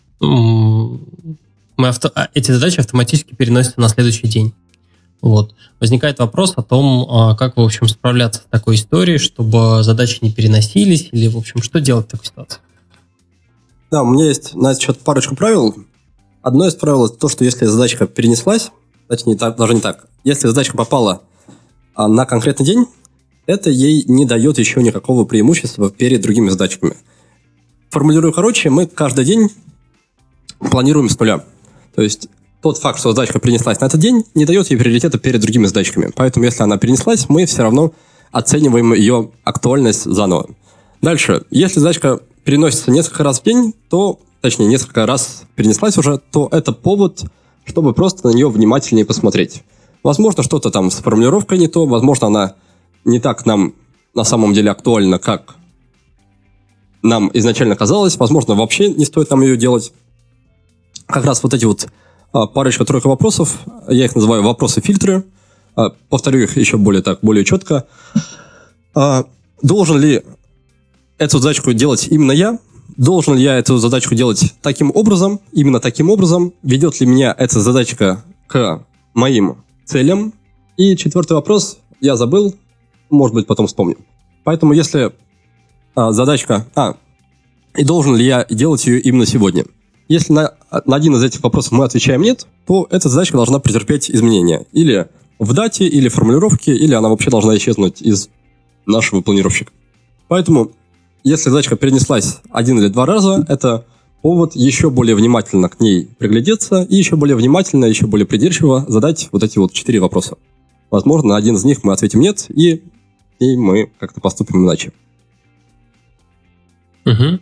Эти задачи автоматически переносятся на следующий день. Вот. Возникает вопрос о том, как, в общем, справляться с такой историей, чтобы задачи не переносились, или, в общем, что делать в такой ситуации? Да, у меня есть на этот счет парочку правил. Одно из правил – то, что если задачка перенеслась, точнее, даже не так, если задачка попала на конкретный день, это ей не дает еще никакого преимущества перед другими задачками. Формулирую короче, мы каждый день планируем с нуля. То есть тот факт, что задачка перенеслась на этот день, не дает ей приоритета перед другими задачками. Поэтому, если она перенеслась, мы все равно оцениваем ее актуальность заново. Дальше. Если задачка переносится несколько раз в день, точнее, несколько раз перенеслась уже, то это повод, чтобы просто на нее внимательнее посмотреть. Возможно, что-то там с формулировкой не то, возможно, она не так нам на самом деле актуальна, как нам изначально казалось, возможно, вообще не стоит нам ее делать. Как раз вот эти вот парочка-тройка вопросов, я их называю вопросы-фильтры, повторю их еще более четко. Должен ли эту задачку делать именно я? Должен ли я эту задачку делать таким образом, именно таким образом? Ведет ли меня эта задачка к моим целям? И четвертый вопрос, я забыл, может быть, потом вспомню. Поэтому если задачка... и должен ли я делать ее именно сегодня? Если на один из этих вопросов мы отвечаем «нет», то эта задачка должна претерпеть изменения. Или в дате, или в формулировке, или она вообще должна исчезнуть из нашего планировщика. Поэтому, если задачка перенеслась 1 или 2 раза, это повод еще более внимательно к ней приглядеться и еще более внимательно, еще более придирчиво задать вот эти вот 4 вопроса. Возможно, на один из них мы ответим «нет», и мы как-то поступим иначе. Угу.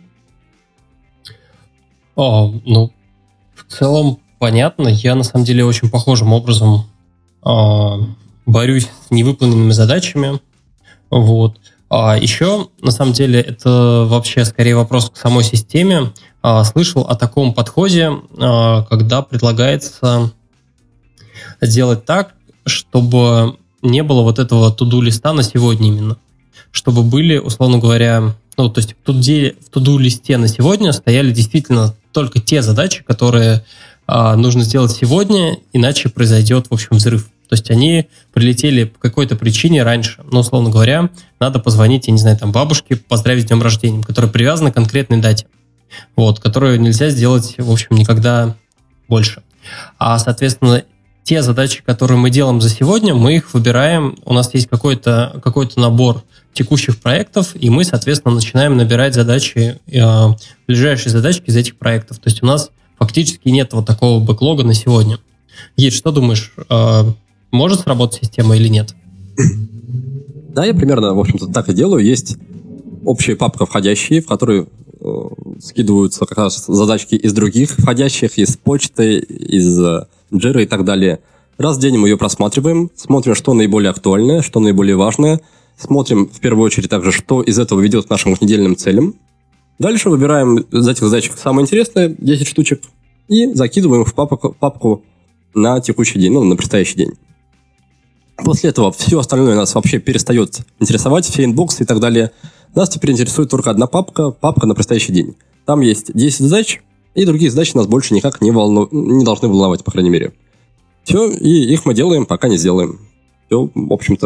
В целом понятно. Я, на самом деле, очень похожим образом борюсь с невыполненными задачами. Вот. Еще, на самом деле, это вообще скорее вопрос к самой системе. Слышал о таком подходе, когда предлагается сделать так, чтобы не было вот этого to-do-листа на сегодня именно. Чтобы были, условно говоря... то есть в to-do-листе на сегодня стояли действительно только те задачи, которые нужно сделать сегодня, иначе произойдет, в общем, взрыв. То есть они прилетели по какой-то причине раньше. Условно говоря, надо позвонить, я не знаю, бабушке, поздравить с днем рождения, которая привязана к конкретной дате, которую нельзя сделать, в общем, никогда больше. Соответственно, те задачи, которые мы делаем за сегодня, мы их выбираем, у нас есть какой-то набор текущих проектов, и мы, соответственно, начинаем набирать задачи, ближайшие задачки из этих проектов. То есть у нас фактически нет вот такого бэклога на сегодня. Гид, что думаешь, может сработать система или нет? Да, я примерно, в общем-то, так и делаю. Есть общая папка «Входящие», в которой скидываются как раз задачки из других входящих, из почты, из Jira и так далее. Раз в день мы ее просматриваем, смотрим, что наиболее актуальное, что наиболее важное. Смотрим, в первую очередь, также, что из этого ведет к нашим недельным целям. Дальше выбираем из этих задачек самое интересное, 10 штучек, и закидываем в папку на текущий день, на предстоящий день. После этого все остальное нас вообще перестает интересовать, все инбоксы и так далее. Нас теперь интересует только одна папка на предстоящий день. Там есть 10 задач, и другие задачи нас больше никак не должны волновать, по крайней мере. Все, и их мы делаем, пока не сделаем. Все, в общем-то,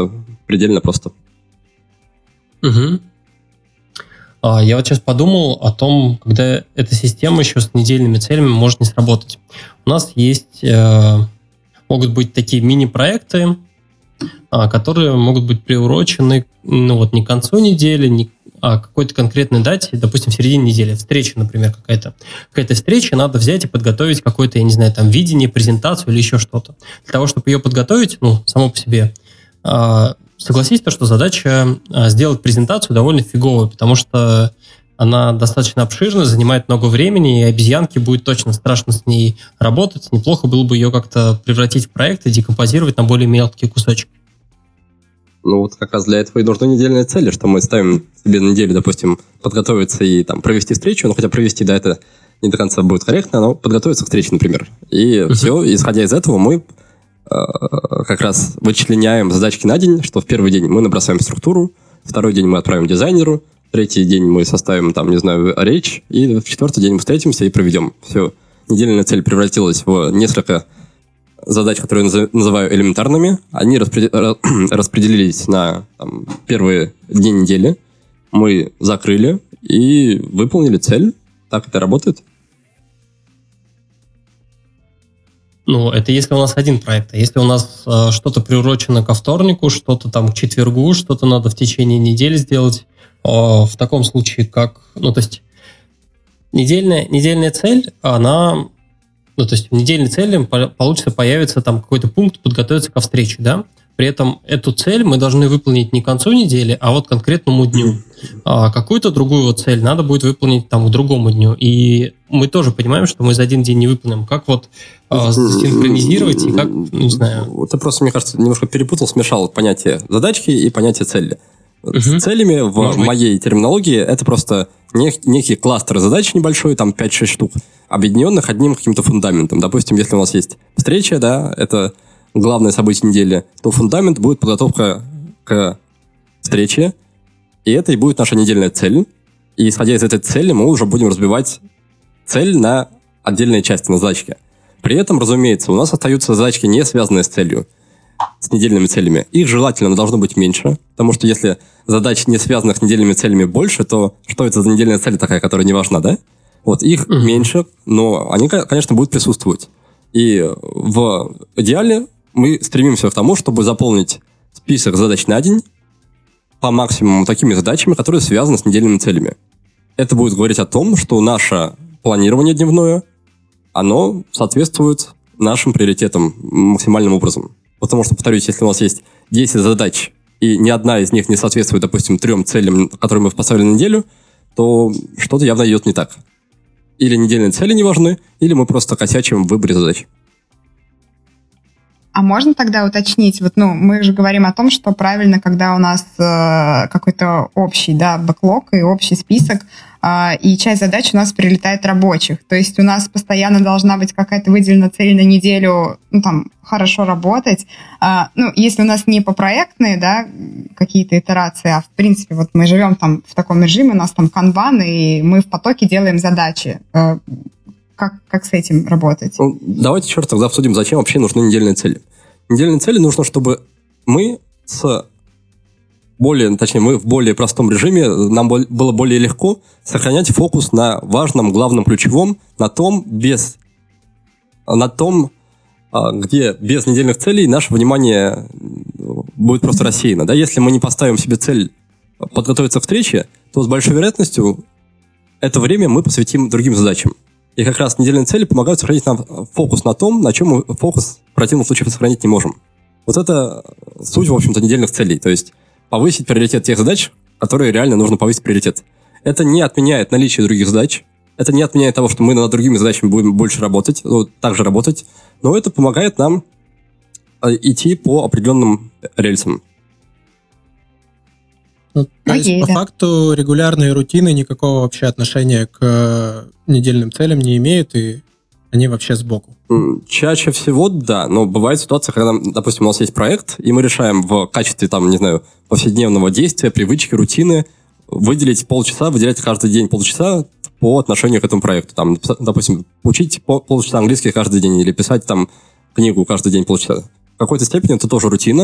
предельно просто. Угу. Я вот сейчас подумал о том, когда эта система еще с недельными целями может не сработать. У нас есть, могут быть такие мини-проекты, которые могут быть приурочены не к концу недели, а к какой-то конкретной дате, допустим, в середине недели. Встреча, например, какая-то встреча, надо взять и подготовить какое-то, я не знаю, там, видение, презентацию или еще что-то. Для того, чтобы ее подготовить, само по себе, согласись, что задача сделать презентацию довольно фиговой, потому что она достаточно обширна, занимает много времени, и обезьянке будет точно страшно с ней работать. Неплохо было бы ее как-то превратить в проект и декомпозировать на более мелкие кусочки. Как раз для этого и нужны недельные цели, что мы ставим себе на неделю, допустим, подготовиться и провести встречу, хотя провести, это не до конца будет корректно, но подготовиться к встрече, например. И все, исходя из этого, мы как раз вычленяем задачки на день, что в первый день мы набросаем структуру, второй день мы отправим дизайнеру, третий день мы составим, речь, и в четвертый день мы встретимся и проведем. Все. Недельная цель превратилась в несколько задач, которые я называю элементарными. Они распределились на первые дни недели. Мы закрыли и выполнили цель. Так это работает. Это если у нас один проект. А если у нас что-то приурочено ко вторнику, что-то к четвергу, что-то надо в течение недели сделать, в таком случае недельная цель, она... в недельной цели появится какой-то пункт подготовиться ко встрече, да? При этом эту цель мы должны выполнить не к концу недели, а конкретному дню. А какую-то другую цель надо будет выполнить к другому дню. И мы тоже понимаем, что мы за один день не выполним. Как синхронизировать и как, не знаю... Ты просто, мне кажется, немножко перепутал, смешал понятие задачки и понятие цели. С целями в моей терминологии это просто некий кластер задач небольшой, 5-6 штук, объединенных одним каким-то фундаментом. Допустим, если у нас есть встреча, это главное событие недели, то фундамент будет подготовка к встрече, и это и будет наша недельная цель. И исходя из этой цели мы уже будем разбивать цель на отдельные части, на задачки. При этом, разумеется, у нас остаются задачки, не связанные с целью, с недельными целями. Их желательно должно быть меньше, потому что если задач, не связанных с недельными целями, больше, то что это за недельная цель такая, которая не важна, да? Их меньше, но они, конечно, будут присутствовать. И в идеале мы стремимся к тому, чтобы заполнить список задач на день по максимуму такими задачами, которые связаны с недельными целями. Это будет говорить о том, что наше планирование дневное, оно соответствует нашим приоритетам максимальным образом. Потому что, повторюсь, если у нас есть 10 задач, и ни одна из них не соответствует, допустим, 3 целям, которые мы поставили на неделю, то что-то явно идет не так. Или недельные цели не важны, или мы просто косячим в выборе задач. А можно тогда уточнить, мы же говорим о том, что правильно, когда у нас какой-то общий, бэклог и общий список, и часть задач у нас прилетает рабочих. То есть у нас постоянно должна быть какая-то выделена цель на неделю, хорошо работать. Если у нас не попроектные, какие-то итерации, а в принципе, мы живем в таком режиме, у нас канбан, и мы в потоке делаем задачи. Как с этим работать? Давайте еще раз тогда обсудим, зачем вообще нужны недельные цели. Недельные цели нужно, чтобы мы мы в более простом режиме, нам было более легко сохранять фокус на важном, главном, ключевом, на том, где без недельных целей наше внимание будет просто рассеяно. Если мы не поставим себе цель подготовиться к встрече, то с большой вероятностью это время мы посвятим другим задачам. И как раз недельные цели помогают сохранить нам фокус на том, на чем мы фокус в противном случае сохранить не можем. Это суть, в общем-то, недельных целей. То есть повысить приоритет тех задач, которые реально нужно повысить приоритет. Это не отменяет наличие других задач. Это не отменяет того, что мы над другими задачами будем больше работать, также работать. Но это помогает нам идти по определенным рельсам. То есть, по факту, регулярные рутины никакого вообще отношения к недельным целям не имеют, и они вообще сбоку. Чаще всего, да, но бывает ситуация, когда, допустим, у нас есть проект, и мы решаем в качестве, повседневного действия, привычки, рутины выделить полчаса, выделять каждый день полчаса по отношению к этому проекту. Допустим, учить полчаса английский каждый день или писать книгу каждый день полчаса. В какой-то степени это тоже рутина,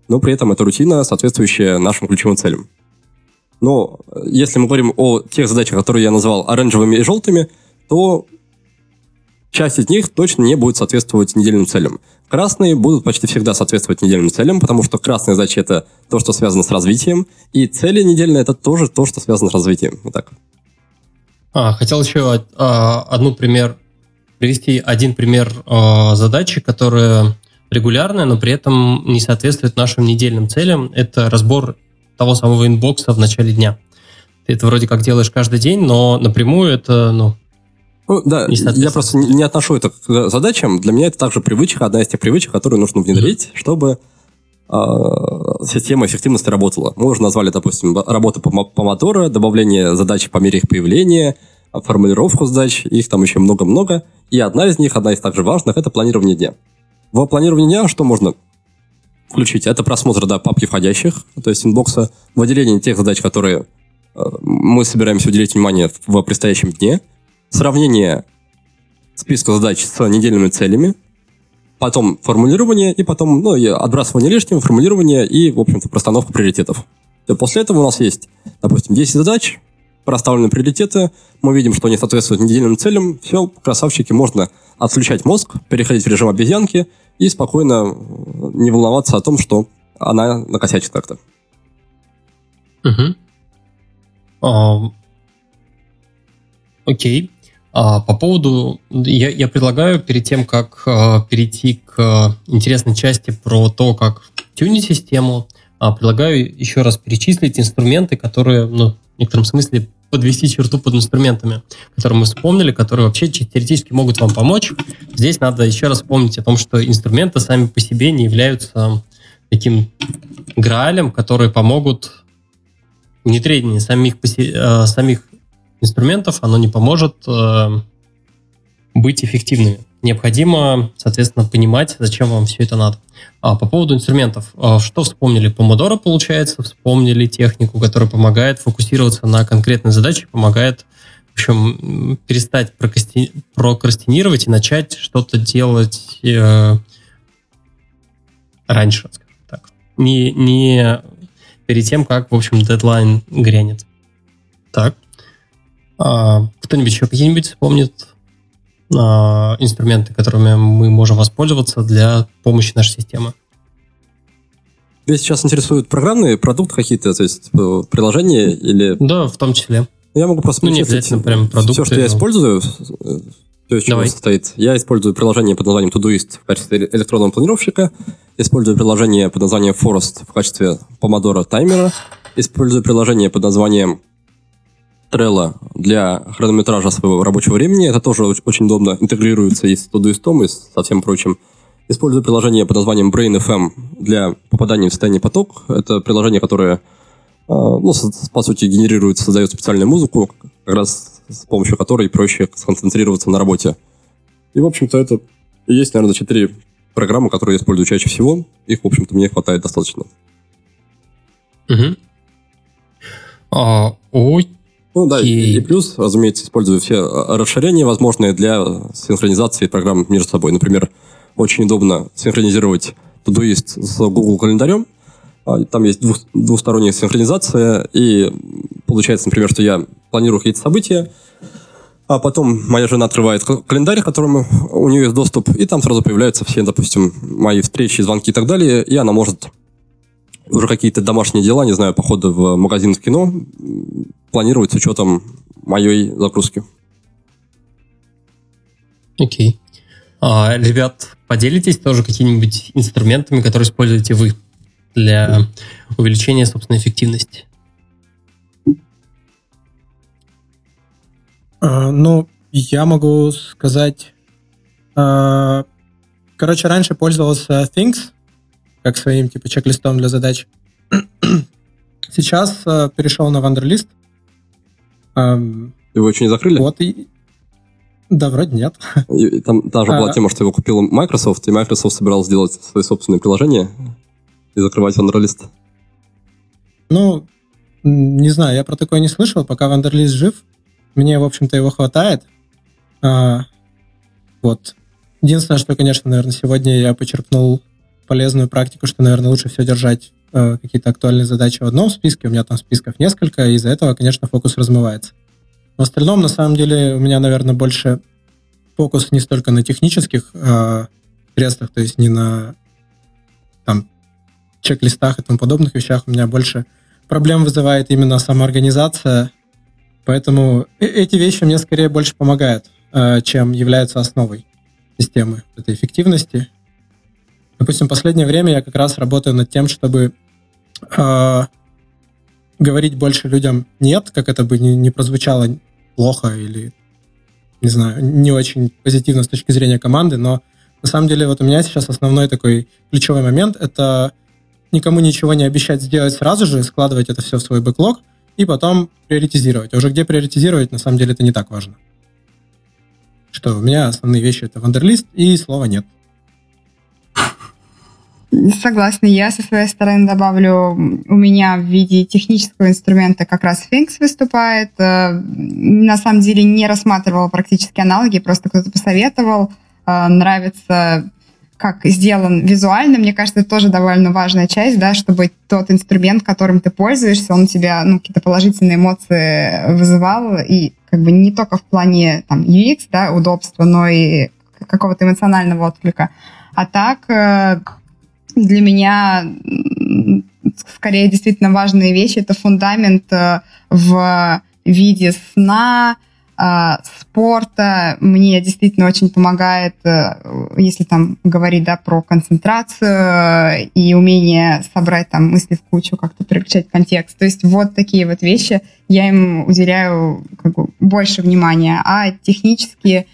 но при этом это рутина, соответствующая нашим ключевым целям. Но если мы говорим о тех задачах, которые я назвал оранжевыми и желтыми, то часть из них точно не будет соответствовать недельным целям. Красные будут почти всегда соответствовать недельным целям, потому что красные задачи — это то, что связано с развитием, и цели недельные — это тоже то, что связано с развитием. Вот так. Хотел еще привести один пример задачи, которая регулярная, но при этом не соответствует нашим недельным целям. Это разбор того самого инбокса в начале дня. Ты это вроде как делаешь каждый день, но напрямую это, да, я просто не отношу это к задачам. Для меня это также привычка, одна из тех привычек, которые нужно внедрить, чтобы система эффективности работала. Мы уже назвали, допустим, работу по Помодоро, добавление задач по мере их появления, формулировку задач, их там еще много-много. И одна из также важных, это планирование дня. В планировании дня что можно включить? Это просмотр папки входящих, то есть инбокса, выделение тех задач, которые мы собираемся уделить внимание в предстоящем дне, сравнение списка задач с недельными целями, потом формулирование, и потом отбрасывание лишнего, формулирование и, в общем-то, простановка приоритетов. И после этого у нас есть, допустим, 10 задач, проставлены приоритеты, мы видим, что они соответствуют недельным целям, все, красавчики, можно отключать мозг, переходить в режим обезьянки и спокойно не волноваться о том, что она накосячит как-то. Окей. По поводу... Я предлагаю перед тем, как перейти к интересной части про то, как тюнить систему, предлагаю еще раз перечислить инструменты, которые, в некотором смысле, подвести черту под инструментами, которые мы вспомнили, которые вообще теоретически могут вам помочь. Здесь надо еще раз помнить о том, что инструменты сами по себе не являются таким граалем, которые помогут внедрение самих инструментов, оно не поможет быть эффективными. Необходимо, соответственно, понимать, зачем вам все это надо. По поводу инструментов. Что вспомнили? Помодоро, получается, вспомнили технику, которая помогает фокусироваться на конкретной задаче, помогает, в общем, перестать прокрастинировать и начать что-то делать раньше, скажем так. Не перед тем, как, в общем, дедлайн грянет. Так. Кто-нибудь еще какие-нибудь вспомнит инструменты, которыми мы можем воспользоваться для помощи нашей системы? Вас сейчас интересуют программные продукты какие-то, то есть приложения или... Да, в том числе. Я могу просто не обязательно прям продукты. Все, что я использую, то, из чего состоит. Я использую приложение под названием Todoist в качестве электронного планировщика, использую приложение под названием Forest в качестве Помодоро таймера, использую приложение под названием Trello для хронометража своего рабочего времени. Это тоже очень удобно интегрируется и с Todoist, и со всем прочим. Использую приложение под названием Brain.fm для попадания в состояние поток. Это приложение, которое, по сути, генерирует, создает специальную музыку, как раз с помощью которой проще сконцентрироваться на работе. И, в общем-то, это и есть, наверное, 4 программы, которые я использую чаще всего. Их, в общем-то, мне хватает достаточно. Да, и плюс, разумеется, использую все расширения, возможные для синхронизации программ между собой. Например, очень удобно синхронизировать Todoist с Google календарем. Там есть двусторонняя синхронизация, и получается, например, что я планирую какие-то события, а потом моя жена открывает календарь, к которому у нее есть доступ, и там сразу появляются все, допустим, мои встречи, звонки и так далее, и она может уже какие-то домашние дела, не знаю, походы в магазин, в кино, планировать с учетом моей загрузки. Окей. Ребят, поделитесь тоже какими-нибудь инструментами, которые используете вы для увеличения собственной эффективности? Я могу сказать... раньше пользовался Things как своим чек-листом для задач. Сейчас перешел на Wunderlist. Вы еще не закрыли? Да, вроде нет. И там даже была тема, что его купила Microsoft, и Microsoft собирался сделать свои собственные приложения и закрывать Wunderlist. Не знаю, я про такое не слышал. Пока Wunderlist жив, мне, в общем-то, его хватает. Единственное, что, конечно, наверное, сегодня я почерпнул полезную практику, что, наверное, лучше все держать какие-то актуальные задачи в одном списке. У меня там списков несколько, и из-за этого, конечно, фокус размывается. В остальном, на самом деле, у меня, наверное, больше фокус не столько на технических средствах, то есть не на там, чек-листах и тому подобных вещах. У меня больше проблем вызывает именно самоорганизация. Поэтому эти вещи мне скорее больше помогают, чем являются основой системы этой эффективности. Допустим, в последнее время я как раз работаю над тем, чтобы говорить больше людям «нет», как это бы не прозвучало плохо или, не знаю, не очень позитивно с точки зрения команды, но на самом деле вот у меня сейчас основной такой ключевой момент — это никому ничего не обещать сделать сразу же, складывать это все в свой бэклог и потом приоритизировать. А уже где приоритизировать, на самом деле, это не так важно. Что у меня основные вещи — это вандерлист и слова «нет». Согласна. Я со своей стороны добавлю, у меня в виде технического инструмента как раз Sphinx выступает. На самом деле не рассматривала практически аналоги, просто кто-то посоветовал. Нравится, как сделан визуально. Мне кажется, это тоже довольно важная часть, да, чтобы тот инструмент, которым ты пользуешься, он у тебя какие-то положительные эмоции вызывал. И как бы не только в плане там, UX, да, удобства, но и какого-то эмоционального отклика. А так... Для меня скорее действительно важные вещи. Это фундамент в виде сна, спорта. Мне действительно очень помогает, если там говорить, да, про концентрацию и умение собрать там мысли в кучу, как-то переключать контекст. То есть вот такие вот вещи я им уделяю как бы больше внимания. А технические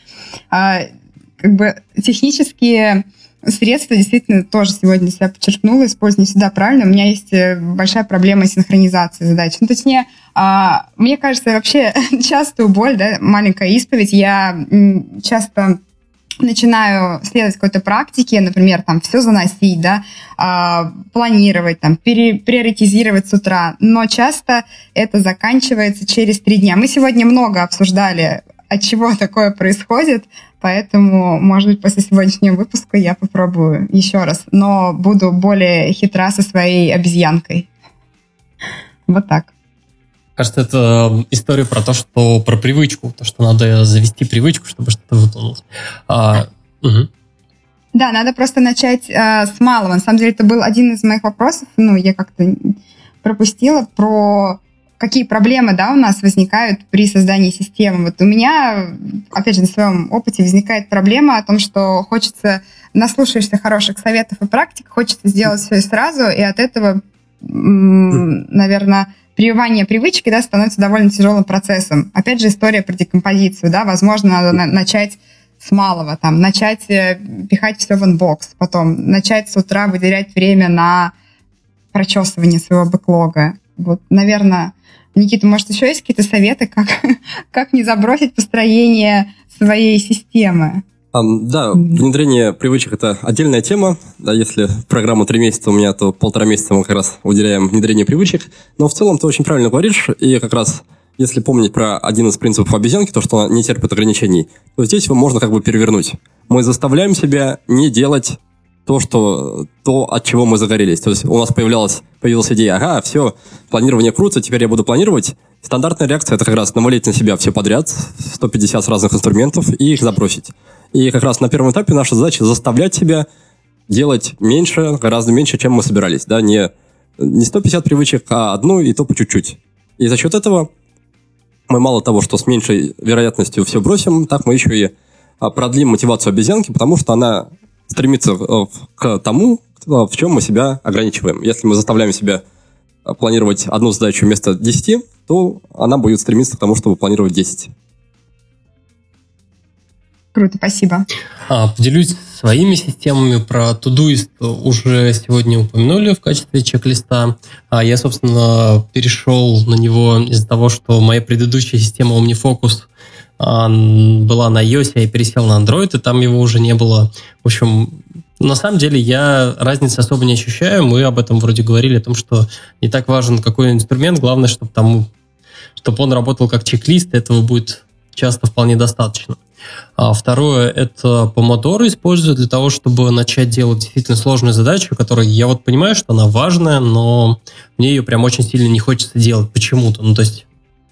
средства действительно тоже сегодня себя подчеркнула, использую не всегда правильно. У меня есть большая проблема синхронизации задач. Точнее, мне кажется, вообще частую боль, да, маленькая исповедь. Я часто начинаю следовать какой-то практике, например, там все заносить, да, планировать, там, приоритизировать с утра. Но часто это заканчивается через 3 дня. Мы сегодня много обсуждали, от чего такое происходит. Поэтому, может быть, после сегодняшнего выпуска я попробую еще раз, но буду более хитра со своей обезьянкой. Вот так. Кажется, это история про то, что про привычку, то, что надо завести привычку, чтобы что-то выполнилось. Да, надо просто начать с малого. На самом деле, это был один из моих вопросов, я как-то пропустила, про... Какие проблемы, да, у нас возникают при создании системы. Вот у меня, опять же, на своем опыте возникает проблема о том, что наслушаешься хороших советов и практик, хочется сделать все и сразу, и от этого, наверное, прививание привычки, да, становится довольно тяжелым процессом. Опять же, история про декомпозицию, да, возможно, надо начать с малого, там, начать пихать все в инбокс, потом начать с утра выделять время на прочесывание своего бэклога. Вот, наверное, Никита, может, еще есть какие-то советы, как не забросить построение своей системы? Да, внедрение привычек – это отдельная тема. Да, если программа 3 месяца у меня, то 1,5 месяца мы как раз уделяем внедрению привычек. Но в целом ты очень правильно говоришь. И как раз, если помнить про один из принципов обезьянки, то, что она не терпит ограничений, то здесь его можно как бы перевернуть. Мы заставляем себя не делать то, от чего мы загорелись. То есть у нас появилась идея, все, планирование круто, теперь я буду планировать. Стандартная реакция – это как раз навалить на себя все подряд, 150 разных инструментов, и их забросить. И как раз на первом этапе наша задача заставлять себя делать меньше, гораздо меньше, чем мы собирались. Да? Не 150 привычек, а одну, и то по чуть-чуть. И за счет этого мы мало того, что с меньшей вероятностью все бросим, так мы еще и продлим мотивацию обезьянки, потому что она стремится к тому, в чем мы себя ограничиваем. Если мы заставляем себя планировать одну задачу вместо 10, то она будет стремиться к тому, чтобы планировать 10. Круто, спасибо. Поделюсь своими системами. Про Todoist уже сегодня упомянули в качестве чек-листа. Я, собственно, перешел на него из-за того, что моя предыдущая система OmniFocus была на iOS, я пересел на Android, и там его уже не было. В общем, на самом деле я разницы особо не ощущаю. Мы об этом вроде говорили, о том, что не так важен какой инструмент, главное, чтобы он работал как чек-лист, этого будет часто вполне достаточно. Второе, это Pomodoro использую для того, чтобы начать делать действительно сложную задачу, которая, я вот понимаю, что она важная, но мне ее прям очень сильно не хочется делать почему-то. Ну, то есть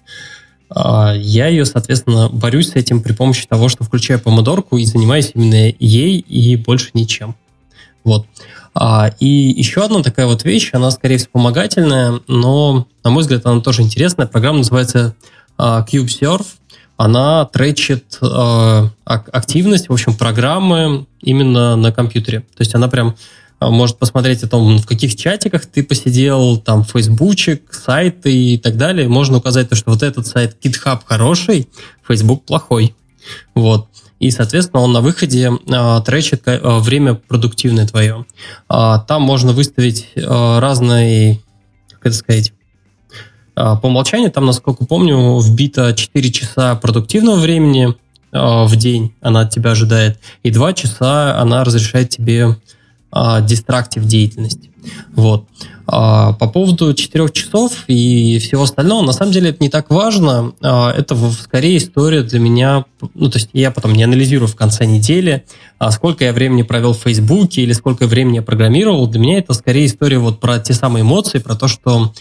я ее, соответственно, борюсь с этим при помощи того, что включаю помодорку и занимаюсь именно ей и больше ничем. Вот. И еще одна такая вот вещь, она скорее вспомогательная, но, на мой взгляд, она тоже интересная. Программа называется CubeSurf. Она тречит активность, в общем, программы именно на компьютере. То есть она прям может посмотреть о том, в каких чатиках ты посидел, там, фейсбучек, сайты и так далее. Можно указать то, что вот этот сайт GitHub хороший, Facebook плохой. Вот. И, соответственно, он на выходе тречит время продуктивное твое. Там можно выставить разные, как это сказать, по умолчанию, там, насколько помню, вбито 4 часа продуктивного времени в день она от тебя ожидает, и 2 часа она разрешает тебе дистрактив деятельности. Вот. По поводу 4 часов и всего остального, на самом деле это не так важно. Это скорее история для меня, ну, то есть я потом не анализирую в конце недели, сколько я времени провел в Фейсбуке или сколько времени я программировал. Для меня это скорее история вот про те самые эмоции, про то, что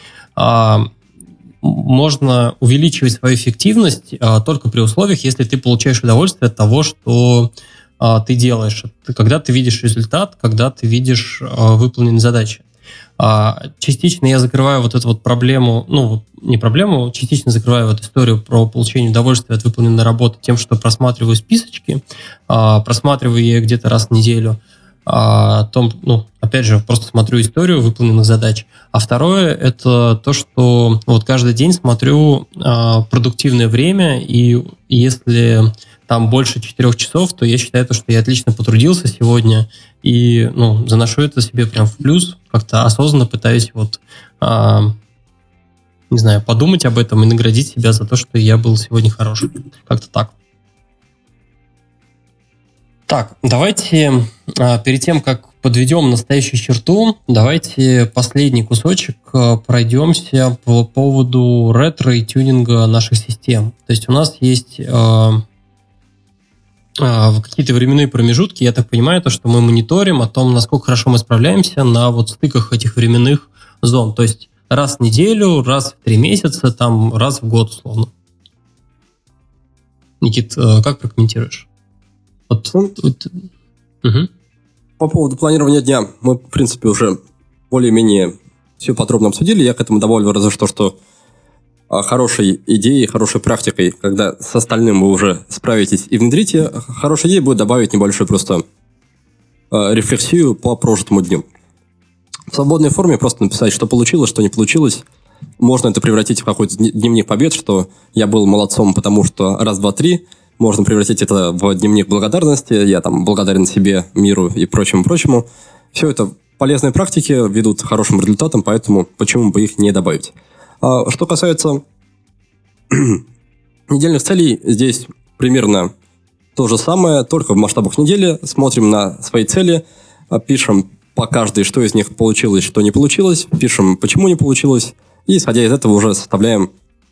можно увеличивать свою эффективность только при условиях, если ты получаешь удовольствие от того, что ты делаешь, когда ты видишь результат, когда ты видишь выполненные задачи. Частично я закрываю вот эту вот проблему, ну, не проблему, частично закрываю вот историю про получение удовольствия от выполненной работы тем, что просматриваю списочки, просматриваю ее где-то раз в неделю, ну, опять же, просто смотрю историю выполненных задач. А второе, это то, что вот каждый день смотрю продуктивное время, и если там больше 4 часов, то я считаю, что я отлично потрудился сегодня и, ну, заношу это себе прям в плюс, как-то осознанно пытаюсь вот, не знаю, подумать об этом и наградить себя за то, что я был сегодня хороший. Как-то так. Так, давайте перед тем, как подведем настоящую черту, давайте последний кусочек пройдемся по поводу ретро и тюнинга наших систем. То есть у нас есть какие-то временные промежутки, я так понимаю, то, что мы мониторим о том, насколько хорошо мы справляемся на вот стыках этих временных зон. То есть раз в неделю, раз в 3 месяца, там, раз в год, условно. Никит, как прокомментируешь? По поводу планирования дня мы, в принципе, уже более-менее все подробно обсудили. Я к этому добавлю разве что хорошей идеей, хорошей практикой, когда с остальным вы уже справитесь и внедрите, хорошей идеей будет добавить небольшую просто рефлексию по прожитому дню. В свободной форме просто написать, что получилось, что не получилось. Можно это превратить в какой-то дневник побед, что я был молодцом, потому что раз, два, три. Можно превратить это в дневник благодарности. Я там благодарен себе, миру и прочему. Все это полезные практики, ведут к хорошим результатам, поэтому почему бы их не добавить. Что касается недельных целей, здесь примерно то же самое, только в масштабах недели. Смотрим на свои цели, пишем по каждой, что из них получилось, что не получилось, пишем, почему не получилось, и, исходя из этого, уже составляем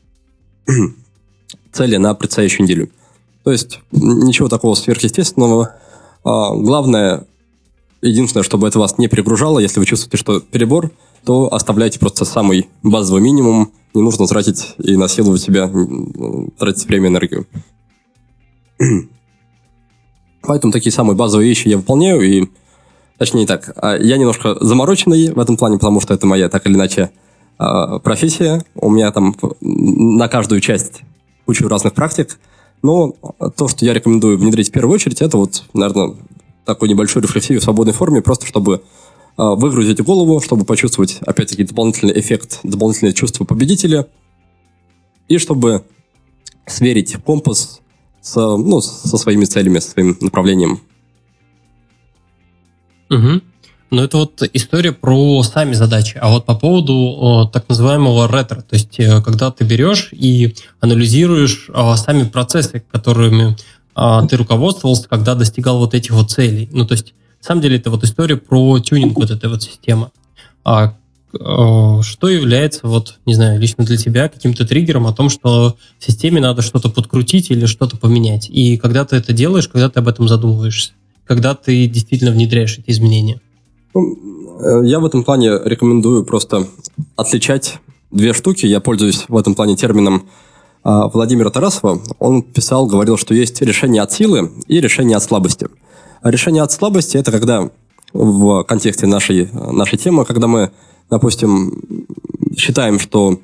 цели на предстоящую неделю. То есть ничего такого сверхъестественного. Главное, единственное, чтобы это вас не перегружало. Если вы чувствуете, что перебор, то оставляйте просто самый базовый минимум. Не нужно тратить и насиловать себя, тратить время и энергию. Поэтому такие самые базовые вещи я выполняю. И, точнее так, я немножко замороченный в этом плане, потому что это моя, так или иначе, профессия. У меня там на каждую часть куча разных практик. Но то, что я рекомендую внедрить в первую очередь, это вот, наверное, такую небольшую рефлексию в свободной форме, просто чтобы выгрузить голову, чтобы почувствовать, опять-таки, дополнительный эффект, дополнительное чувство победителя, и чтобы сверить компас со своими целями, со своим направлением. Угу. Но это вот история про сами задачи. А вот по поводу так называемого ретро, то есть когда ты берешь и анализируешь сами процессы, которыми ты руководствовался, когда достигал вот этих вот целей. Ну, то есть, на самом деле, это вот история про тюнинг вот этой вот системы. что является, вот, не знаю, лично для тебя каким-то триггером о том, что в системе надо что-то подкрутить или что-то поменять? И когда ты это делаешь, когда ты об этом задумываешься? Когда ты действительно внедряешь эти изменения? Я в этом плане рекомендую просто отличать две штуки. Я пользуюсь в этом плане термином Владимира Тарасова. Он говорил, что есть решение от силы и решение от слабости. А решение от слабости – это когда в контексте нашей темы, когда мы, допустим, считаем, что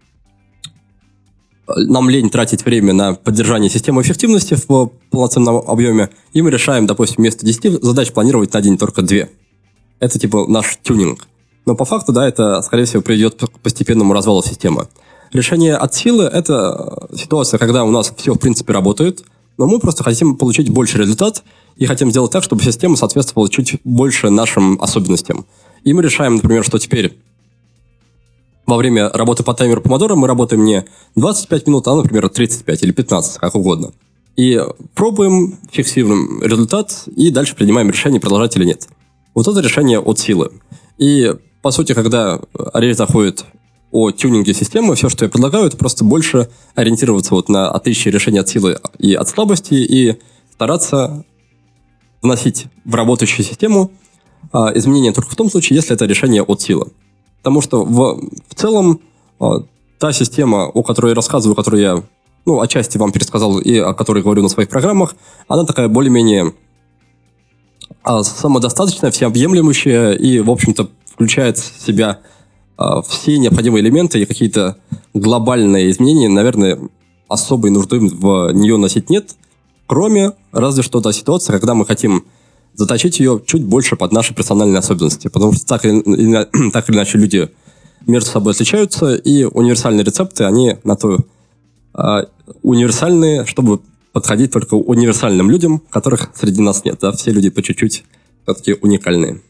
нам лень тратить время на поддержание системы эффективности в полноценном объеме, и мы решаем, допустим, вместо 10 задач планировать на день только 2. Это типа наш тюнинг. Но по факту, да, это, скорее всего, приведет к постепенному развалу системы. Решение от силы – это ситуация, когда у нас все, в принципе, работает, но мы просто хотим получить больше результат и хотим сделать так, чтобы система соответствовала чуть больше нашим особенностям. И мы решаем, например, что теперь во время работы по таймеру помодоро мы работаем не 25 минут, а, например, 35 или 15, как угодно. И пробуем, фиксируем результат и дальше принимаем решение, продолжать или нет. Вот это решение от силы. И, по сути, когда речь заходит о тюнинге системы, все, что я предлагаю, это просто больше ориентироваться вот на отличие решения от силы и от слабости и стараться вносить в работающую систему изменения только в том случае, если это решение от силы. Потому что в целом та система, о которой я рассказываю, которую я отчасти вам пересказал и о которой говорю на своих программах, она такая более-менее самодостаточная, всеобъемлющая и, в общем-то, включает в себя все необходимые элементы и какие-то глобальные изменения, наверное, особой нужды в нее носить нет, кроме разве что та ситуация, когда мы хотим заточить ее чуть больше под наши персональные особенности, потому что так или иначе люди между собой отличаются, и универсальные рецепты, они на то универсальные, чтобы подходить только универсальным людям, которых среди нас нет. Да? Все люди по чуть-чуть все-таки уникальные.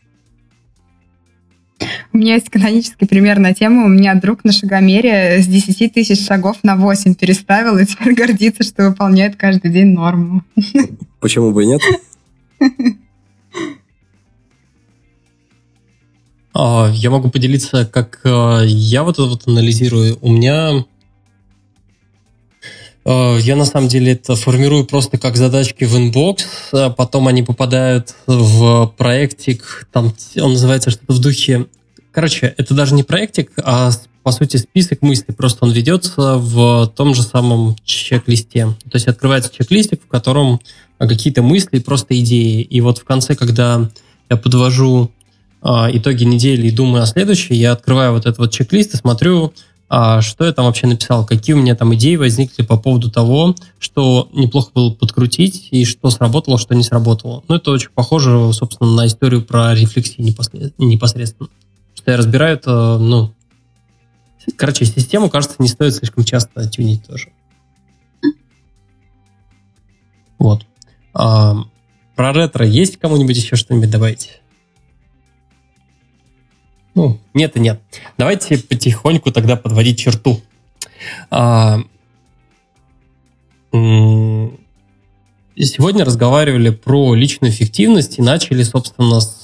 У меня есть канонический пример на тему. У меня друг на шагомере с 10 тысяч шагов на 8 переставил и теперь гордится, что выполняет каждый день норму. Почему бы и нет? Я могу поделиться, как я вот это вот анализирую. У меня... Я на самом деле это формирую просто как задачки в инбокс, потом они попадают в проектик, там он называется что-то в духе... Короче, это даже не проектик, а по сути список мыслей, просто он ведется в том же самом чек-листе. То есть открывается чек-листик, в котором какие-то мысли, просто идеи. И вот в конце, когда я подвожу итоги недели и думаю о следующей, я открываю вот этот вот чек-лист и смотрю, что я там вообще написал, какие у меня там идеи возникли по поводу того, что неплохо было подкрутить и что сработало, что не сработало. Это очень похоже, собственно, на историю про рефлексию непосредственно. Что я разбираю это, короче, систему, кажется, не стоит слишком часто тюнить тоже. Вот. Про ретро есть кому-нибудь еще что-нибудь добавить? Нет и нет. Давайте потихоньку тогда подводить черту. Сегодня разговаривали про личную эффективность и начали, собственно, с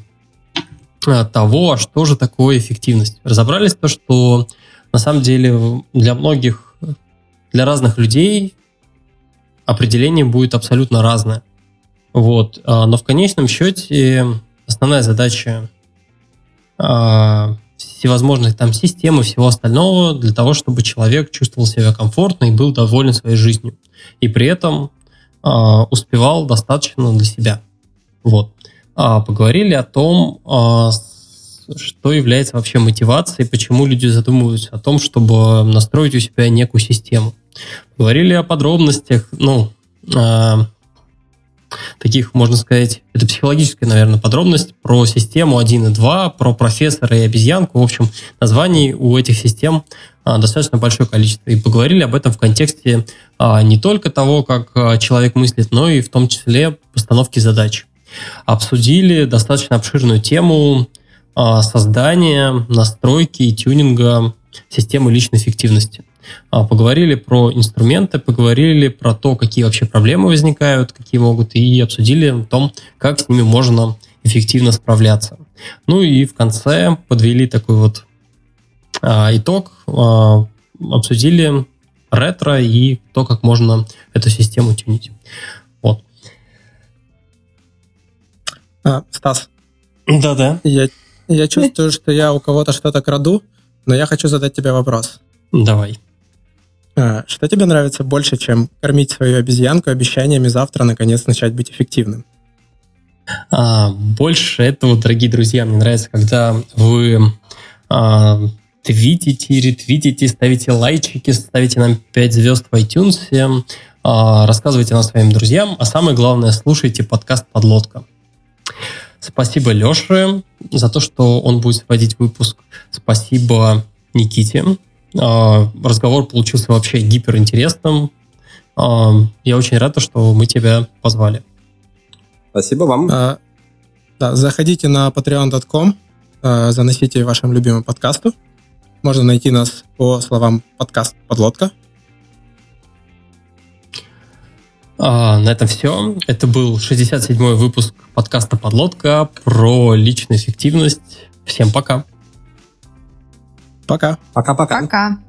того, что же такое эффективность. Разобрались то, что на самом деле для многих, для разных людей определение будет абсолютно разное. Вот. Но в конечном счете основная задача всевозможных там систем и всего остального для того, чтобы человек чувствовал себя комфортно и был доволен своей жизнью. И при этом успевал достаточно для себя. Вот. Поговорили о том, что является вообще мотивацией, почему люди задумываются о том, чтобы настроить у себя некую систему. Поговорили о подробностях, таких, можно сказать, это психологическая, наверное, подробность про систему 1 и 2, про профессора и обезьянку. В общем, названий у этих систем достаточно большое количество. И поговорили об этом в контексте не только того, как человек мыслит, но и в том числе постановки задач. Обсудили достаточно обширную тему создания, настройки и тюнинга системы личной эффективности. Поговорили про инструменты, поговорили про то, какие вообще проблемы возникают, какие могут, и обсудили о том, как с ними можно эффективно справляться. Ну и в конце подвели такой вот итог, обсудили ретро и то, как можно эту систему тюнить. Вот. Стас. Да-да. Я чувствую, что я у кого-то что-то краду, но я хочу задать тебе вопрос. Давай. Что тебе нравится больше, чем кормить свою обезьянку обещаниями завтра наконец начать быть эффективным? Больше этого, дорогие друзья, мне нравится, когда вы твитите, ретвитите, ставите лайчики, ставите нам 5 звезд в iTunes, рассказывайте нам своим друзьям, а самое главное, слушайте подкаст «Подлодка». Спасибо Леше за то, что он будет сводить выпуск. Спасибо Никите. Разговор получился вообще гиперинтересным. Я очень рад, что мы тебя позвали. Спасибо вам. Да, заходите на patreon.com, заносите вашим любимым подкасту. Можно найти нас по словам «подкаст Подлодка». На этом все. Это был 67-й выпуск подкаста «Подлодка» про личную эффективность. Всем пока. Пока. Пока-пока. Пока.